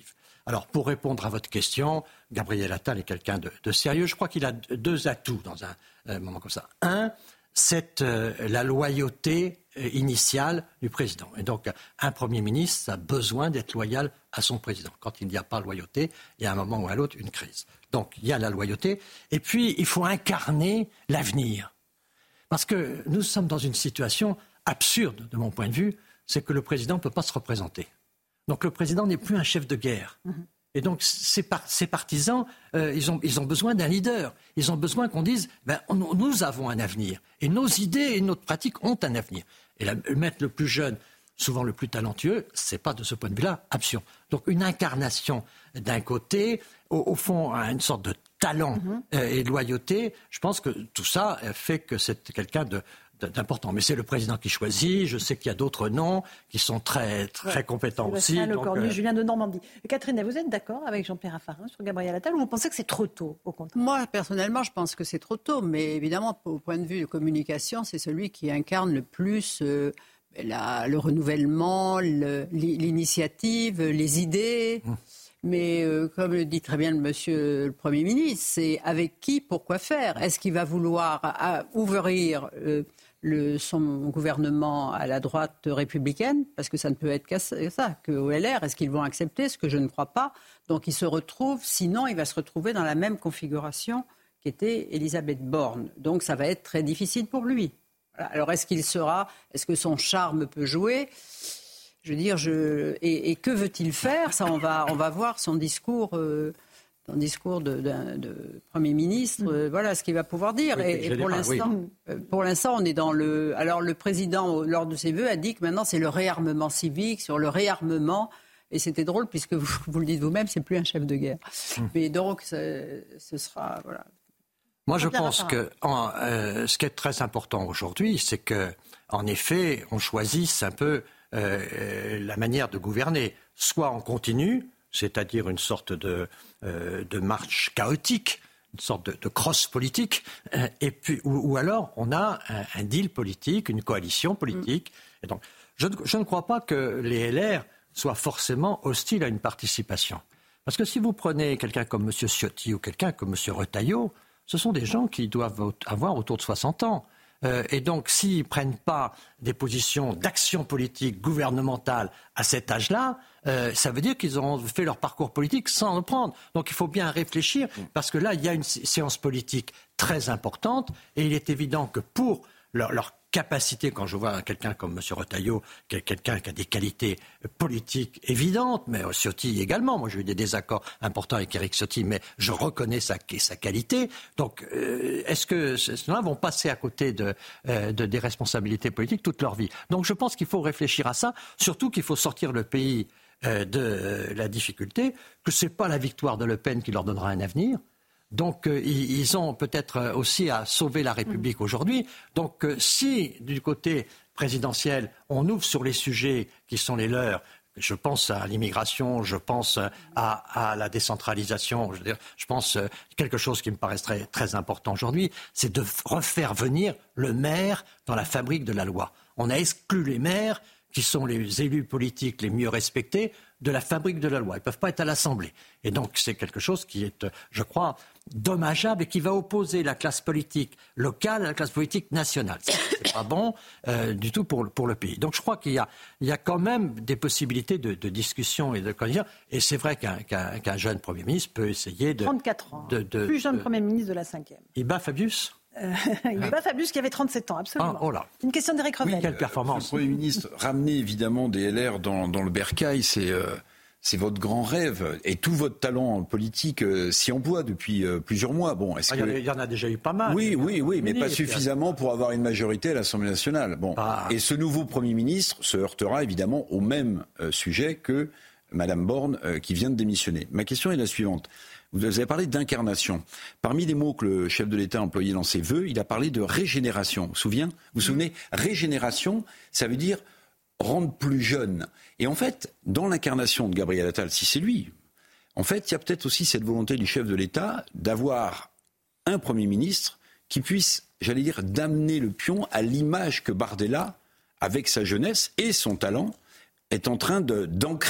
Alors, pour répondre à votre question, Gabriel Attal est quelqu'un de, de sérieux. Je crois qu'il a deux atouts dans un euh, moment comme ça. Un, c'est euh, la loyauté euh, initiale du président. Et donc, un Premier ministre a besoin d'être loyal à son président. Quand il n'y a pas loyauté, il y a un moment ou à l'autre une crise. Donc, il y a la loyauté. Et puis, il faut incarner l'avenir. Parce que nous sommes dans une situation absurde, de mon point de vue, c'est que le président ne peut pas se représenter. Donc, le président n'est plus un chef de guerre. Mmh. Et donc, ces, par- ces partisans, euh, ils, ont, ils ont besoin d'un leader. Ils ont besoin qu'on dise, ben, on, nous avons un avenir. Et nos idées et notre pratique ont un avenir. Et la, mettre le plus jeune, souvent le plus talentueux, c'est pas de ce point de vue-là absurde. Donc, une incarnation d'un côté, au, au fond, une sorte de talent mmh. euh, et de loyauté. Je pense que tout ça fait que c'est quelqu'un de... d'important. Mais c'est le président qui choisit. Je sais qu'il y a d'autres noms qui sont très, très ouais. compétents Sébastien aussi. Lecornu, donc, euh... Julien de Normandie. Catherine, vous êtes d'accord avec Jean-Pierre Raffarin sur Gabriel Attal ou vous pensez que c'est trop tôt, au contraire ? Moi, personnellement, je pense que c'est trop tôt. Mais évidemment, au point de vue de communication, c'est celui qui incarne le plus euh, la, le renouvellement, le, l'initiative, les idées. Mmh. Mais euh, comme le dit très bien le monsieur le Premier ministre, c'est avec qui, pourquoi faire ? Est-ce qu'il va vouloir à, ouvrir euh, le, son gouvernement à la droite républicaine ? Parce que ça ne peut être qu'à ça, qu'au L R. Est-ce qu'ils vont accepter ? Ce que je ne crois pas. Donc il se retrouve, sinon il va se retrouver dans la même configuration qu'était Elisabeth Borne. Donc ça va être très difficile pour lui. Voilà. Alors est-ce qu'il sera, est-ce que son charme peut jouer ? Je veux dire, je... Et, et que veut-il faire ? Ça, on va, on va voir son discours, euh, son discours de, de, de Premier ministre. Euh, voilà ce qu'il va pouvoir dire. Oui, et, et pour l'instant, oui. euh, pour l'instant, on est dans le. Alors, le président, lors de ses vœux, a dit que maintenant, c'est le réarmement civique, sur le réarmement. Et c'était drôle puisque vous, vous le dites vous-même, c'est plus un chef de guerre. Hum. Mais donc, ça, ce sera voilà. Moi, je pense que en, euh, ce qui est très important aujourd'hui, c'est que, en effet, on choisisse un peu. Euh, la manière de gouverner, soit on continue, c'est-à-dire une sorte de, euh, de marche chaotique, une sorte de, de crosse politique, euh, et puis, ou, ou alors on a un, un deal politique, une coalition politique. Mm. Et donc, je, je ne crois pas que les L R soient forcément hostiles à une participation. Parce que si vous prenez quelqu'un comme M. Ciotti ou quelqu'un comme M. Retailleau, ce sont des gens qui doivent avoir autour de soixante ans. Euh, et donc, s'ils ne prennent pas des positions d'action politique gouvernementale à cet âge-là, euh, ça veut dire qu'ils auront fait leur parcours politique sans le prendre. Donc, il faut bien réfléchir, parce que là, il y a une séance politique très importante, et il est évident que pour leur, leur capacité, quand je vois quelqu'un comme M. Retailleau, quelqu'un qui a des qualités politiques évidentes, mais Ciotti également. Moi, j'ai eu des désaccords importants avec Éric Ciotti, mais je reconnais sa, sa qualité. Donc, euh, est-ce que ceux-là vont passer à côté de, euh, de, des responsabilités politiques toute leur vie ? Donc, je pense qu'il faut réfléchir à ça, surtout qu'il faut sortir le pays euh, de la difficulté, que ce n'est pas la victoire de Le Pen qui leur donnera un avenir. Donc, euh, ils ont peut-être aussi à sauver la République mmh. aujourd'hui. Donc, euh, si, du côté présidentiel, on ouvre sur les sujets qui sont les leurs, je pense à l'immigration, je pense à, à la décentralisation, je, veux dire, je pense à quelque chose qui me paraît très, très important aujourd'hui, c'est de refaire venir le maire dans la fabrique de la loi. On a exclu les maires, qui sont les élus politiques les mieux respectés, de la fabrique de la loi. Ils ne peuvent pas être à l'Assemblée. Et donc, c'est quelque chose qui est, je crois, dommageable et qui va opposer la classe politique locale à la classe politique nationale. Ce n'est pas bon euh, du tout pour, pour le pays. Donc, je crois qu'il y a, il y a quand même des possibilités de, de discussion et de cohésion. Et c'est vrai qu'un, qu'un, qu'un jeune Premier ministre peut essayer de... trente-quatre ans. De, de, plus jeune de, Premier ministre de la cinquième. Il bat Fabius Euh, il bat Fabius qui avait trente-sept ans, absolument. Ah, oh là. Une question d'Éric Revel. Oui, quelle performance. Le Premier ministre, ramener évidemment des L R dans, dans le bercail, c'est, euh, c'est votre grand rêve. Et tout votre talent politique euh, s'y emploie depuis euh, plusieurs mois. Bon, est-ce ah, que... Il y en a déjà eu pas mal. Oui, oui, oui, mais Fini, pas suffisamment pour avoir une majorité à l'Assemblée nationale. Bon. Ah. Et ce nouveau Premier ministre se heurtera évidemment au même euh, sujet que Madame Borne euh, qui vient de démissionner. Ma question est la suivante. Vous avez parlé d'incarnation. Parmi les mots que le chef de l'État a employés dans ses vœux, il a parlé de régénération. Vous vous souvenez, vous vous souvenez, régénération, ça veut dire rendre plus jeune. Et en fait, dans l'incarnation de Gabriel Attal, si c'est lui, en fait, il y a peut-être aussi cette volonté du chef de l'État d'avoir un Premier ministre qui puisse, j'allais dire, d'amener le pion à l'image que Bardella, avec sa jeunesse et son talent, est en train de, d'ancrer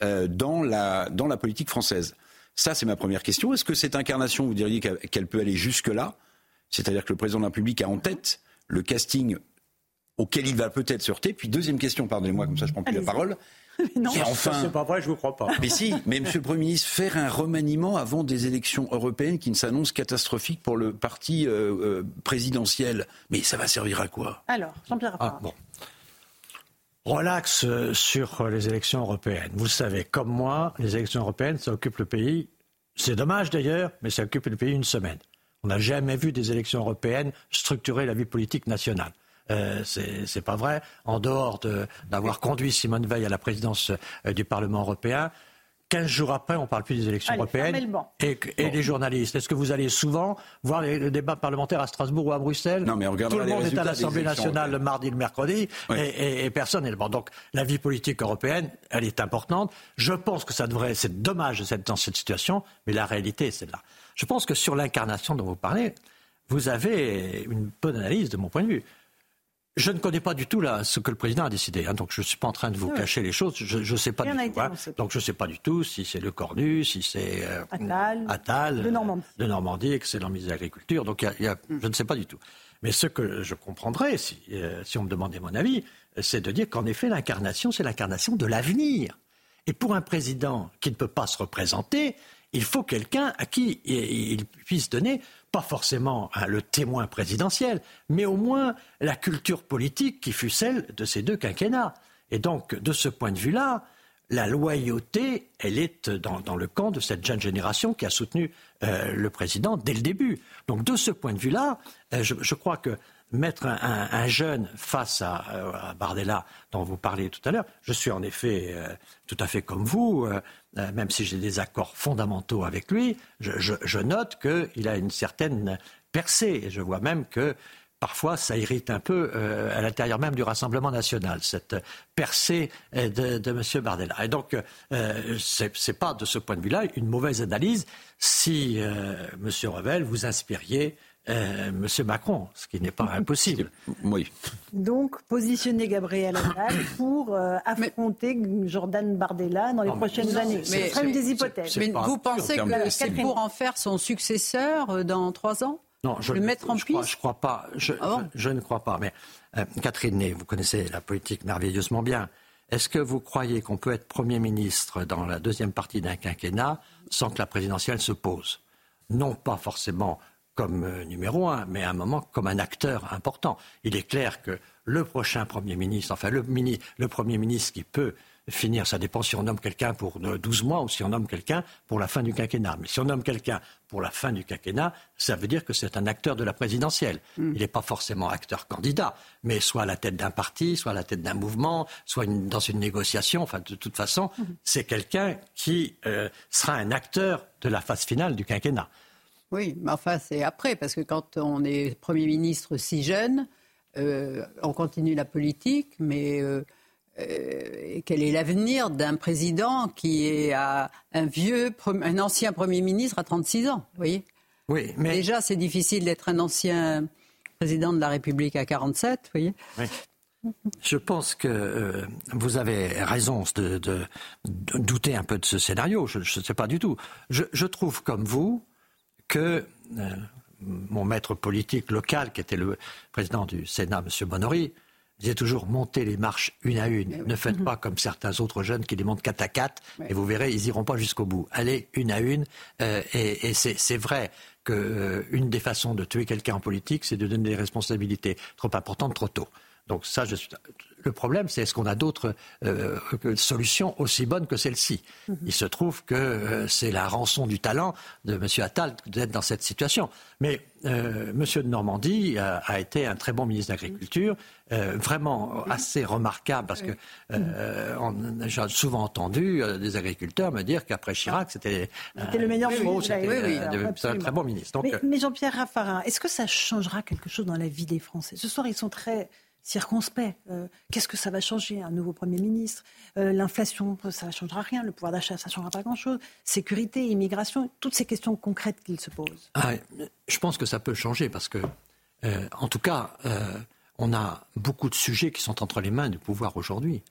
euh, dans, la, dans la politique française. Ça, c'est ma première question. Est-ce que cette incarnation, vous diriez qu'elle peut aller jusque-là ? C'est-à-dire que le président de la République a en tête le casting auquel il va peut-être se heurter. Puis deuxième question, pardonnez-moi, comme ça je prends plus Allez-y. la parole. Non, Et enfin, c'est pas vrai, je vous crois pas. Mais si, mais Monsieur le Premier ministre, faire un remaniement avant des élections européennes qui ne s'annoncent catastrophiques pour le parti euh, euh, présidentiel, mais ça va servir à quoi ? Alors, Jean-Pierre Raffarin. Ah, bon. Relax euh, sur les élections européennes. Vous le savez, comme moi, les élections européennes, ça occupe le pays. C'est dommage d'ailleurs, mais ça occupe le pays une semaine. On n'a jamais vu des élections européennes structurer la vie politique nationale. Euh, c'est, c'est pas vrai. En dehors de, d'avoir conduit Simone Veil à la présidence euh, du Parlement européen, quinze jours après, on ne parle plus des élections Allez, européennes. Et, et bon. les journalistes, est-ce que vous allez souvent voir les, les débats parlementaires à Strasbourg ou à Bruxelles ? Non, mais on Tout le monde est à l'Assemblée nationale européennes. le mardi et le mercredi, Oui. et, et, et personne n'est bon. Donc la vie politique européenne, elle est importante. Je pense que ça devrait, c'est dommage d'être dans cette situation, mais la réalité est celle-là. Je pense que sur l'incarnation dont vous parlez, vous avez une bonne analyse de mon point de vue. Je ne connais pas du tout là, ce que le président a décidé, hein, donc je ne suis pas en train de vous oui. cacher les choses, je ne sais pas Rien du n'a tout. été Hein. annoncé. Donc je ne sais pas du tout si c'est Le Cornu, si c'est euh, Attal, Attal, de Normandie. de Normandie, excellent ministre de l'Agriculture, donc y a, y a, je ne sais pas du tout. Mais ce que je comprendrais, si, euh, si on me demandait mon avis, c'est de dire qu'en effet l'incarnation, c'est l'incarnation de l'avenir. Et pour un président qui ne peut pas se représenter, il faut quelqu'un à qui il puisse donner, pas forcément hein, le témoin présidentiel, mais au moins la culture politique qui fut celle de ces deux quinquennats. Et donc, de ce point de vue-là, la loyauté, elle est dans, dans le camp de cette jeune génération qui a soutenu euh, le président dès le début. Donc, de ce point de vue-là, euh, je, je crois que mettre un, un, un jeune face à, à Bardella, dont vous parliez tout à l'heure, je suis en effet euh, tout à fait comme vous, euh, euh, même si j'ai des accords fondamentaux avec lui, je, je, je note qu'il a une certaine percée. Et je vois même que parfois ça irrite un peu euh, à l'intérieur même du Rassemblement national, cette percée euh, de, de M. Bardella. Et donc, euh, c'est, c'est pas de ce point de vue-là une mauvaise analyse si euh, M. Revel vous inspiriez Euh, Monsieur Macron, ce qui n'est pas impossible. Oui. Donc, positionner Gabriel Attal pour euh, affronter mais, Jordan Bardella dans les non, prochaines mais, années. C'est quand même des hypothèses. C'est, c'est mais vous pensez que c'est pour en faire son successeur dans trois ans ? Non, je, le mettre en je, piste crois, je crois pas. Je, ah bon je, je ne crois pas. Mais euh, Catherine Ney, vous connaissez la politique merveilleusement bien. Est-ce que vous croyez qu'on peut être Premier ministre dans la deuxième partie d'un quinquennat sans que la présidentielle se pose ? Non, pas forcément comme euh, numéro un, mais à un moment comme un acteur important. Il est clair que le prochain Premier ministre, enfin le, mini, le Premier ministre qui peut finir, ça dépend si on nomme quelqu'un pour douze mois ou si on nomme quelqu'un pour la fin du quinquennat. Mais si on nomme quelqu'un pour la fin du quinquennat, ça veut dire que c'est un acteur de la présidentielle. Mm. Il n'est pas forcément acteur candidat, mais soit à la tête d'un parti, soit à la tête d'un mouvement, soit une, dans une négociation. Enfin, de toute façon, mm. c'est quelqu'un qui euh, sera un acteur de la phase finale du quinquennat. Oui, mais enfin, c'est après, parce que quand on est Premier ministre si jeune, euh, on continue la politique, mais euh, euh, quel est l'avenir d'un président qui est à un vieux, un ancien Premier ministre à trente-six ans, vous voyez ? Oui, mais... Déjà, c'est difficile d'être un ancien président de la République à quarante-sept, vous voyez ? Oui. Je pense que euh, vous avez raison de, de, de douter un peu de ce scénario, je ne sais pas du tout. Je, je trouve comme vous que euh, mon maître politique local, qui était le président du Sénat, M. Bonory, disait toujours montez les marches une à une. Oui. Ne faites mmh. pas comme certains autres jeunes qui les montent quatre à quatre, oui. et vous verrez, ils n'iront pas jusqu'au bout. Allez une à une, euh, et, et c'est, c'est vrai qu'une euh, des façons de tuer quelqu'un en politique, c'est de donner des responsabilités trop importantes trop tôt. Donc ça, je suis... Le problème, c'est est-ce qu'on a d'autres euh, solutions aussi bonnes que celle-ci ? Mmh. Il se trouve que euh, c'est la rançon du talent de M. Attal d'être dans cette situation. Mais euh, M. de Normandie a, a été un très bon ministre de l'Agriculture, euh, vraiment assez remarquable, parce que euh, on, j'ai souvent entendu euh, des agriculteurs me dire qu'après Chirac, c'était, euh, c'était le meilleur ministre. C'était oui, oui, euh, de, un très bon ministre. Donc, mais, mais Jean-Pierre Raffarin, est-ce que ça changera quelque chose dans la vie des Français ? Ce soir, ils sont très... circonspect. Euh, qu'est-ce que ça va changer ? Un nouveau Premier ministre, euh, l'inflation, ça ne changera rien, le pouvoir d'achat, ça ne changera pas grand-chose. Sécurité, immigration, toutes ces questions concrètes qu'ils se posent. Ah, je pense que ça peut changer parce que, euh, en tout cas, euh, on a beaucoup de sujets qui sont entre les mains du pouvoir aujourd'hui.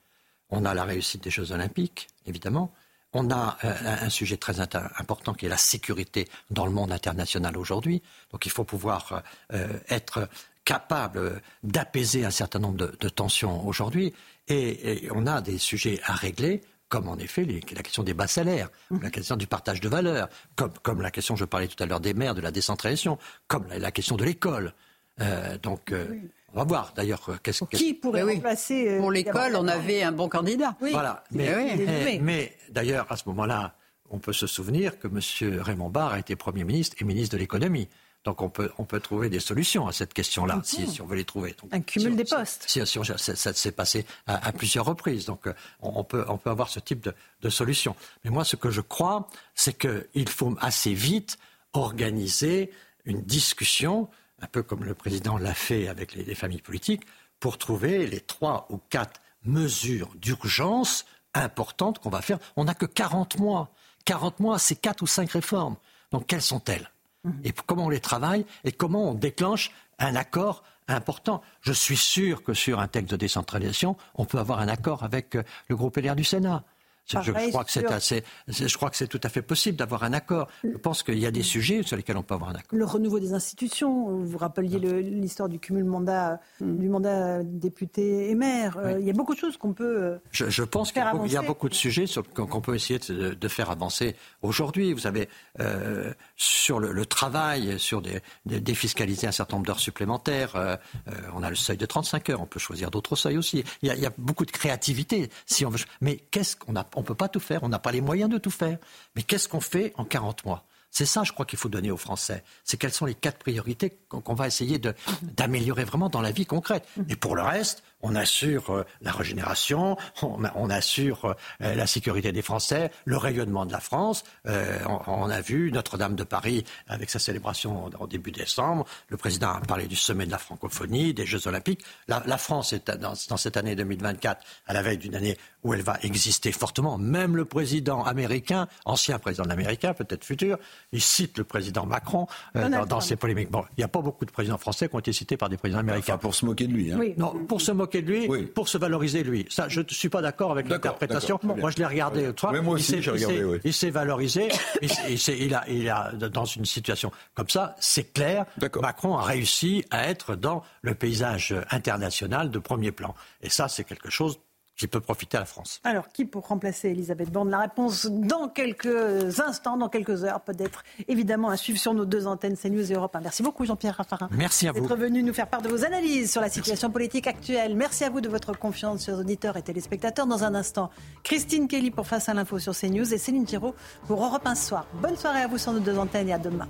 On a la réussite des Jeux Olympiques, évidemment. On a euh, un sujet très inter- important qui est la sécurité dans le monde international aujourd'hui. Donc il faut pouvoir euh, être capable d'apaiser un certain nombre de, de tensions aujourd'hui. Et, et on a des sujets à régler, comme en effet les, la question des bas salaires, la question du partage de valeur, comme, comme la question, je parlais tout à l'heure des maires, de la décentralisation, comme la, la question de l'école. Euh, donc... Euh, oui. On va voir d'ailleurs qu'est-ce que... Qui pourrait oui. remplacer... Euh, Pour l'école, on avait un bon candidat. Oui. Voilà. Mais, oui. mais, mais d'ailleurs, à ce moment-là, on peut se souvenir que M. Raymond Barre a été Premier ministre et ministre de l'économie. Donc on peut, on peut trouver des solutions à cette question-là, mmh. si, si on veut les trouver. Donc, un cumul si, des postes. Si, si, si, ça, ça s'est passé à, à plusieurs reprises. Donc on, on, peut, on peut avoir ce type de, de solution. Mais moi, ce que je crois, c'est qu'il faut assez vite organiser une discussion, un peu comme le président l'a fait avec les, les familles politiques, pour trouver les trois ou quatre mesures d'urgence importantes qu'on va faire. On n'a que quarante mois. quarante mois, c'est quatre ou cinq réformes. Donc quelles sont-elles ? Mmh. Et comment on les travaille ? Et comment on déclenche un accord important ? Je suis sûr que sur un texte de décentralisation, on peut avoir un accord avec le groupe L R du Sénat. Je, je, crois que c'est assez, je crois que c'est tout à fait possible d'avoir un accord. Je pense qu'il y a des sujets sur lesquels on peut avoir un accord. Le renouveau des institutions, vous rappeliez le, l'histoire du cumul mandat, mm. du mandat député et maire. Oui. Euh, il y a beaucoup de choses qu'on peut Je, je pense qu'il y a, beaucoup, il y a beaucoup de sujets sur, qu'on, qu'on peut essayer de, de faire avancer aujourd'hui. Vous savez, euh, sur le, le travail, sur des, des, défiscaliser un certain nombre d'heures supplémentaires. Euh, euh, on a le seuil de trente-cinq heures. On peut choisir d'autres seuils aussi. Il y a, il y a beaucoup de créativité, si on veut. Mais qu'est-ce qu'on a? On ne peut pas tout faire, on n'a pas les moyens de tout faire. Mais qu'est-ce qu'on fait en quarante mois ? C'est ça, je crois, qu'il faut donner aux Français. C'est quelles sont les quatre priorités qu'on va essayer de, d'améliorer vraiment dans la vie concrète. Et pour le reste, on assure euh, la régénération, on, on assure euh, la sécurité des Français, le rayonnement de la France. Euh, on, on a vu Notre-Dame de Paris avec sa célébration en, en début décembre. Le président a parlé du sommet de la francophonie, des Jeux Olympiques. La, la France est dans, dans cette année deux mille vingt-quatre, à la veille d'une année où elle va exister fortement. Même le président américain, ancien président américain, peut-être futur, il cite le président Macron euh, dans, dans ses polémiques. Bon, il n'y a pas beaucoup de présidents français qui ont été cités par des présidents américains. Enfin, pour se moquer de lui. Hein. Oui. Non, pour se moquer de lui, oui. Pour se valoriser lui. Ça, je ne suis pas d'accord avec d'accord, l'interprétation. D'accord, moi, je l'ai regardé l'autre fois. Moi aussi, il, j'ai regardé, il, oui. il s'est valorisé. il, s'est, il, s'est, il, a, il a, dans une situation comme ça, c'est clair, d'accord. Macron a réussi à être dans le paysage international de premier plan. Et ça, c'est quelque chose qui peut profiter à la France. Alors, qui pour remplacer Elisabeth Borne ? La réponse dans quelques instants, dans quelques heures, peut-être évidemment à suivre sur nos deux antennes CNews et Europe un. Merci beaucoup Jean-Pierre Raffarin. Merci à vous. D'être venu nous faire part de vos analyses sur la situation Merci. politique actuelle. Merci à vous de votre confiance, chers auditeurs et téléspectateurs. Dans un instant, Christine Kelly pour Face à l'info sur CNews et Céline Giraud pour Europe un Soir. Bonne soirée à vous sur nos deux antennes et à demain.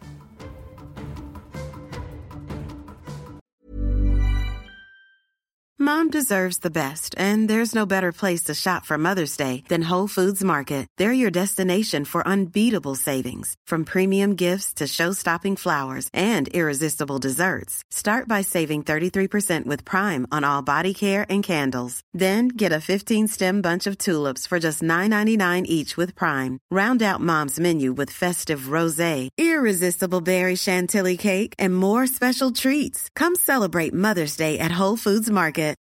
Mom deserves the best, and there's no better place to shop for Mother's Day than Whole Foods Market. They're your destination for unbeatable savings, from premium gifts to show-stopping flowers and irresistible desserts. Start by saving thirty-three percent with Prime on all body care and candles. Then get a fifteen-stem bunch of tulips for just nine ninety-nine each with Prime. Round out Mom's menu with festive rosé, irresistible berry chantilly cake, and more special treats. Come celebrate Mother's Day at Whole Foods Market.